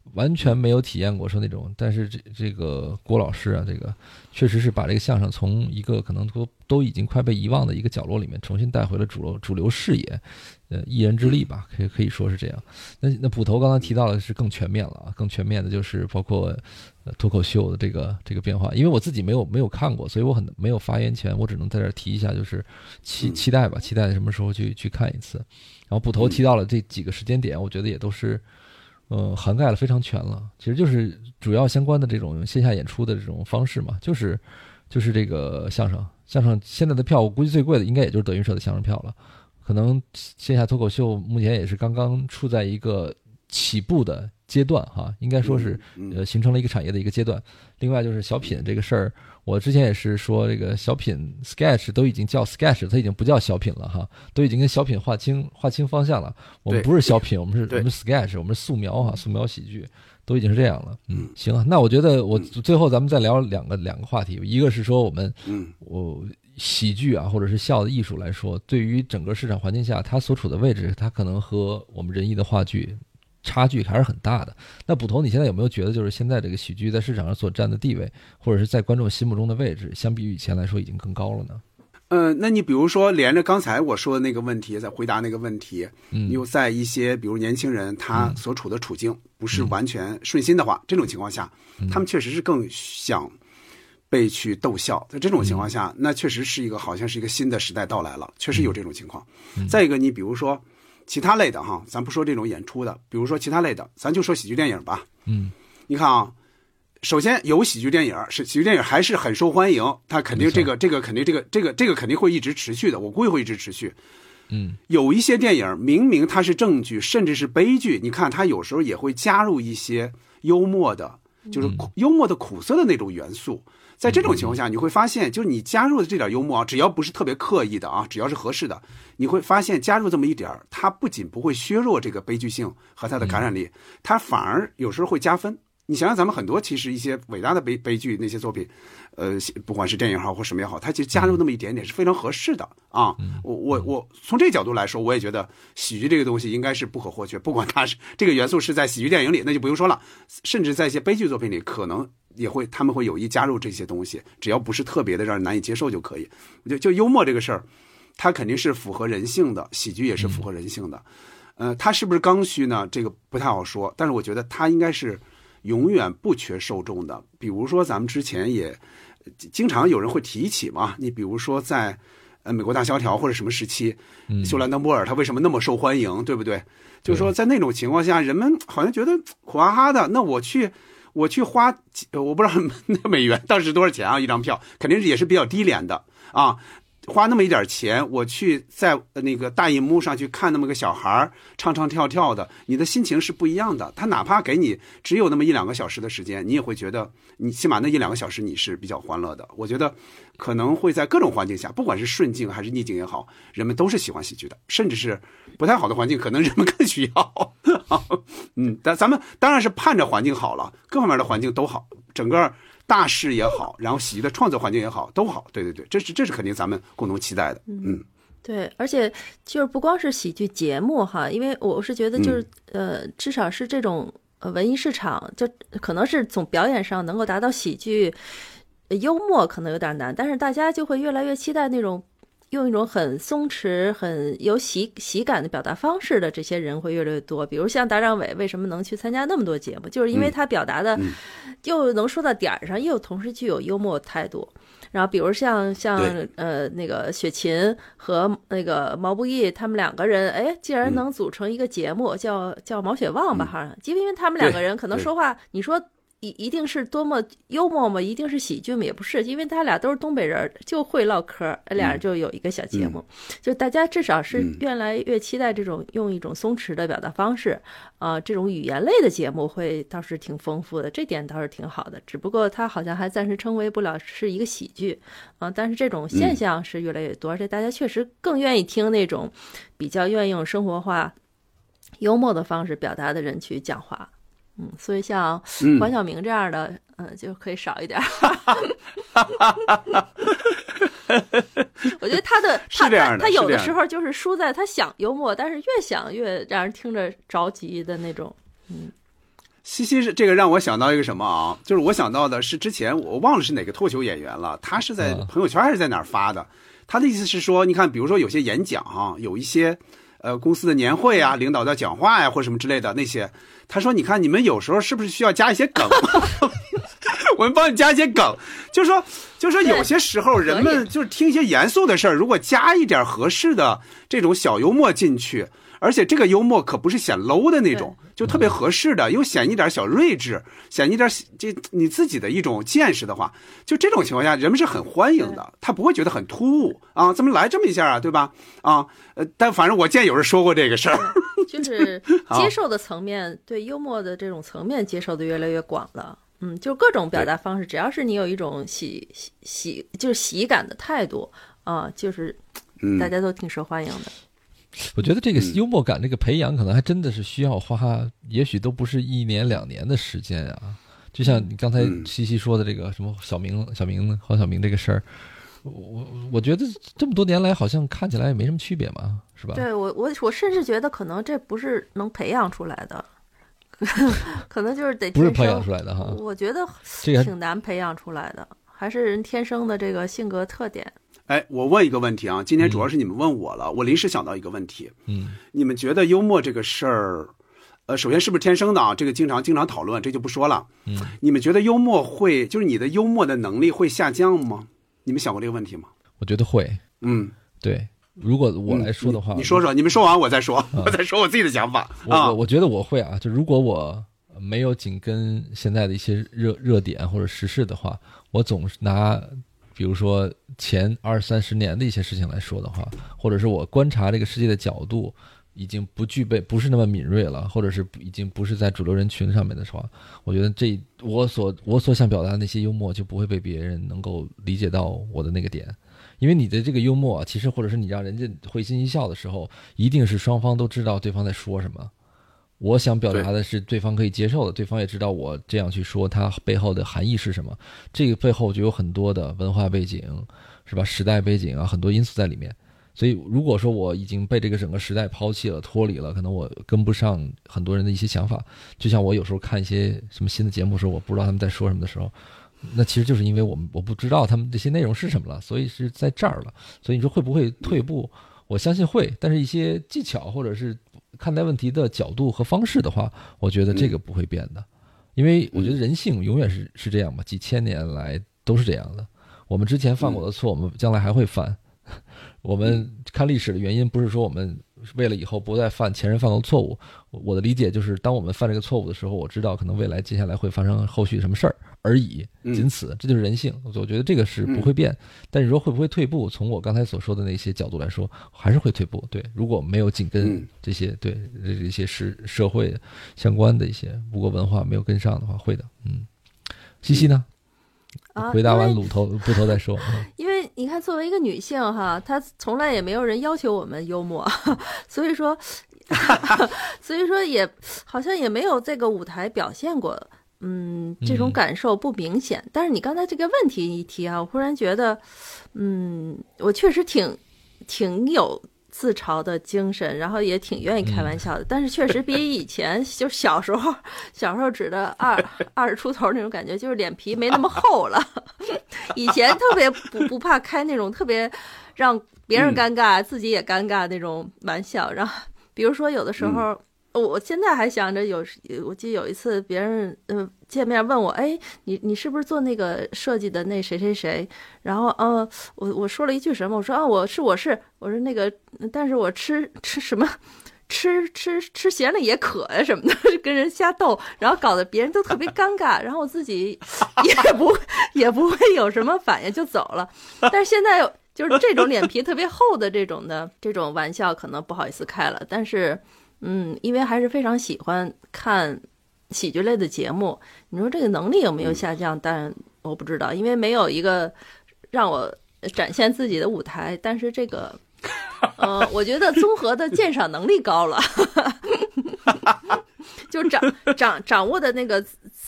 [SPEAKER 2] 完全没有体验过说那种，但是这这个郭老师啊，这个确实是把这个相声从一个可能都都已经快被遗忘的一个角落里面重新带回了主流主流视野，呃，一人之力吧，可以可以说是这样。那那捕头刚才提到的是更全面了啊，更全面的就是包括呃脱口秀的这个这个变化，因为我自己没有没有看过，所以我很没有发言权，我只能在这儿提一下，就是期期待吧，期待什么时候去去看一次。然后捕头提到了这几个时间点，我觉得也都是。呃，涵盖了非常全了，其实就是主要相关的这种线下演出的这种方式嘛，就是就是这个相声，相声现在的票我估计最贵的应该也就是德云社的相声票了，可能线下脱口秀目前也是刚刚处在一个起步的阶段哈，应该说是呃形成了一个产业的一个阶段。另外就是小品这个事儿，我之前也是说这个小品 sketch 都已经叫 sketch， 它已经不叫小品了哈，都已经跟小品划清划清方向了。我们不是小品，我们是我们 sketch， 我们是素描哈，素描喜剧都已经是这样了。嗯，行啊，那我觉得我最后咱们再聊两个两个话题，一个是说我们我喜剧啊或者是笑的艺术来说，对于整个市场环境下它所处的位置，它可能和我们仁义的话剧差距还是很大的。那捕头，你现在有没有觉得，就是现在这个喜剧在市场上所占的地位，或者是在观众心目中的位置，相比于以前来说已经更高了呢？
[SPEAKER 1] 呃，那你比如说连着刚才我说的那个问题，在回答那个问题，嗯，又在一些比如年轻人他所处的处境不是完全顺心的话，嗯、这种情况下，他们确实是更想被去逗笑。在这种情况下，嗯、那确实是一个好像是一个新的时代到来了，确实有这种情况。嗯、再一个，你比如说。其他类的哈，咱不说这种演出的，比如说其他类的，咱就说喜剧电影吧。
[SPEAKER 2] 嗯，
[SPEAKER 1] 你看啊，首先有喜剧电影，是喜剧电影还是很受欢迎，它肯定这个这个肯定这个这个这个肯定会一直持续的，我估计会一直持续。
[SPEAKER 2] 嗯，
[SPEAKER 1] 有一些电影明明它是正剧，甚至是悲剧，你看它有时候也会加入一些幽默的，就是幽默的苦涩的那种元素。在这种情况下，你会发现，就是你加入的这点幽默啊，只要不是特别刻意的啊，只要是合适的，你会发现加入这么一点，它不仅不会削弱这个悲剧性和它的感染力，它反而有时候会加分。你想想，咱们很多其实一些伟大的悲悲剧那些作品，呃，不管是电影也好或什么也好，它其实加入那么一点点是非常合适的啊。我我我从这个角度来说，我也觉得喜剧这个东西应该是不可或缺，不管它是这个元素是在喜剧电影里，那就不用说了，甚至在一些悲剧作品里，可能也会他们会有意加入这些东西，只要不是特别的让人难以接受就可以。就就幽默这个事儿，它肯定是符合人性的，喜剧也是符合人性的。呃，它是不是刚需呢？这个不太好说，但是我觉得它应该是永远不缺受众的。比如说咱们之前也经常有人会提起嘛，你比如说在呃美国大萧条或者什么时期，嗯、休兰登波尔他为什么那么受欢迎，对不对？就是说在那种情况下，人们好像觉得苦哈哈的，那我去我去花我不知道那美元当时多少钱啊，一张票肯定是也是比较低廉的啊。花那么一点钱，我去在那个大荧幕上去看那么个小孩唱唱跳跳的，你的心情是不一样的。他哪怕给你只有那么一两个小时的时间，你也会觉得你起码那一两个小时你是比较欢乐的。我觉得可能会在各种环境下，不管是顺境还是逆境也好，人们都是喜欢喜剧的，甚至是不太好的环境，可能人们更需要。嗯，但咱们当然是盼着环境好了，各方面的环境都好，整个大势也好，然后喜剧的创作环境也好，都好。对对对，这是这是肯定咱们共同期待的。嗯，
[SPEAKER 3] 对，而且就是不光是喜剧节目哈，因为我是觉得就是、嗯、呃，至少是这种呃文艺市场，就可能是从表演上能够达到喜剧幽默可能有点难，但是大家就会越来越期待那种用一种很松弛、很有喜喜感的表达方式的这些人会越来越多。比如像达张伟为什么能去参加那么多节目，就是因为他表达的又能说到点儿上，又同时具有幽默态度。然后比如像像呃那个雪琴和那个毛不易他们两个人，哎，竟然能组成一个节目，叫叫毛血旺吧，好像，因为他们两个人可能说话，你说一一定是多么幽默吗？一定是喜剧吗？也不是，因为他俩都是东北人，就会唠嗑，俩人就有一个小节目，嗯、就大家至少是越来越期待这种用一种松弛的表达方式，啊、呃，这种语言类的节目会倒是挺丰富的，这点倒是挺好的。只不过它好像还暂时称为不了是一个喜剧，啊、呃，但是这种现象是越来越多，而且大家确实更愿意听那种比较愿意用生活化、幽默的方式表达的人去讲话。嗯，所以像黄晓明这样的，嗯、呃，就可以少一点。我觉得他的
[SPEAKER 1] 是这样的，
[SPEAKER 3] 他有的时候就是输在他想幽默，但是越想越让人听着着急的那种。嗯，
[SPEAKER 1] 西西是这个让我想到一个什么啊？就是我想到的是之前我忘了是哪个脱口秀演员了，他是在朋友圈还是在哪儿发的？他的意思是说，你看，比如说有些演讲啊，有一些呃公司的年会啊，领导的讲话呀、啊，或者什么之类的那些，他说，你看你们有时候是不是需要加一些梗？我们帮你加一些梗，就是说，就是说有些时候人们就是听一些严肃的事儿，如果加一点合适的这种小幽默进去。而且这个幽默可不是显 low 的那种，就特别合适的，又显一点小睿智，显一点这你自己的一种见识的话，就这种情况下，人们是很欢迎的，他不会觉得很突兀啊，怎么来这么一下啊，对吧？啊，呃，但反正我见有人说过这个事儿，
[SPEAKER 3] 就是接受的层面，对幽默的这种层面接受的越来越广了。嗯，就各种表达方式，只要是你有一种喜喜喜就是喜感的态度啊，就是大家都挺受欢迎的。
[SPEAKER 2] 我觉得这个幽默感这个培养可能还真的是需要花，也许都不是一年两年的时间啊。就像你刚才西西说的这个什么小明小明黄晓明这个事儿，我我觉得这么多年来好像看起来也没什么区别嘛，是吧？
[SPEAKER 3] 对，我我我甚至觉得可能这不是能培养出来的，可能就是得
[SPEAKER 2] 不是培养出来的哈。
[SPEAKER 3] 我觉得挺难培养出来的，还是人天生的这个性格特点。
[SPEAKER 1] 哎，我问一个问题啊，今天主要是你们问我了，嗯、我临时想到一个问题，
[SPEAKER 2] 嗯，
[SPEAKER 1] 你们觉得幽默这个事儿，呃，首先是不是天生的啊？这个经常经常讨论，这就不说了。
[SPEAKER 2] 嗯，
[SPEAKER 1] 你们觉得幽默会，就是你的幽默的能力会下降吗？你们想过这个问题吗？
[SPEAKER 2] 我觉得会。
[SPEAKER 1] 嗯，
[SPEAKER 2] 对，如果我来说的话，
[SPEAKER 1] 嗯、你, 你说说，你们说完我再说，啊、我再说我自己的想法
[SPEAKER 2] 啊。我我觉得我会啊，就如果我没有紧跟现在的一些热热点或者时事的话，我总是拿。比如说前二三十年的一些事情来说的话，或者是我观察这个世界的角度已经不具备，不是那么敏锐了，或者是已经不是在主流人群上面的话，我觉得这我所我所想表达的那些幽默就不会被别人能够理解到我的那个点。因为你的这个幽默其实或者是你让人家会心一笑的时候，一定是双方都知道对方在说什么。我想表达的是对方可以接受的，对方也知道我这样去说它背后的含义是什么，这个背后就有很多的文化背景，是吧？时代背景啊，很多因素在里面。所以如果说我已经被这个整个时代抛弃了，脱离了，可能我跟不上很多人的一些想法，就像我有时候看一些什么新的节目的时候，我不知道他们在说什么的时候，那其实就是因为我们我不知道他们这些内容是什么了，所以是在这儿了。所以你说会不会退步？我相信会，但是一些技巧或者是看待问题的角度和方式的话，我觉得这个不会变的，因为我觉得人性永远是是这样嘛，几千年来都是这样的。我们之前犯过的错，我们将来还会犯。我们看历史的原因，不是说我们为了以后不再犯前人犯过的错误。我的理解就是，当我们犯这个错误的时候，我知道可能未来接下来会发生后续什么事儿而已，仅此，这就是人性。我觉得这个是不会变。但是说会不会退步，从我刚才所说的那些角度来说，还是会退步。对，如果没有紧跟这些对这些是社会相关的一些不过文化没有跟上的话，会的。嗯，西西呢？
[SPEAKER 3] 啊、
[SPEAKER 2] 回答完鲁头布头再说。
[SPEAKER 3] 因为你看，作为一个女性哈，她从来也没有人要求我们幽默，所以说，所以说也好像也没有这个舞台表现过，嗯，这种感受不明显。嗯、但是你刚才这个问题一提啊，我忽然觉得，嗯，我确实挺挺有自嘲的精神，然后也挺愿意开玩笑的，嗯、但是确实比以前就小时候小时候指的二二十出头那种感觉，就是脸皮没那么厚了。以前特别不不怕开那种特别让别人尴尬、嗯、自己也尴尬那种玩笑，然后比如说有的时候。嗯我现在还想着有，我记得有一次别人呃见面问我，哎，你你是不是做那个设计的那谁谁谁？然后呃，我我说了一句什么？我说啊，我是我是我说那个，但是我吃吃什么，吃吃吃咸了也渴呀什么的，跟人瞎逗，然后搞得别人都特别尴尬，然后我自己也不也不会有什么反应就走了。但是现在就是这种脸皮特别厚的这种的这种玩笑，可能不好意思开了，但是。嗯，因为还是非常喜欢看喜剧类的节目。你说这个能力有没有下降？但我不知道，因为没有一个让我展现自己的舞台。但是这个，呃，我觉得综合的鉴赏能力高了，就掌掌掌握的那个资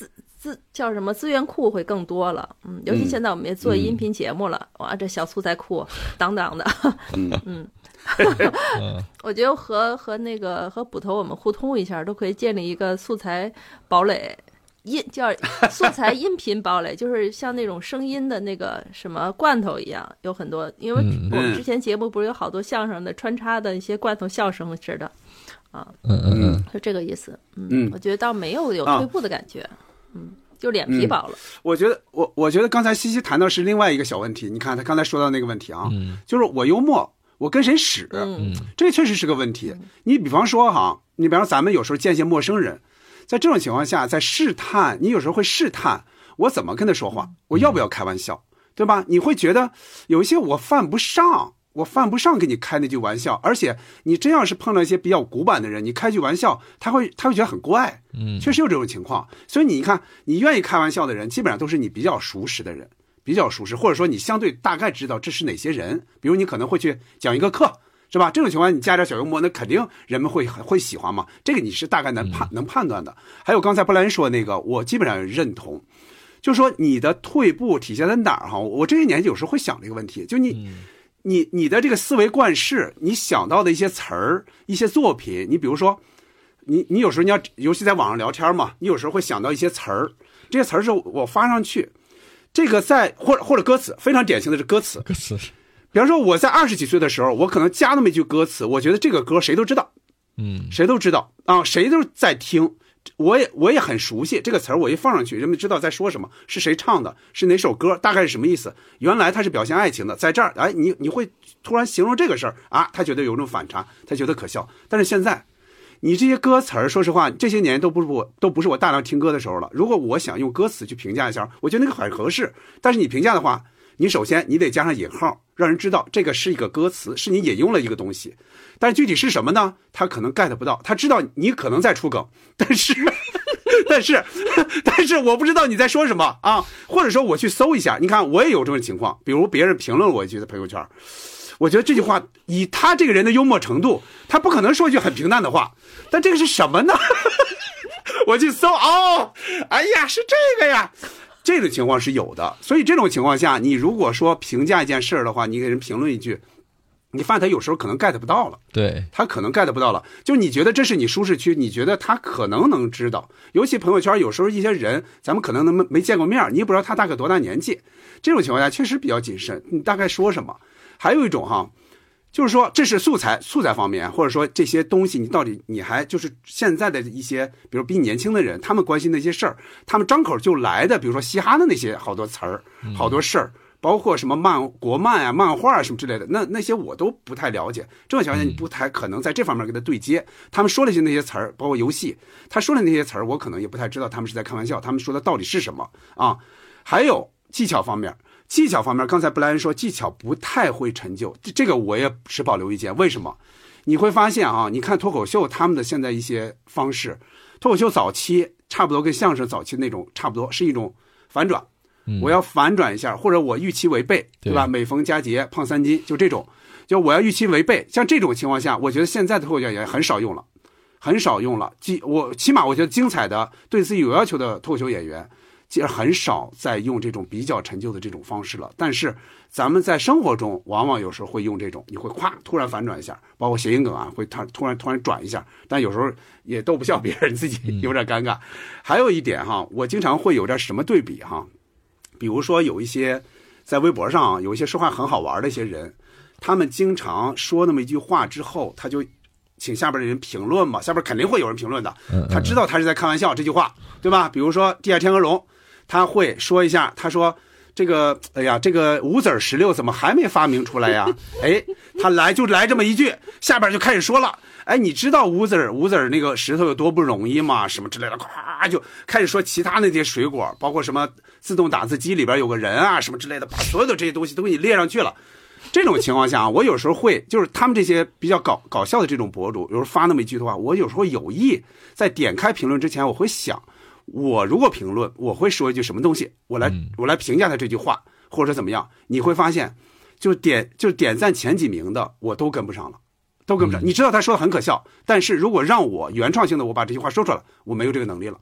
[SPEAKER 3] 资叫什么资源库会更多了，嗯，尤其现在我们也做音频节目了，嗯、哇，这小素材库当当的，嗯嗯，我觉得和和那个和捕头我们互通一下，都可以建立一个素材堡垒。音叫素材音频堡垒，就是像那种声音的那个什么罐头一样，有很多。因为我们之前节目不是有好多相声的穿插的一些罐头笑声似的，啊，
[SPEAKER 2] 嗯嗯嗯，
[SPEAKER 3] 就这个意思。嗯，嗯我觉得倒没有有退步的感觉，啊、嗯，就脸皮薄了。嗯、
[SPEAKER 1] 我觉得我我觉得刚才西西谈到是另外一个小问题，你看他刚才说到那个问题啊，嗯、就是我幽默，我跟谁使，
[SPEAKER 3] 嗯，
[SPEAKER 1] 这确实是个问题。嗯、你比方说哈，你比方说咱们有时候见一些陌生人。在这种情况下，在试探，你有时候会试探我怎么跟他说话，我要不要开玩笑，对吧？你会觉得有一些我犯不上，我犯不上跟你开那句玩笑，而且你真要是碰到一些比较古板的人，你开句玩笑，他会他会觉得很怪，
[SPEAKER 2] 嗯，
[SPEAKER 1] 确实有这种情况。所以你看，你愿意开玩笑的人，基本上都是你比较熟识的人，比较熟识，或者说你相对大概知道这是哪些人，比如你可能会去讲一个课。是吧？这种情况你加点小幽默，那肯定人们会会喜欢嘛。这个你是大概能判能判断的。还有刚才布莱恩说那个，我基本上认同，就是说你的退步体现在哪儿哈？我这些年有时候会想这个问题，就你、嗯、你你的这个思维惯式，你想到的一些词儿、一些作品，你比如说，你你有时候你要尤其在网上聊天嘛，你有时候会想到一些词儿，这些词儿是我发上去，这个在或者或者歌词，非常典型的是歌词，
[SPEAKER 2] 歌词。
[SPEAKER 1] 比方说我在二十几岁的时候，我可能加那么一句歌词，我觉得这个歌谁都知道，
[SPEAKER 2] 嗯，
[SPEAKER 1] 谁都知道啊，谁都在听，我也我也很熟悉这个词儿，我一放上去，人们知道在说什么，是谁唱的，是哪首歌，大概是什么意思。原来他是表现爱情的，在这儿，哎，你你会突然形容这个事儿啊，他觉得有种反差，他觉得可笑。但是现在，你这些歌词儿，说实话，这些年都不是我都不是我大量听歌的时候了。如果我想用歌词去评价一下，我觉得那个很合适。但是你评价的话，你首先你得加上引号，让人知道这个是一个歌词，是你引用了一个东西，但是具体是什么呢？他可能 get 不到，他知道你可能在出梗，但是但是但是我不知道你在说什么啊，或者说我去搜一下，你看我也有这种情况，比如别人评论我一句在朋友圈，我觉得这句话以他这个人的幽默程度，他不可能说一句很平淡的话，但这个是什么呢？我去搜，哦，哎呀，是这个呀。这种情况是有的，所以这种情况下，你如果说评价一件事儿的话，你给人评论一句，你发现他有时候可能 get 不到了，
[SPEAKER 2] 对，
[SPEAKER 1] 他可能 get 不到了，就你觉得这是你舒适区，你觉得他可能能知道，尤其朋友圈有时候一些人，咱们可能能没见过面，你也不知道他大概多大年纪，这种情况下确实比较谨慎，你大概说什么？还有一种哈。就是说，这是素材素材方面，或者说这些东西，你到底你还就是现在的一些，比如比你年轻的人，他们关心的一些事儿，他们张口就来的，比如说嘻哈的那些好多词儿、好多事儿，包括什么漫国漫啊、漫画啊什么之类的，那那些我都不太了解。这种情况下，你不太可能在这方面跟他对接。他们说了些那些词儿，包括游戏，他说的那些词儿，我可能也不太知道他们是在开玩笑，他们说的到底是什么啊？还有技巧方面。技巧方面，刚才布莱恩说技巧不太会陈旧，这个我也持保留意见。为什么？你会发现啊，你看脱口秀他们的现在一些方式，脱口秀早期差不多跟相声早期那种差不多，是一种反转。
[SPEAKER 2] 嗯、
[SPEAKER 1] 我要反转一下，或者我预期违背，对吧？每逢佳节胖三斤，就这种，就我要预期违背。像这种情况下，我觉得现在的脱口秀演员很少用了，很少用了。我起码我觉得精彩的、对自己有要求的脱口秀演员。其实很少在用这种比较陈旧的这种方式了，但是咱们在生活中往往有时候会用这种，你会咵突然反转一下，包括谐音梗啊，会他突然突然转一下，但有时候也逗不笑别人，自己有点尴尬。嗯、还有一点哈，我经常会有点什么对比哈，比如说有一些在微博上有一些说话很好玩的一些人，他们经常说那么一句话之后，他就请下边的人评论嘛，下边肯定会有人评论的，他知道他是在开玩笑这句话，对吧？比如说地下天鹅绒。他会说一下，他说这个，哎呀，这个五子石榴怎么还没发明出来呀？哎，他来就来这么一句，下边就开始说了，哎，你知道五子五子那个石头有多不容易吗？什么之类的，咵就开始说其他那些水果，包括什么自动打字机里边有个人啊，什么之类的，把所有的这些东西都给你列上去了。这种情况下，我有时候会，就是他们这些比较搞搞笑的这种博主，有时候发那么一句的话，我有时候有意在点开评论之前，我会想。我如果评论，我会说一句什么东西，我来我来评价他这句话，或者怎么样？你会发现，就点就点赞前几名的，我都跟不上了，都跟不上。你知道他说的很可笑，但是如果让我原创性的我把这句话说出来，我没有这个能力了，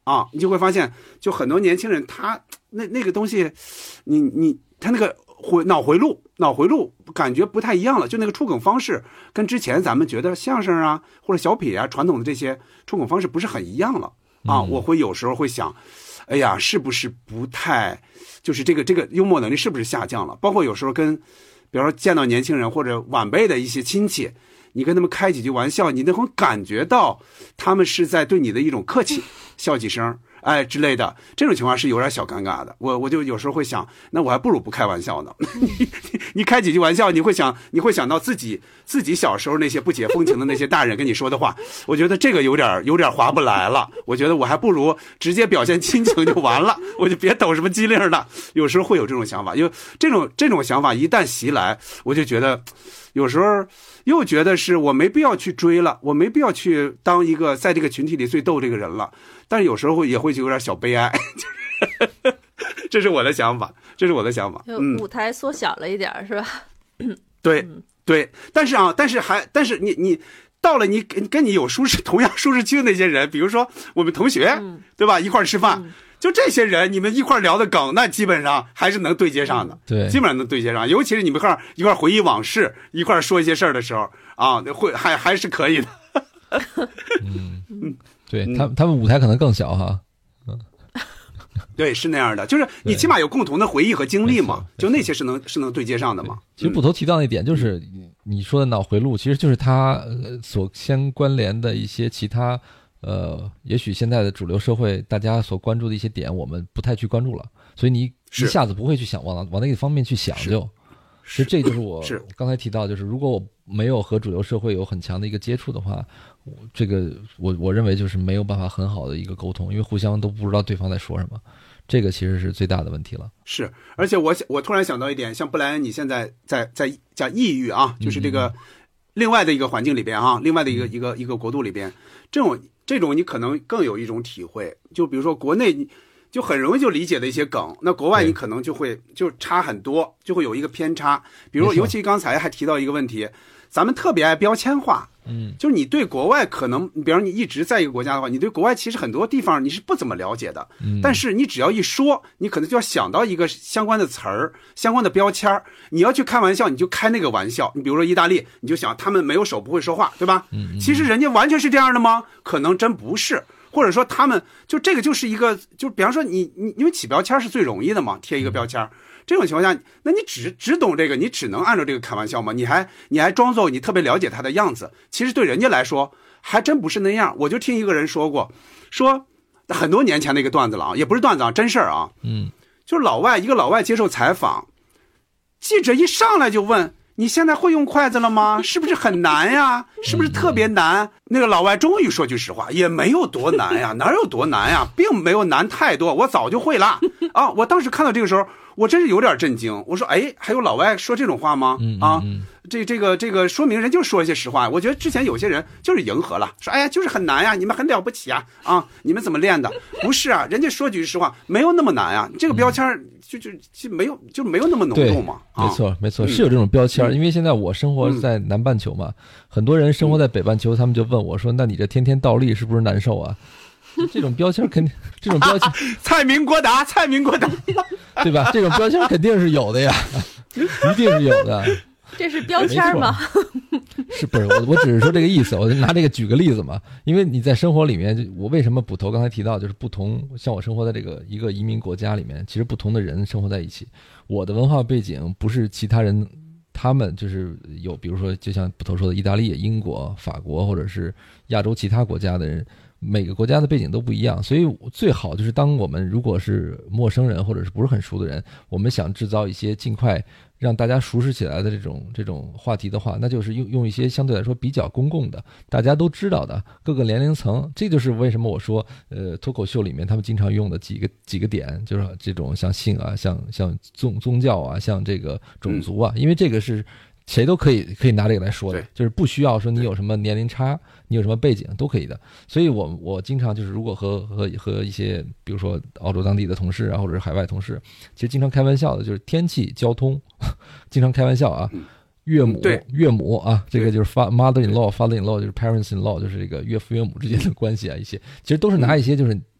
[SPEAKER 1] 啊，你就会发现，就很多年轻人他那那个东西，你你他那个回脑回路脑回路感觉不太一样了，就那个出梗方式跟之前咱们觉得相声啊或者小品啊传统的这些出梗方式不是很一样了啊。
[SPEAKER 2] 嗯、
[SPEAKER 1] 我会有时候会想，哎呀，是不是不太，就是这个这个幽默能力是不是下降了？包括有时候跟，比如说见到年轻人或者晚辈的一些亲戚，你跟他们开几句玩笑，你能感觉到他们是在对你的一种客气，笑几声，哎之类的，这种情况是有点小尴尬的。我我就有时候会想，那我还不如不开玩笑呢。你你开几句玩笑，你会想你会想到自己自己小时候那些不解风情的那些大人跟你说的话，我觉得这个有点有点划不来了。我觉得我还不如直接表现亲情就完了，我就别抖什么机灵了。有时候会有这种想法，因为这种这种想法一旦袭来，我就觉得有时候又觉得是我没必要去追了，我没必要去当一个在这个群体里最逗这个人了。但是有时候也会有点小悲哀，这是我的想法，这是我的想法。
[SPEAKER 3] 就舞台缩小了一点、嗯、是吧？
[SPEAKER 1] 对对，但是啊，但是还但是你你到了你跟跟你有舒适同样舒适区的那些人，比如说我们同学，嗯、对吧？一块吃饭。嗯，就这些人，你们一块聊的梗，那基本上还是能对接上的，
[SPEAKER 2] 对，
[SPEAKER 1] 基本上能对接上。尤其是你们一块一块回忆往事，一块说一些事儿的时候啊，会还还是可以的。
[SPEAKER 2] 嗯嗯，对他们他们舞台可能更小哈。嗯，
[SPEAKER 1] 对，是那样的，就是你起码有共同的回忆和经历嘛，就那些是能是能对接上的嘛。
[SPEAKER 2] 其实捕头提到那点，就是你说的脑回路，其实就是他所相关联的一些其他。呃，也许现在的主流社会，大家所关注的一些点，我们不太去关注了，所以你一下子不会去想往往那个方面去想就。其实这就是我刚才提到，就是如果我没有和主流社会有很强的一个接触的话，这个我我认为就是没有办法很好的一个沟通，因为互相都不知道对方在说什么，这个其实是最大的问题了。
[SPEAKER 1] 是，而且我我突然想到一点，像布莱恩，你现在在在讲抑郁啊，就是这个另外的一个环境里边啊，另外的一个一个一个国度里边，这种。这种你可能更有一种体会，就比如说国内就很容易就理解的一些梗，那国外你可能就会就差很多，就会有一个偏差。比如尤其刚才还提到一个问题，咱们特别爱标签化，嗯，就是你对国外可能，比方你一直在一个国家的话，你对国外其实很多地方你是不怎么了解的，嗯，但是你只要一说，你可能就要想到一个相关的词儿、相关的标签，你要去开玩笑，你就开那个玩笑。你比如说意大利，你就想他们没有手不会说话，对吧？嗯，其实人家完全是这样的吗？可能真不是。或者说他们就这个就是一个，就比方说你你因为起标签是最容易的嘛，贴一个标签，这种情况下，那你只只懂这个，你只能按照这个开玩笑吗？你还你还装作你特别了解他的样子，其实对人家来说还真不是那样。我就听一个人说过，说很多年前的一个段子了啊，也不是段子啊，真事儿啊，嗯，就是老外一个老外接受采访，记者一上来就问。你现在会用筷子了吗？是不是很难呀？是不是特别难？那个老外终于说句实话，也没有多难呀，哪有多难呀，并没有难太多，我早就会了啊！我当时看到这个时候，我真是有点震惊。我说，哎，还有老外说这种话吗？啊，这这个这个说明人就说一些实话。我觉得之前有些人就是迎合了，说，哎呀，就是很难呀，你们很了不起啊，啊，你们怎么练的？不是啊，人家说句实话，没有那么难啊，这个标签就就就没有就没有那么浓重嘛。
[SPEAKER 2] 没错没错，是有这种标签，因为现在我生活在南半球嘛，嗯、很多人生活在北半球，他们就问我说：“那你这天天倒立是不是难受啊？”这种标签肯定，这种标签，
[SPEAKER 1] 蔡明国达，蔡明国达，
[SPEAKER 2] 对吧？这种标签肯定是有的呀，一定是有的。
[SPEAKER 3] 这是标签吗？
[SPEAKER 2] 是不是我？我只是说这个意思，我就拿这个举个例子嘛。因为你在生活里面，我为什么捕头刚才提到，就是不同，像我生活在这个一个移民国家里面，其实不同的人生活在一起。我的文化背景不是其他人，他们就是有，比如说，就像捕头说的，意大利、英国、法国，或者是亚洲其他国家的人。每个国家的背景都不一样，所以最好就是当我们如果是陌生人或者是不是很熟的人，我们想制造一些尽快让大家熟识起来的这种这种话题的话，那就是用用一些相对来说比较公共的，大家都知道的各个年龄层。这就是为什么我说，呃，脱口秀里面他们经常用的几个几个点，就是这种像性啊，像像宗宗教啊，像这个种族啊，因为这个是。谁都可以可以拿这个来说的，就是不需要说你有什么年龄差，你有什么背景都可以的。所以我我经常就是如果和和和一些比如说澳洲当地的同事啊，或者是海外同事，其实经常开玩笑的就是天气、交通，经常开玩笑啊。岳母岳母啊，这个就是 mother in law father in law 就是 parents in law 就是这个岳父岳母之间的关系啊，一些其实都是拿一些就是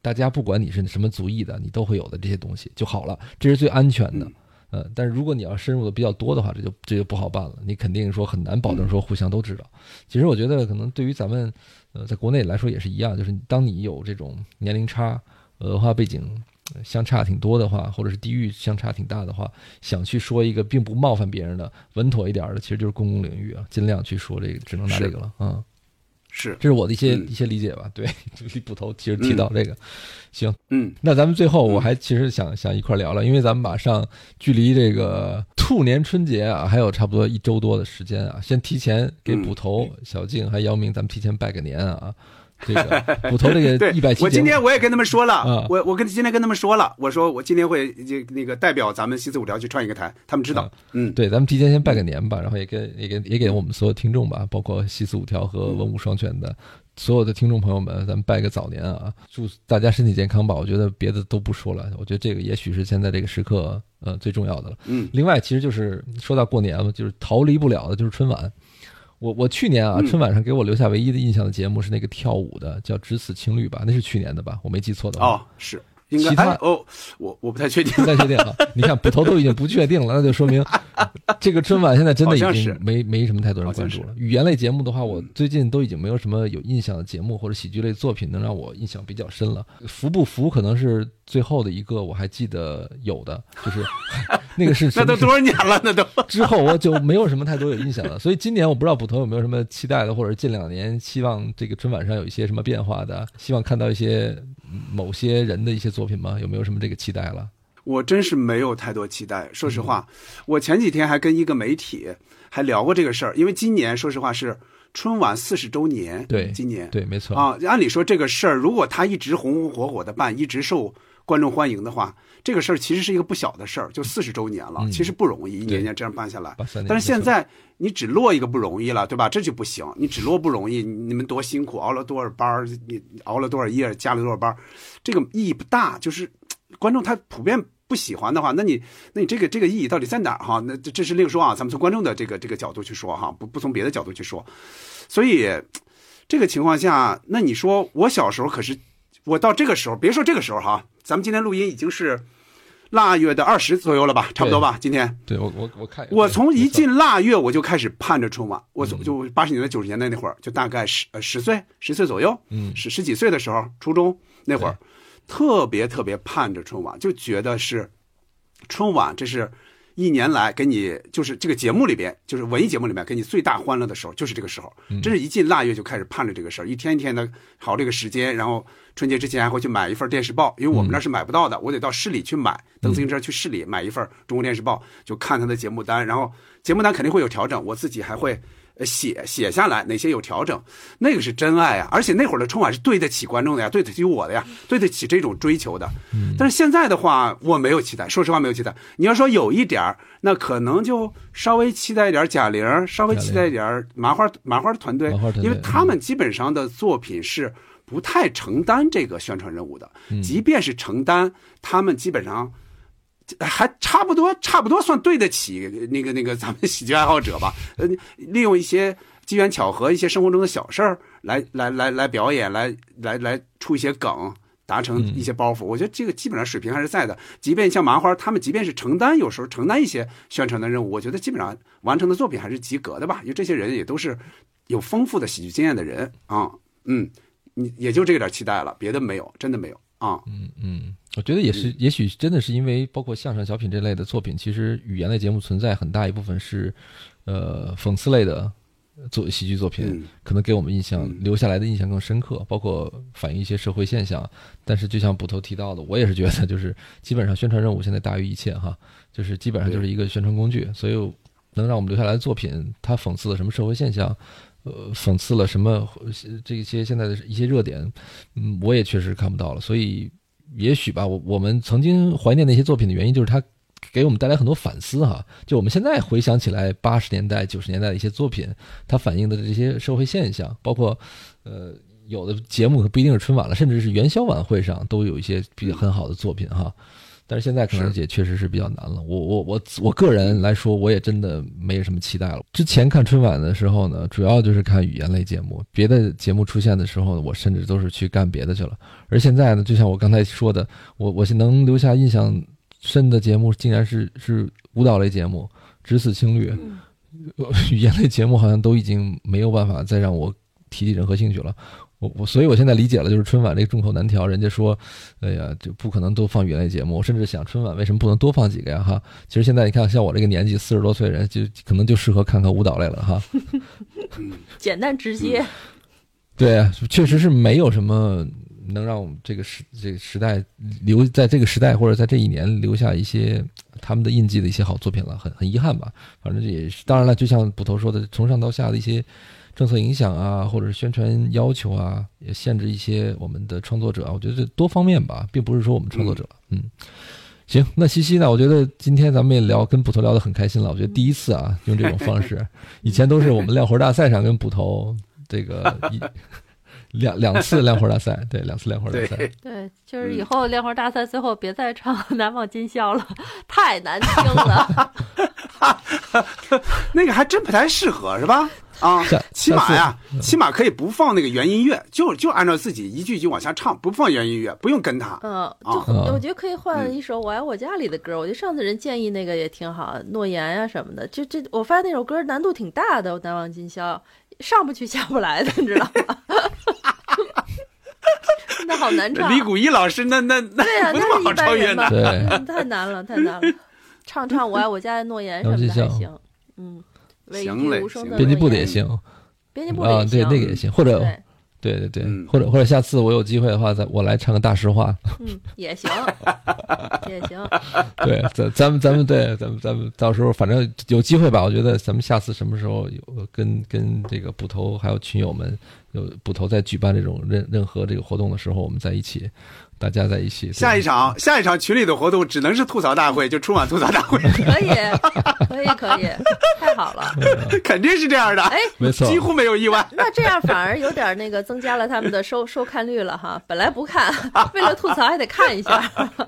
[SPEAKER 2] 大家不管你是什么族裔的，你都会有的这些东西就好了，这是最安全的。
[SPEAKER 1] 嗯
[SPEAKER 2] 呃，但是如果你要深入的比较多的话，这就这就不好办了。你肯定说很难保证说互相都知道。其实我觉得可能对于咱们呃在国内来说也是一样，就是当你有这种年龄差、文化背景相差挺多的话，或者是地域相差挺大的话，想去说一个并不冒犯别人的稳妥一点的，其实就是公共领域啊，尽量去说这个，只能拿这个了啊。嗯
[SPEAKER 1] 是，
[SPEAKER 2] 这是我的一些、
[SPEAKER 1] 嗯、
[SPEAKER 2] 一些理解吧。对，捕头其实提到这个，嗯、行，
[SPEAKER 1] 嗯，
[SPEAKER 2] 那咱们最后我还其实想、嗯、想一块聊聊，因为咱们马上距离这个兔年春节啊，还有差不多一周多的时间啊，先提前给捕头、嗯、小静还姚明，咱们提前拜个年啊。这个捕头这个一百期，
[SPEAKER 1] 我今天我也跟他们说了，
[SPEAKER 2] 啊、
[SPEAKER 1] 我我跟今天跟他们说了，我说我今天会就那个代表咱们西四五条去串一个台，他们知道。嗯，
[SPEAKER 2] 嗯对，咱们提前先拜个年吧，然后也给也给也给我们所有听众吧，包括西四五条和文武双全的所有的听众朋友们，咱们拜个早年啊，祝大家身体健康吧。我觉得别的都不说了，我觉得这个也许是现在这个时刻呃最重要的了。
[SPEAKER 1] 嗯，
[SPEAKER 2] 另外其实就是说到过年嘛，就是逃离不了的就是春晚。我我去年啊，春晚上给我留下唯一的印象的节目是那个跳舞的，叫《只此青绿》吧，那是去年的吧，我没记错的话。
[SPEAKER 1] 哦，是。应该
[SPEAKER 2] 其他、
[SPEAKER 1] 哎、哦，我我不太确定，
[SPEAKER 2] 不太确定啊。你看捕头都已经不确定了，那就说明这个春晚现在真的已经没没什么太多人关注了。语言类节目的话，我最近都已经没有什么有印象的节目或者喜剧类作品能让我印象比较深了。服不服可能是最后的一个我还记得有的，就是那个是
[SPEAKER 1] 那都多少年了，那都
[SPEAKER 2] 之后我就没有什么太多有印象了。所以今年我不知道捕头有没有什么期待的，或者近两年希望这个春晚上有一些什么变化的，希望看到一些某些人的一些作品吗？有没有什么这个期待了？
[SPEAKER 1] 我真是没有太多期待，说实话、嗯、我前几天还跟一个媒体还聊过这个事儿，因为今年说实话是春晚四十周年，
[SPEAKER 2] 对，
[SPEAKER 1] 今年
[SPEAKER 2] 对，没错
[SPEAKER 1] 啊。按理说这个事儿，如果他一直红红火火的办，一直受观众欢迎的话，这个事儿其实是一个不小的事儿，就四十周年了、嗯，其实不容易，一年年这样办下来。但是现在你只落一个不容易了，对吧？这就不行，你只落不容易，你们多辛苦，熬了多少班，你熬了多少夜，加了多少班，这个意义不大。就是观众他普遍不喜欢的话，那你那你这个这个意义到底在哪儿哈？那这这是另说啊，咱们从观众的这个这个角度去说哈，不不从别的角度去说。所以这个情况下，那你说我小时候可是我到这个时候，别说这个时候哈，咱们今天录音已经是腊月的二十左右了吧，差不多吧？今天
[SPEAKER 2] 对我我我看
[SPEAKER 1] 我从一进腊月我就开始盼着春晚，我就八十年代九十年代那会儿，就大概十呃十岁十岁左右，嗯，十十几岁的时候，初中那会儿。特别特别盼着春晚，就觉得是春晚，这是一年来给你就是这个节目里边，就是文艺节目里面给你最大欢乐的时候，就是这个时候。真是一进腊月就开始盼着这个事儿，一天一天的好这个时间，然后春节之前还会去买一份电视报，因为我们那是买不到的，我得到市里去买，蹬自行车去市里买一份中国电视报，就看他的节目单，然后节目单肯定会有调整，我自己还会写写下来哪些有调整，那个是真爱啊！而且那会儿的春晚是对得起观众的呀，对得起我的呀，对得起这种追求的。但是现在的话，我没有期待，说实话没有期待。你要说有一点，那可能就稍微期待一点贾玲，稍微期待一点麻花麻花团队，因为他们基本上的作品是不太承担这个宣传任务的，即便是承担，他们基本上。还差不多，差不多算对得起那个那个咱们喜剧爱好者吧。呃，利用一些机缘巧合、一些生活中的小事儿来来来来表演，来来来出一些梗，达成一些包袱。我觉得这个基本上水平还是在的。即便像麻花他们，即便是承担有时候承担一些宣传的任务，我觉得基本上完成的作品还是及格的吧。因为这些人也都是有丰富的喜剧经验的人啊。嗯，你也就这点期待了，别的没有，真的没有啊。
[SPEAKER 2] 嗯嗯。我觉得也是，也许真的是因为包括相声、小品这类的作品，其实语言类节目存在很大一部分是，呃，讽刺类的作喜剧作品，可能给我们印象留下来的印象更深刻，包括反映一些社会现象。但是就像捕头提到的，我也是觉得，就是基本上宣传任务现在大于一切哈，就是基本上就是一个宣传工具，所以能让我们留下来的作品，它讽刺了什么社会现象？呃，讽刺了什么这些现在的一些热点，嗯，我也确实看不到了，所以。也许吧，我我们曾经怀念那些作品的原因，就是它给我们带来很多反思哈。就我们现在回想起来，八十年代、九十年代的一些作品，它反映的这些社会现象，包括呃有的节目不一定是春晚了，甚至是元宵晚会上都有一些比较很好的作品哈。 但是现在可能也确实是比较难了。我我我我个人来说，我也真的没什么期待了。之前看春晚的时候呢，主要就是看语言类节目，别的节目出现的时候，我甚至都是去干别的去了。而现在呢，就像我刚才说的，我我能留下印象深的节目，竟然是是舞蹈类节目，只此青绿。
[SPEAKER 3] 嗯
[SPEAKER 2] 语言类节目好像都已经没有办法再让我提起任何兴趣了。我我所以我现在理解了，就是春晚这个众口难调，人家说哎呀就不可能都放语言类节目，我甚至想春晚为什么不能多放几个呀哈。其实现在你看像我这个年纪四十多岁人，就可能就适合看看舞蹈类了哈。
[SPEAKER 3] 简单直接。
[SPEAKER 2] 对，确实是没有什么能让我们这个时这个时代留在这个时代或者在这一年留下一些他们的印记的一些好作品了，很很遗憾吧。反正也是，当然了，就像捕头说的，从上到下的一些政策影响啊，或者是宣传要求啊，也限制一些我们的创作者啊。我觉得这多方面吧，并不是说我们创作者。嗯，行，那西西呢？我觉得今天咱们也聊跟捕头聊得很开心了。我觉得第一次啊用这种方式，以前都是我们亮活大赛上跟捕头这个一。两两次亮活大赛，对，两次亮活大赛，
[SPEAKER 3] 对，就是以后亮活大赛最后别再唱《难忘今宵》了，太难听了。
[SPEAKER 1] 那个还真不太适合，是吧？啊，起码呀，起码可以不放那个原音乐，就就按照自己一句一句往下唱，不放原音乐，不用跟他。
[SPEAKER 3] 嗯，就我觉得可以换一首《我爱我家》里的歌。我觉得上次人建议那个也挺好，诺言呀、啊、什么的。就这，我发现那首歌难度挺大的，《难忘今宵》上不去下不来的，你知道吗？那好难唱。
[SPEAKER 1] 李谷一老师那那那
[SPEAKER 3] 对呀，
[SPEAKER 1] 不那么好超越
[SPEAKER 3] 的，
[SPEAKER 2] 对，
[SPEAKER 3] 太难了，太难了。唱唱我爱我家的诺言什么的还行，嗯，为一句无声的
[SPEAKER 2] 编辑部的也行，
[SPEAKER 3] 编辑部的也行，
[SPEAKER 2] 啊，对，那个也行，或者对对对，嗯、或者或者下次我有机会的话，再我来唱个大实话，
[SPEAKER 3] 嗯，也行，也行。
[SPEAKER 2] 对，咱咱们咱们对，咱们咱们到时候反正有机会吧，我觉得咱们下次什么时候有跟跟这个捕头还有群友们有捕头在举办这种任任何这个活动的时候，我们在一起。大家在一起，
[SPEAKER 1] 下一场下一场群里的活动只能是吐槽大会，就春晚吐槽大会。
[SPEAKER 3] 可以，可以，可以，太好了，
[SPEAKER 1] 肯定是这样的。哎，
[SPEAKER 2] 没错，
[SPEAKER 1] 几乎没有意外。
[SPEAKER 3] 那这样反而有点那个增加了他们的收收看率了哈。本来不看，为了吐槽还得看一下。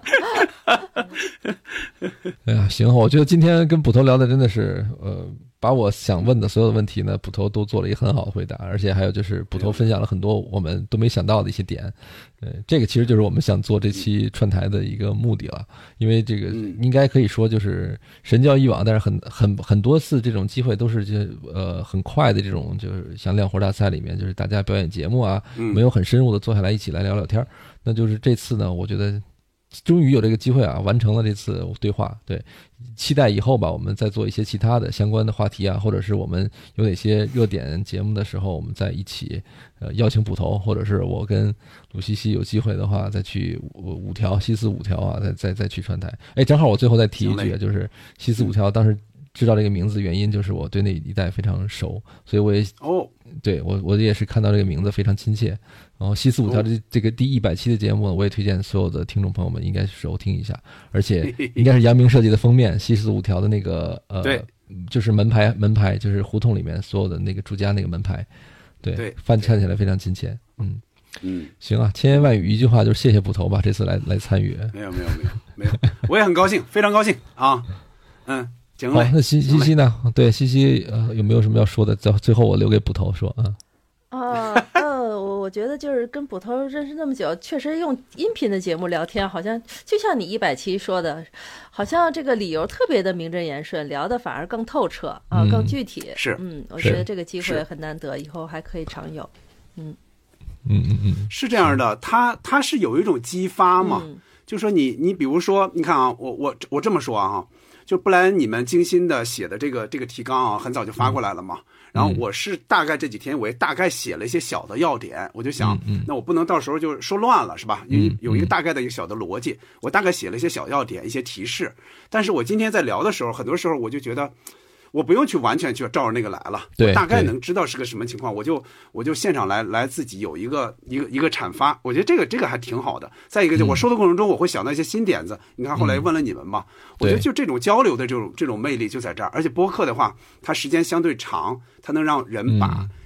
[SPEAKER 2] 哎呀，行，我觉得今天跟捕头聊的真的是呃。把我想问的所有的问题呢，捕头都做了一个很好的回答，而且还有就是捕头分享了很多我们都没想到的一些点，呃，这个其实就是我们想做这期串台的一个目的了，因为这个应该可以说就是神交以往，但是很很很多次这种机会都是就呃很快的这种，就是像亮活大赛里面，就是大家表演节目啊，没有很深入的坐下来一起来聊聊天，那就是这次呢，我觉得。终于有这个机会啊，完成了这次对话。对，期待以后吧，我们再做一些其他的相关的话题啊，或者是我们有哪些热点节目的时候，我们再一起呃邀请捕头，或者是我跟鲁西西有机会的话，再去五条西四五条啊，再再再去串台。哎，正好我最后再提一句，就是西四五条当时知道这个名字原因，就是我对那一带非常熟，所以我也
[SPEAKER 1] 哦，对
[SPEAKER 2] 我我也是看到这个名字非常亲切。然后西四五条这这个第一百期的节目，我也推荐所有的听众朋友们应该收听一下，而且应该是杨明设计的封面，西四五条的那个呃，
[SPEAKER 1] 对，
[SPEAKER 2] 就是门牌门牌，就是胡同里面所有的那个住家那个门牌，对，
[SPEAKER 1] 对，
[SPEAKER 2] 翻看起来非常亲切，嗯
[SPEAKER 1] 嗯，
[SPEAKER 2] 行啊，千言万语一句话就是谢谢捕头吧，这次来来参与，
[SPEAKER 1] 没有没有没有没有，我也很高兴，非常高兴啊，嗯。
[SPEAKER 2] 好，那西西西呢？对，西西呃，有没有什么要说的？最最后我留给捕头说啊。
[SPEAKER 3] 啊呃，我我觉得就是跟捕头认识那么久，确实用音频的节目聊天，好像就像你一百期说的，好像这个理由特别的名正言顺，聊的反而更透彻啊，
[SPEAKER 2] 嗯、
[SPEAKER 3] 更具体。
[SPEAKER 1] 是，
[SPEAKER 3] 嗯，我觉得这个机会很难得，以后还可以常有。嗯
[SPEAKER 2] 嗯嗯嗯，
[SPEAKER 1] 是这样的，他他是有一种激发嘛，
[SPEAKER 3] 嗯、
[SPEAKER 1] 就说你你比如说，你看啊，我我我这么说啊。就不然你们精心的写的这个这个提纲啊，很早就发过来了嘛。然后我是大概这几天，我也大概写了一些小的要点，我就想，那我不能到时候就说乱了，是吧？因为有一个大概的一个小的逻辑，我大概写了一些小要点，一些提示。但是我今天在聊的时候，很多时候我就觉得。我不用去完全去照着那个来了，
[SPEAKER 2] 对，
[SPEAKER 1] 大概能知道是个什么情况，我就我就现场来来自己有一个一个一个阐发，我觉得这个这个还挺好的。再一个就我说的过程中，我会想到一些新点子。嗯、你看后来问了你们嘛，嗯、我觉得就这种交流的这种这种魅力就在这儿。而且播客的话，它时间相对长，它能让人把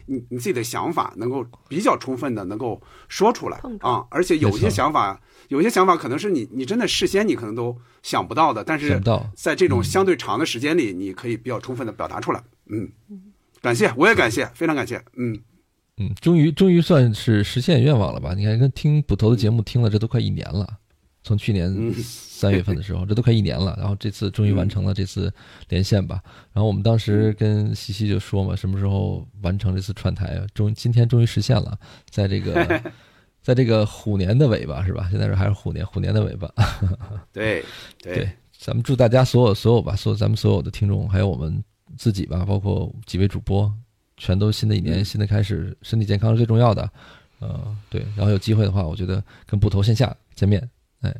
[SPEAKER 1] 你你自己的想法能够比较充分的能够说出来啊，而且有些想法，有些想法可能是你你真的事先你可能都想不到的，但是在这种相对长的时间里，你可以比较充分的表达出来。嗯，感谢，我也感谢，非常感谢。嗯
[SPEAKER 2] 嗯，终于终于算是实现愿望了吧？你看，跟听捕头的节目听了，这都快一年了。从去年三月份的时候，这都快一年了。然后这次终于完成了这次连线吧。然后我们当时跟西西就说嘛，什么时候完成这次串台？终今天终于实现了，在这个在这个虎年的尾巴是吧？现在是还是虎年虎年的尾巴。
[SPEAKER 1] 对
[SPEAKER 2] 对, 对，咱们祝大家所有所有吧，所有咱们所有的听众，还有我们自己吧，包括几位主播，全都新的一年新的开始，身体健康是最重要的。呃，对，然后有机会的话，我觉得跟捕头线下见面。哎，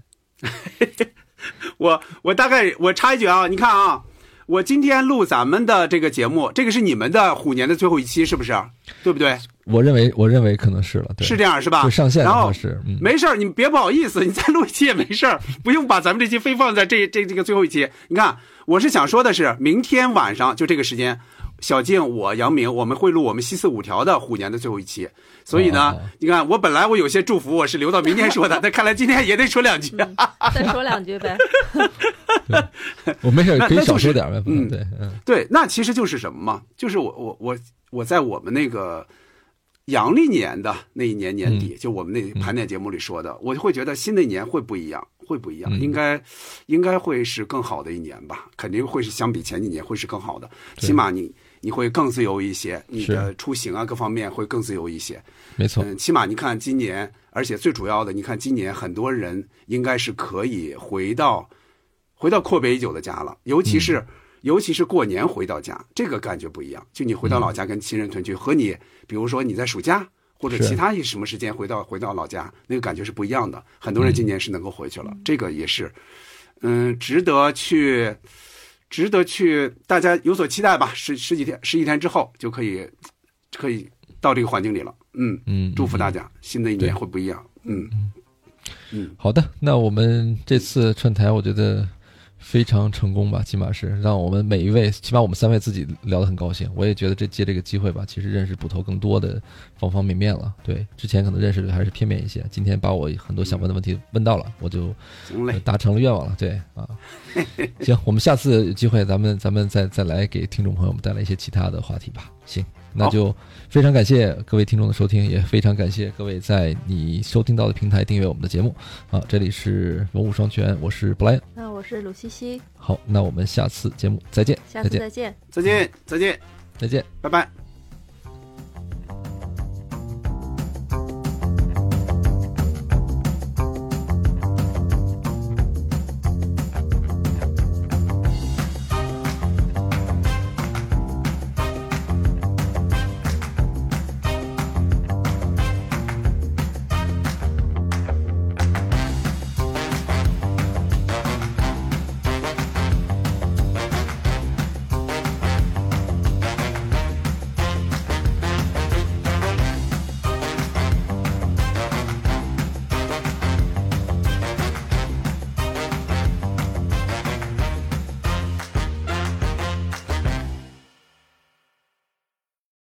[SPEAKER 1] 我我大概我插一句啊，你看啊，我今天录咱们的这个节目，这个是你们的虎年的最后一期，是不是？对不对？
[SPEAKER 2] 我认为我认为可能是了，对，
[SPEAKER 1] 是这样是吧？
[SPEAKER 2] 就上线的话
[SPEAKER 1] 是，
[SPEAKER 2] 嗯，
[SPEAKER 1] 没事，你别不好意思，你再录一期也没事，不用把咱们这期非放在这这这个最后一期。你看，我是想说的是，明天晚上就这个时间。小静，我杨明，我们会录我们西四五条的虎年的最后一期，所以呢，哦、你看，我本来我有些祝福我是留到明天说的，但看来今天也得说两句，
[SPEAKER 3] 嗯、再说两句呗。
[SPEAKER 2] 我没事，可以少说点呗。嗯，对，嗯，
[SPEAKER 1] 对，那其实就是什么嘛？就是我我我我在我们那个阳历年的那一年年底，嗯、就我们那盘点节目里说的，嗯、我会觉得新的一年会不一样。会不一样，应该，应该会是更好的一年吧？肯定会是相比前几年会是更好的，起码你你会更自由一些，你的出行啊各方面会更自由一些。
[SPEAKER 2] 没错，
[SPEAKER 1] 嗯，起码你看今年，而且最主要的，你看今年很多人应该是可以回到回到阔别已久的家了，尤其是、嗯、尤其是过年回到家，这个感觉不一样。就你回到老家跟亲人团聚，和你比如说你在暑假。或者其他一什么时间回到回到老家，那个感觉是不一样的。很多人今年是能够回去了，嗯、这个也是，嗯，值得去，值得去，大家有所期待吧。十十几天、十几天之后就可以，可以到这个环境里了。嗯嗯，祝福大家，新的一年会不一样。嗯
[SPEAKER 2] 嗯，好的，那我们这次串台，我觉得非常成功吧，起码是让我们每一位，起码我们三位自己聊得很高兴。我也觉得这借这个机会吧，其实认识捕头更多的方方面面了。对，之前可能认识的还是片面一些，今天把我很多想问的问题问到了，我就达成了愿望了。对啊，行，我们下次有机会咱们咱们再再来给听众朋友们带来一些其他的话题吧。行，那就非常感谢各位听众的收听，也非常感谢各位在你收听到的平台订阅我们的节目啊！这里是文武双全，我是布莱恩，
[SPEAKER 3] 那我是鲁西西。
[SPEAKER 2] 好，那我们下次节目再见，
[SPEAKER 3] 下次再见，
[SPEAKER 1] 再见，再见，
[SPEAKER 2] 再见，
[SPEAKER 1] 拜拜。